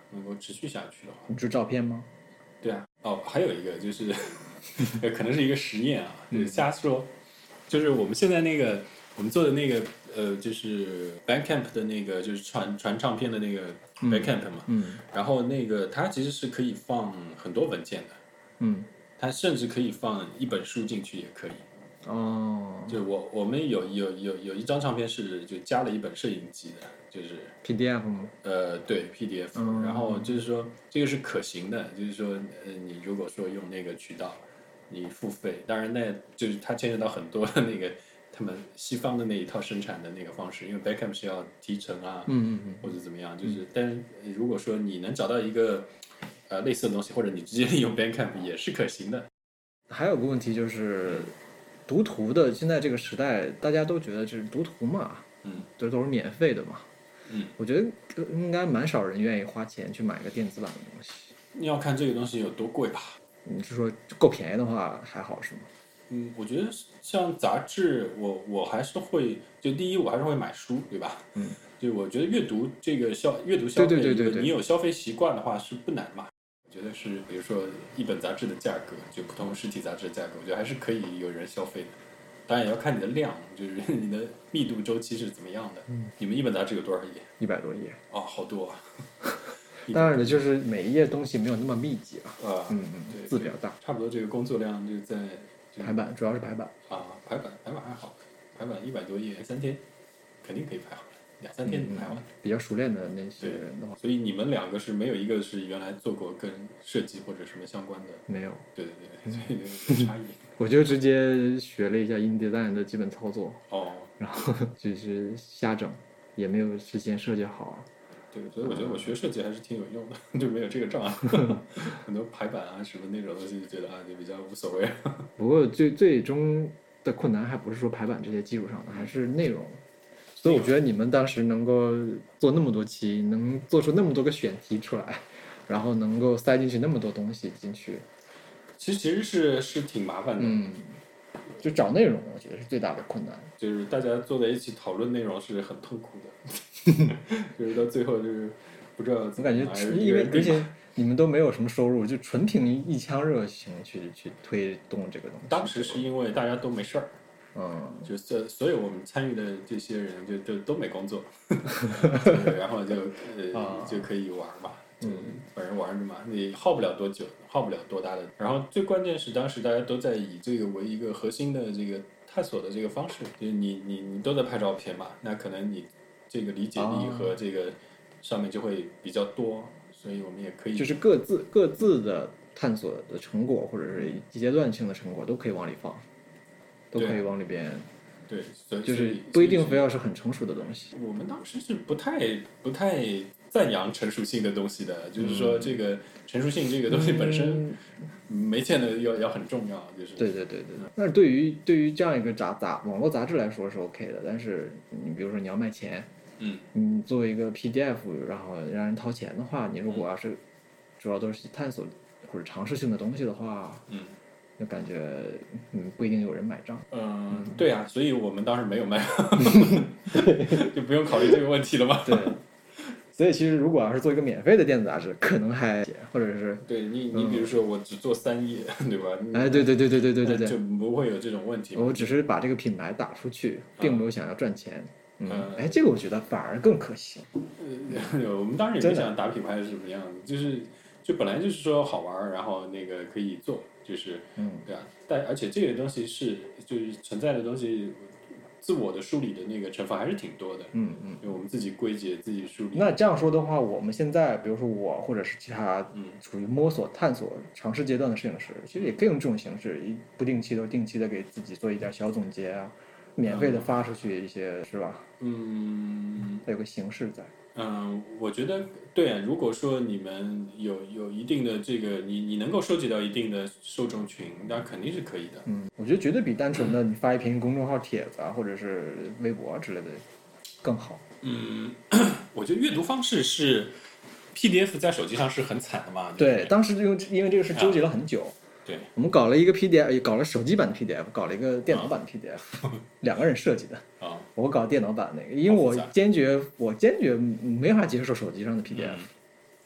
能够持续下去的话， 你是照片吗？ 对啊，哦，还有一个就是可能是一个实验啊，就是瞎说，就是我们现在那个我们做的那个呃，就是 Bandcamp 的那个就是传传唱片的那个 Bandcamp 嘛， 嗯然后那个它其实是可以放很多文件的， 嗯， 它甚至可以放一本书进去也可以。 哦， 就我我们有有有有一张唱片是就加了一本摄影机的，就是 P D F 吗？ 呃对 P D F，、 嗯然后就是说这个是可行的，就是说呃你如果说用那个渠道，你付费，当然那就是它牵扯到很多的那个他们西方的那一套生产的那个方式，因为 Bandcamp 是要提成啊， 嗯嗯嗯， 或者怎么样，就是但是如果说你能找到一个呃类似的东西，或者你直接利用 Bandcamp 也是可行的。 还有个问题就是，读图的现在这个时代，大家都觉得就是读图嘛， 嗯， 这都是免费的嘛。 嗯， 我觉得应该蛮少人愿意花钱去买个电子版的东西。 你要看这个东西有多贵吧。 你是说够便宜的话还好是吗？ 嗯，我觉得像杂志，我我还是会，就第一我还是会买书，对吧？ 嗯， 就我觉得阅读这个消阅读消费， 对对对对对你有消费习惯的话是不难嘛。我觉得是，比如说一本杂志的价格，就普通实体杂志的价格，我觉得还是可以有人消费的。当然也要看你的量，就是你的密度周期是怎么样的。嗯，你们一本杂志有多少页？ 一百多页。 哦，好多啊。 当然了，就是每一页东西没有那么密集啊。 啊， 嗯嗯， 对， 字比较大。 差不多这个工作量就在就排版主要是排版啊，排版排版还好，排版一百多页，三天肯定可以排好，两三天排完。 嗯。比较熟练的那些人的话， 所以你们两个是没有一个是原来做过跟设计或者什么相关的？ 没有。 对对对，所以有差异。 我就直接学了一下 InDesign 的基本操作， 哦， 然后就是瞎整，也没有事先设计好。 对，所以我觉得我学设计还是挺有用的，就没有这个障碍。很多排版啊什么那种东西，就觉得啊就比较无所谓。 不过最最终的困难还不是说排版这些基础上的，还是内容。所以我觉得你们当时能够做那么多期，能做出那么多个选题出来，然后能够塞进去那么多东西进去， 其实其实是是挺麻烦的。 嗯，就找内容，我觉得是最大的困难。 就是大家坐在一起讨论内容是很痛苦的，就是到最后就是不知道我怎么感觉还是因为而且一个人你们都没有什么收入，就纯凭一腔热情去去推动这个东西。 当时是因为大家都没事儿， 嗯， 就所所有我们参与的这些人就就都没工作，对然后就呃、 啊就可以玩嘛， 嗯， 反正玩着嘛，你耗不了多久，耗不了多大的。然后最关键是当时大家都在以这个为一个核心的这个探索的这个方式，就是你你你都在拍照片嘛，那可能你这个理解力和这个上面就会比较多，所以我们也可以就是各自各自的探索的成果，或者是阶段性的成果，都可以往里放，都可以往里边。 对，所以就是不一定非要是很成熟的东西。 我们当时是不太不太赞扬成熟性的东西的，就是说这个成熟性这个东西本身没见得要要很重要，就是对对对对。那对于对于这样一个杂杂网络杂志来说是 OK 的，但是你比如说你要卖钱， 嗯， 你作为一个 P D F，然后让人掏钱的话，你如果要是主要都是探索或者尝试性的东西的话， 嗯。 就感觉嗯不一定有人买账。 嗯，对啊，所以我们当时没有卖，就不用考虑这个问题了嘛。 对，所以其实如果要是做一个免费的电子杂志，可能还或者是对你你比如说我只做三页，对吧？ 哎，对对对对对对对对， 就不会有这种问题嘛。 我只是把这个品牌打出去，并没有想要赚钱。嗯， 嗯哎，这个我觉得反而更可行。 呃，我们当时也没想打品牌是什么样的，就是就本来就是说好玩，然后那个可以做。就是， 嗯， 对啊，但而且这个东西是就是存在的东西，自我的梳理的那个成分还是挺多的， 嗯嗯， 因为我们自己归结、自己梳理。 那这样说的话，我们现在比如说我或者是其他嗯处于摸索、探索、尝试阶段的摄影师，其实也可以用这种形式，一不定期的、定期的给自己做一点小总结啊，免费的发出去一些，是吧？ 嗯， 它有个形式在。 嗯，我觉得对啊。如果说你们有有一定的这个，你你能够收集到一定的受众群，那肯定是可以的。 嗯，我觉得绝对比单纯的你发一篇公众号帖子啊，或者是微博啊之类的更好。 嗯，我觉得阅读方式是 P D F 在手机上是很惨的嘛。对不对， 对，当时就因为这个事纠结了很久。 对， 我们搞了一个 P D F，也搞了手机版的 P D F，搞了一个电脑版的 P D F，、啊、两个人设计的。 啊， 我搞电脑版那个，因为我坚决我坚决没法接受手机上的 P D F，、 嗯、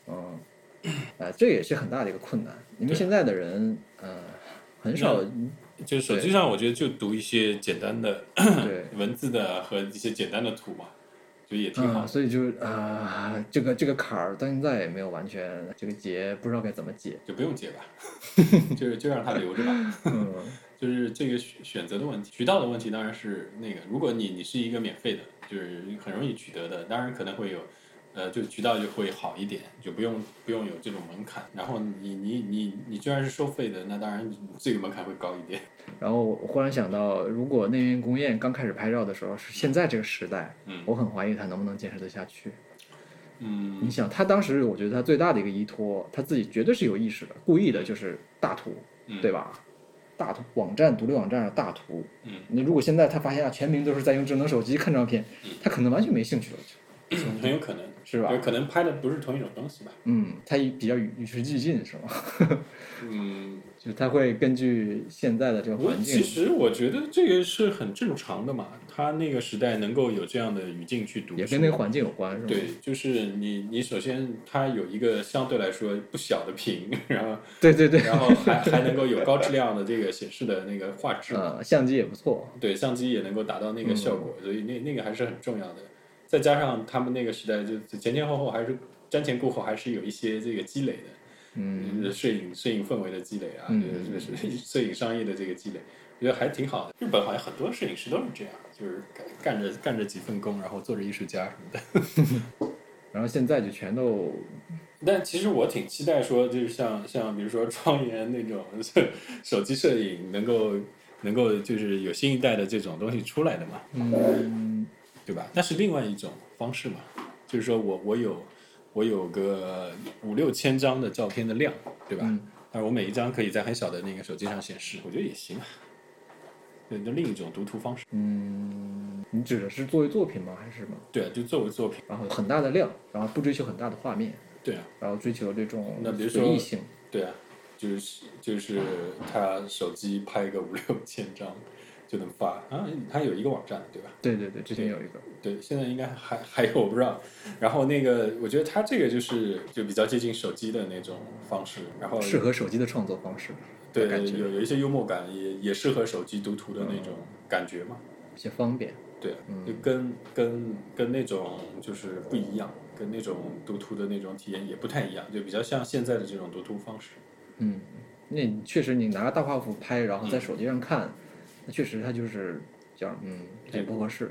嗯，呃，这也是很大的一个困难，因为现在的人，呃，很少， 就是手机上我觉得就读一些简单的对文字的和一些简单的图嘛，就也挺好的。 嗯，所以就啊、呃，这个这个坎儿到现在也没有完全这个结，不知道该怎么解， 就不用解吧，就就让它留着吧。 嗯， 就是这个选择的问题，渠道的问题当然是那个，如果你你是一个免费的，就是很容易取得的，当然可能会有。呃，就渠道就会好一点，就不用不用有这种门槛。然后你你你你居然是收费的，那当然这个门槛会高一点。 然后我忽然想到，如果内原公彦刚开始拍照的时候是现在这个时代， 嗯， 我很怀疑他能不能坚持得下去。 嗯， 你想，他当时我觉得他最大的一个依托，他自己绝对是有意识的，故意的就是大图， 嗯、 对吧？大图网站独立网站的大图， 嗯， 你如果现在他发现啊，全民都是在用智能手机看照片， 嗯、 他可能完全没兴趣了， 就很有可能是吧？ 有可能拍的不是同一种东西吧？ 嗯，他比较与与时俱进，是吗？ 嗯， 就是他会根据现在的这个环境。 其实我觉得这个是很正常的嘛，他那个时代能够有这样的语境去读， 也跟那个环境有关，是吗？ 对，就是你你首先它有一个相对来说不小的屏，然后对对对， 然后还还能够有高质量的这个显示的那个画质， 啊、呃，相机也不错， 对，相机也能够达到那个效果，嗯、所以那那个还是很重要的。再加上他们那个时代就前前后后还是瞻前顾后，还是有一些这个积累的， 嗯， 摄影摄影氛围的积累啊， 嗯、 就是摄影商业的这个积累，我觉得还挺好的。日本好像很多摄影师都是这样，就是干着干着几份工，然后做着艺术家什么的。 然后现在就全都， 但其实我挺期待说，就是像像比如说庄园那种手机摄影能够能够就是有新一代的这种东西出来的嘛， 嗯， 对吧？那是另外一种方式嘛，就是说我我有我有个五六千张的照片的量，对吧？ 嗯， 但是我每一张可以在很小的那个手机上显示，我觉得也行啊。对，就另一种读图方式。 嗯，你指的是作为作品吗？还是什么？ 对啊，就作为作品， 然后很大的量，然后不追求很大的画面。 对啊， 然后追求这种那比如说随意性。 对啊，就是就是他手机拍个五六千张就能发啊，他有一个网站对吧？ 对对对，之前有一个。 对，现在应该还还有我不知道。然后那个，我觉得他这个就是就比较接近手机的那种方式，然后适合手机的创作方式。 对，有有一些幽默感，也也适合手机读图的那种感觉嘛， 一些方便。 对，就跟跟跟那种就是不一样，跟那种读图的那种体验也不太一样，就比较像现在的这种读图方式。 嗯，那确实你拿个大画幅拍，然后在手机上看，那确实它就是叫嗯，也不合适。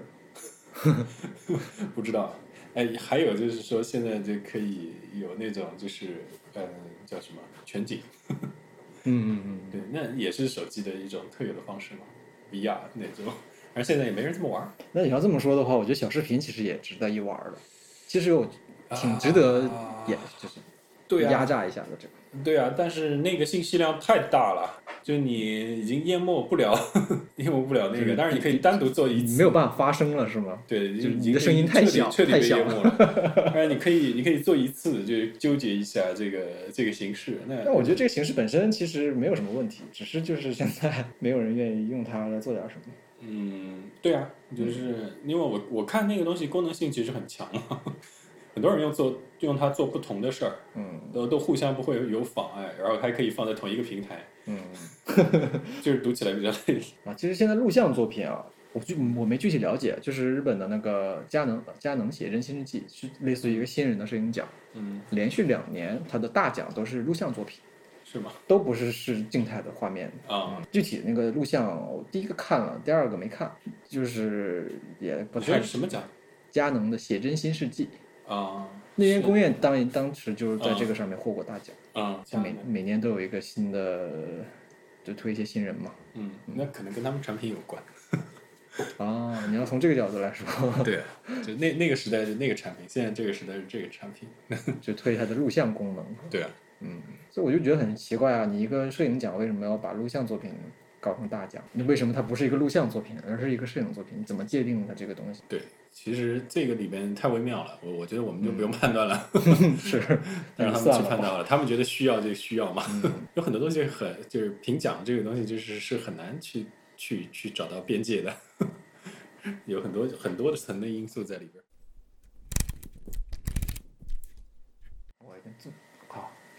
不知道，哎，还有就是说现在就可以有那种就是呃叫什么全景。 嗯嗯嗯， 对，那也是手机的一种特有的方式嘛 ，V R 那种，而现在也没人这么玩。 那你要这么说的话，我觉得小视频其实也值得一玩的。其实我挺值得，也就是对压榨一下的这个。 对啊，但是那个信息量太大了，就你已经淹没不了，淹没不了那个。当然你可以单独做一次， 没有办法发声了是吗？ 对， 就你的声音太小， 彻底被淹没了。当然你可以，你可以做一次，就纠结一下这个这个形式。那那我觉得这个形式本身其实没有什么问题，只是就是现在没有人愿意用它来做点什么。 嗯，对啊，就是因为我我看那个东西功能性其实很强啊。很多人用做用它做不同的事儿， 嗯， 都都互相不会有妨碍，然后还可以放在同一个平台， 嗯， 就是读起来比较累啊。其实现在录像作品啊，我具我没具体了解，就是日本的那个佳能佳能写真新日记是类似于一个新人的摄影奖， 嗯， 连续两年它的大奖都是录像作品， 是吗？ 都不是是静态的画面啊、 嗯。具体那个录像，我第一个看了，第二个没看，就是也不太。 什么奖？ 佳能的写真新世纪。 啊， 内原公彦当当时就是在这个上面获过大奖， 啊， 每每年都有一个新的，就推一些新人嘛。 嗯，那可能跟他们产品有关。 啊，你要从这个角度来说， 对，就那那个时代是那个产品，现在这个时代是这个产品， 就推它的录像功能。 对啊， 嗯，所以我就觉得很奇怪啊，你一个摄影奖为什么要把录像作品搞成大奖？那为什么它不是一个录像作品，而是一个摄影作品？你怎么界定它这个东西？ 对。其实这个里面太微妙了，我我觉得我们就不用判断了， 嗯、是让他们去判断了，他们觉得需要就需要嘛。 嗯、 有很多东西很就是评奖这个东西就是是很难去去去找到边界的，有很多很多的层的因素在里边。 我已经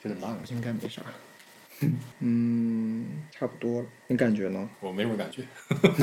觉得慢了，应该没啥。嗯，差不多了。你感觉呢？ 我没什么感觉。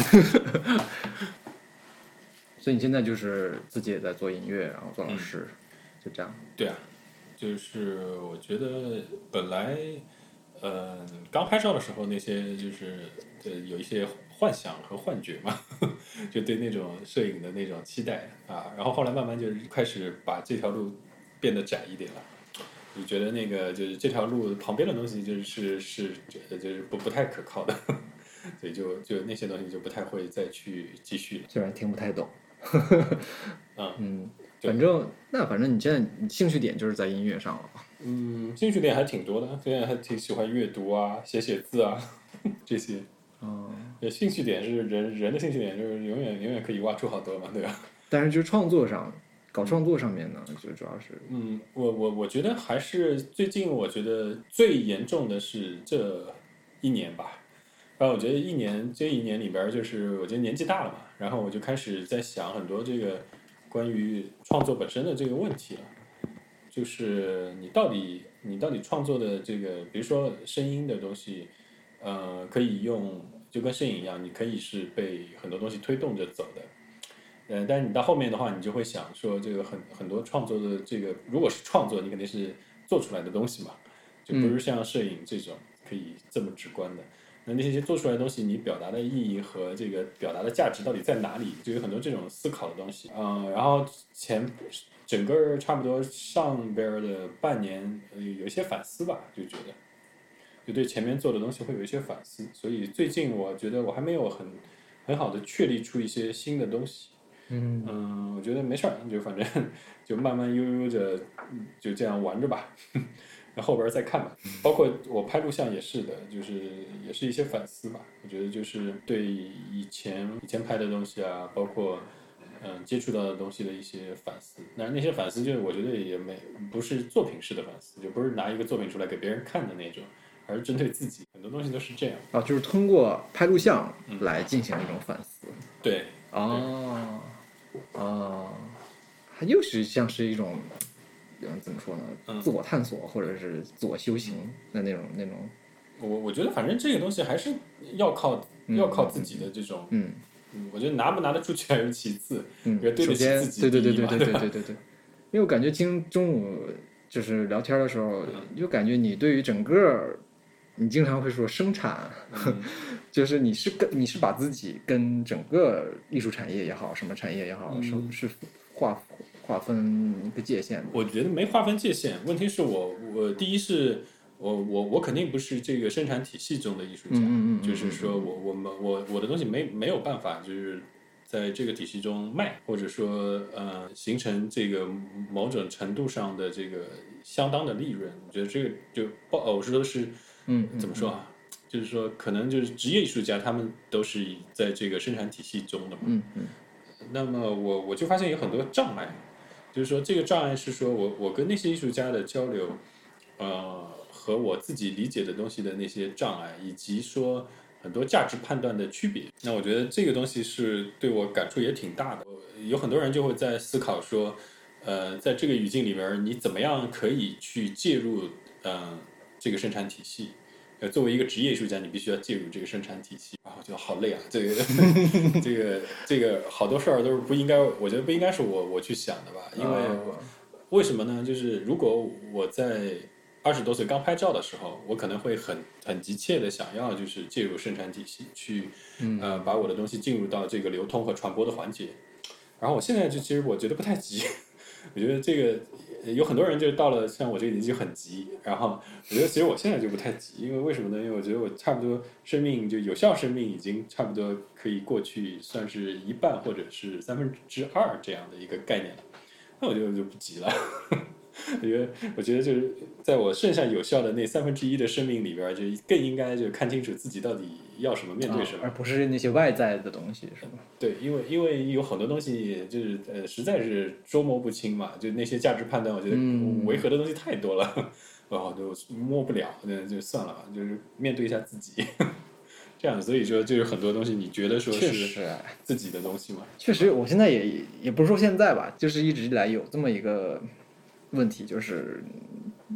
所以你现在就是自己也在做音乐，然后做老师， 嗯、 就这样。 对啊，就是我觉得本来，呃，刚拍照的时候那些就是呃有一些幻想和幻觉嘛，就对那种摄影的那种期待啊，然后后来慢慢就开始把这条路变得窄一点了。就觉得那个就是这条路旁边的东西就是是觉得就是不不太可靠的，所以就就那些东西就不太会再去继续了。 虽然听不太懂， 嗯嗯，反正那反正你现在你兴趣点就是在音乐上了吧？ 嗯，兴趣点还挺多的，现在还挺喜欢阅读啊、写写字啊这些。 嗯， 兴趣点是人人的兴趣点，就是永远永远可以挖出好多嘛，对吧？ 但是就创作上。搞创作上面呢，就主要是， 嗯，我我我觉得还是最近，我觉得最严重的是这一年吧。然后我觉得一年这一年里边，就是我觉得年纪大了嘛，然后我就开始在想很多这个关于创作本身的这个问题了。就是你到底你到底创作的这个，比如说声音的东西，呃，可以用就跟摄影一样，你可以是被很多东西推动着走的。呃，但是你到后面的话，你就会想说，这个很很多创作的这个，如果是创作，你肯定是做出来的东西嘛，就不是像摄影这种可以这么直观的。那那些做出来的东西，你表达的意义和这个表达的价值到底在哪里？就有很多这种思考的东西。嗯，然后前整个差不多上边的半年，呃，有一些反思吧，就觉得，就对前面做的东西会有一些反思。所以最近我觉得我还没有很很好的确立出一些新的东西。 嗯嗯，我觉得没事儿，就反正就慢慢悠悠着就这样玩着吧，那后边再看吧。包括我拍录像也是的，就是也是一些反思吧。我觉得就是对以前以前拍的东西啊，包括嗯接触到的东西的一些反思。那那些反思就是我觉得也没不是作品式的反思，就不是拿一个作品出来给别人看的那种，而是针对自己。很多东西都是这样啊，就是通过拍录像来进行一种反思。 嗯、对， 哦。啊，它又是像是一种，嗯，怎么说呢？ 嗯、 自我探索或者是自我修行的那种那种。 我我觉得反正这个东西还是要靠、嗯、要靠自己的这种， 嗯， 嗯我觉得拿不拿得出去还是其次， 嗯， 对得起自己对对对对对对对对对对。因为我感觉今中午就是聊天的时候，就感觉你对于整个，你经常会说生产。 嗯就是你是跟你是把自己跟整个艺术产业也好，什么产业也好，是、 嗯、 是划划分一个界限的。 我觉得没划分界限，问题是我我第一是我我我肯定不是这个生产体系中的艺术家， 嗯嗯嗯嗯就是说我我们我我的东西没没有办法就是在这个体系中卖，或者说呃形成这个某种程度上的这个相当的利润。我觉得这个就报我说的是嗯怎么说啊？就是说，可能就是职业艺术家，他们都是在这个生产体系中的嘛。 嗯嗯。 那么我我就发现有很多障碍，就是说这个障碍是说我我跟那些艺术家的交流，呃，和我自己理解的东西的那些障碍，以及说很多价值判断的区别。那我觉得这个东西是对我感触也挺大的。有很多人就会在思考说，呃，在这个语境里边，你怎么样可以去介入呃这个生产体系？呃，作为一个职业艺术家，你必须要介入这个生产体系啊，我觉得好累啊！这个这个这个好多事儿都是不应该，我觉得不应该是我我去想的吧？因为为什么呢？就是如果我在二十多岁刚拍照的时候，我可能会很很急切的想要就是介入生产体系，去呃把我的东西进入到这个流通和传播的环节。然后我现在就其实我觉得不太急，我觉得这个。有很多人就到了像我这个年纪就很急，然后我觉得其实我现在就不太急，因为为什么呢？因为我觉得我差不多生命就有效生命已经差不多可以过去算是一半或者是三分之二这样的一个概念了，那我就就不急了。我觉得我觉得就是在我剩下有效的那三分之一的生命里边，就更应该就看清楚自己到底要什么，面对什么， 啊、而不是那些外在的东西，是吧？ 对，因为因为有很多东西就是呃实在是捉摸不清嘛，就那些价值判断，我觉得违和的东西太多了，嗯、哦，就摸不了，那就算了吧，就是面对一下自己。这样，所以说就是很多东西，你觉得说是自己的东西吗？ 确实，我现在也也不是说现在吧，就是一直以来有这么一个问题，就是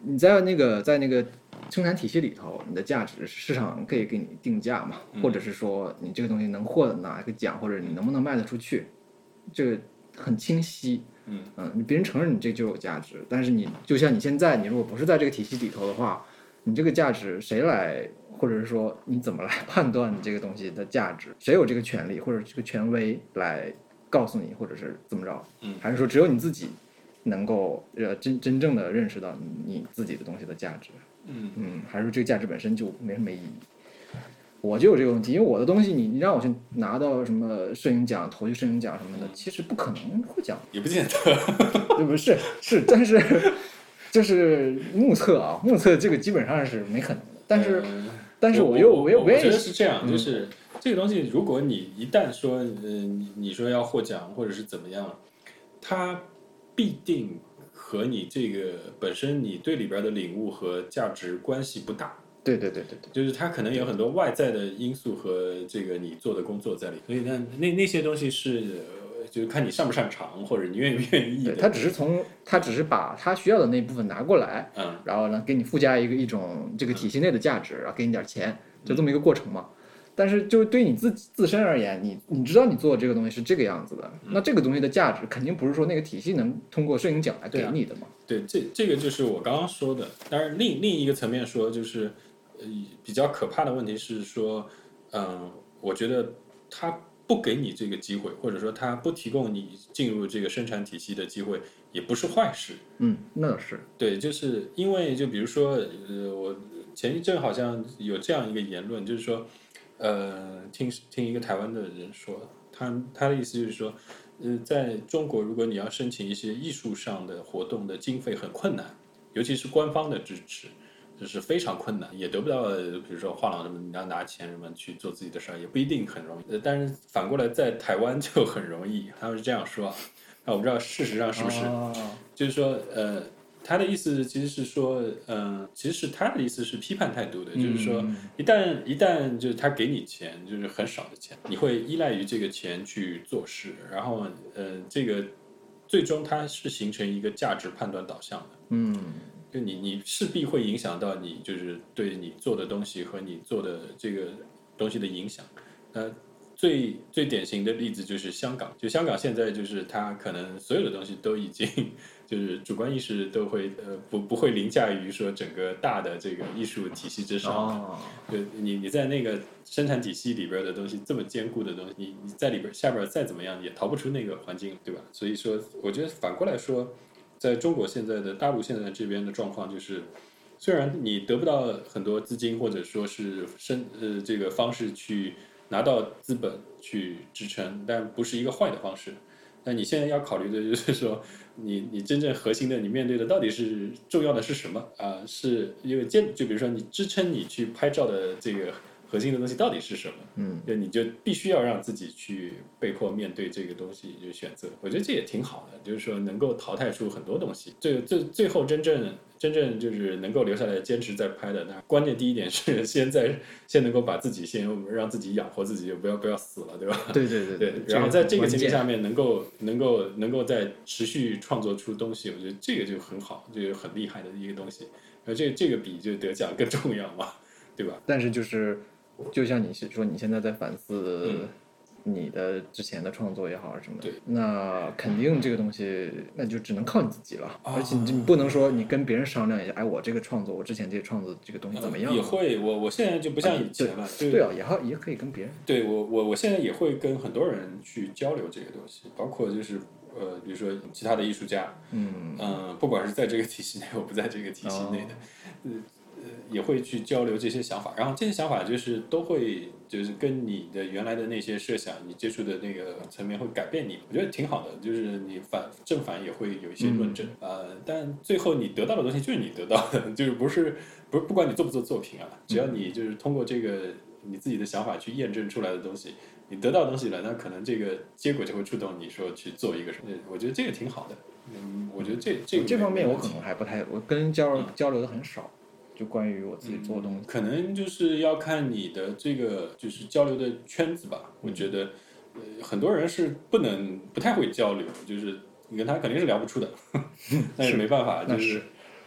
你在那个在那个生产体系里头，你的价值市场可以给你定价嘛， 嗯、 或者是说你这个东西能获得哪一个奖，或者你能不能卖得出去，这个很清晰。 嗯嗯，别人承认你这就有价值，但是你就像你现在，你如果不是在这个体系里头的话，你这个价值谁来，或者是说你怎么来判断你这个东西的价值？谁有这个权利或者这个权威来告诉你，或者是怎么着？ 嗯， 还是说只有你自己能够呃真真正的认识到你自己的东西的价值？ 嗯嗯，还是说这个价值本身就没什么意义？我就有这个问题，因为我的东西你，你让我去拿到什么摄影奖、头去摄影奖什么的，其实不可能获奖， 也不见得， 对不是是，但是就是目测啊，目测这个基本上是没可能的。但是， 呃、 但是我又我又我也觉得是这样， 嗯、 就是这个东西，如果你一旦说，呃，你你说要获奖或者是怎么样，它必定和你这个本身你对里边的领悟和价值关系不大。 对对对对对， 就是它可能有很多外在的因素和这个你做的工作在里，所以那那那些东西是，就是看你擅不擅长，或者你愿不愿意的。 他只是从他只是把他需要的那部分拿过来， 嗯， 然后呢给你附加一个一种这个体系内的价值，然后给你点钱，就这么一个过程嘛。但是就是对你自自身而言，你你知道你做的这个东西是这个样子的，那这个东西的价值肯定不是说那个体系能通过摄影奖来给你的嘛。 对啊，对，这这个就是我刚刚说的。当然另另一个层面说就是。呃，比较可怕的问题是说，嗯、呃，我觉得他不给你这个机会，或者说他不提供你进入这个生产体系的机会，也不是坏事。 嗯，那是对，就是因为就比如说，呃，我前一阵好像有这样一个言论，就是说，呃，听听一个台湾的人说，他他的意思就是说，呃，在中国，如果你要申请一些艺术上的活动的经费很困难，尤其是官方的支持。就是非常困难，也得不到，比如说画廊什么，你要拿钱什么去做自己的事儿，也不一定很容易。呃，但是反过来在台湾就很容易，他们是这样说。那我不知道事实上是不是， 哦、 就是说，呃，他的意思其实是说，嗯、呃，其实是他的意思是批判态度的， 嗯、 就是说，一旦一旦就是他给你钱，就是很少的钱，你会依赖于这个钱去做事，然后，呃，这个最终它是形成一个价值判断导向的。 嗯。 就你，你势必会影响到你，就是对你做的东西和你做的这个东西的影响。呃，最最典型的例子就是香港，就香港现在就是它可能所有的东西都已经就是主观意识都会呃不不会凌驾于说整个大的这个艺术体系之上。 哦， 就你你在那个生产体系里边的东西这么坚固的东西，你你在里边下边再怎么样也逃不出那个环境，对吧？所以说，我觉得反过来说。在中国现在的大陆现在这边的状况就是，虽然你得不到很多资金或者说是生呃这个方式去拿到资本去支撑，但不是一个坏的方式。那你现在要考虑的就是说，你你真正核心的你面对的到底是重要的是什么啊、呃？是因为坚就比如说你支撑你去拍照的这个。核心的东西到底是什么？ 嗯， 就你就必须要让自己去被迫面对这个东西，就选择。我觉得这也挺好的，就是说能够淘汰出很多东西。最最最后真正真正就是能够留下来坚持在拍的，那关键第一点是先在先能够把自己先让自己养活自己，就不要不要死了，对吧？ 对对对对。然后在这个情况下面，能够能够能够再持续创作出东西，我觉得这个就很好，就很厉害的一个东西。而这这个比就得奖更重要嘛，对吧？ 但是就是。就像你是说你现在在反思你的之前的创作也好什么的， 对， 那肯定这个东西那就只能靠你自己了。啊、而且你你不能说你跟别人商量一下，哎，我这个创作，我之前这个创作这个东西怎么样、啊呃？也会，我我现在就不像以前了。 啊对, 对啊，也好也可以跟别人。 对我我我现在也会跟很多人去交流这个东西，包括就是呃，比如说其他的艺术家， 嗯嗯、呃，不管是在这个体系内，我不在这个体系内的，呃。呃，也会去交流这些想法，然后这些想法就是都会就是跟你的原来的那些设想，你接触的那个层面会改变你，我觉得挺好的，就是你反正反也会有一些论证，嗯、呃，但最后你得到的东西就是你得到的，就是不是不是不管你做不做作品啊，只要你就是通过这个你自己的想法去验证出来的东西，你得到东西了，那可能这个结果就会触动你说去做一个什么，我觉得这个挺好的，嗯，我觉得这这个这方面我可能还不太，我跟人交、嗯、交流的很少。就关于我自己做的东西、 嗯，可能就是要看你的这个就是交流的圈子吧。 嗯、 我觉得，呃，很多人是不能不太会交流，就是你跟他肯定是聊不出的，那也没办法，就是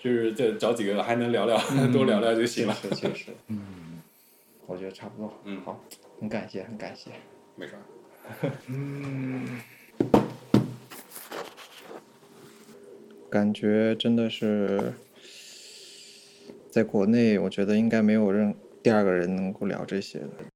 就是再找几个还能聊聊，多聊聊就行了。 确实，确实，嗯，我觉得差不多。 嗯， 好，很感谢，很感谢。 没啥。 嗯，感觉真的是，在国内，我觉得应该没有任第二个人能够聊这些的。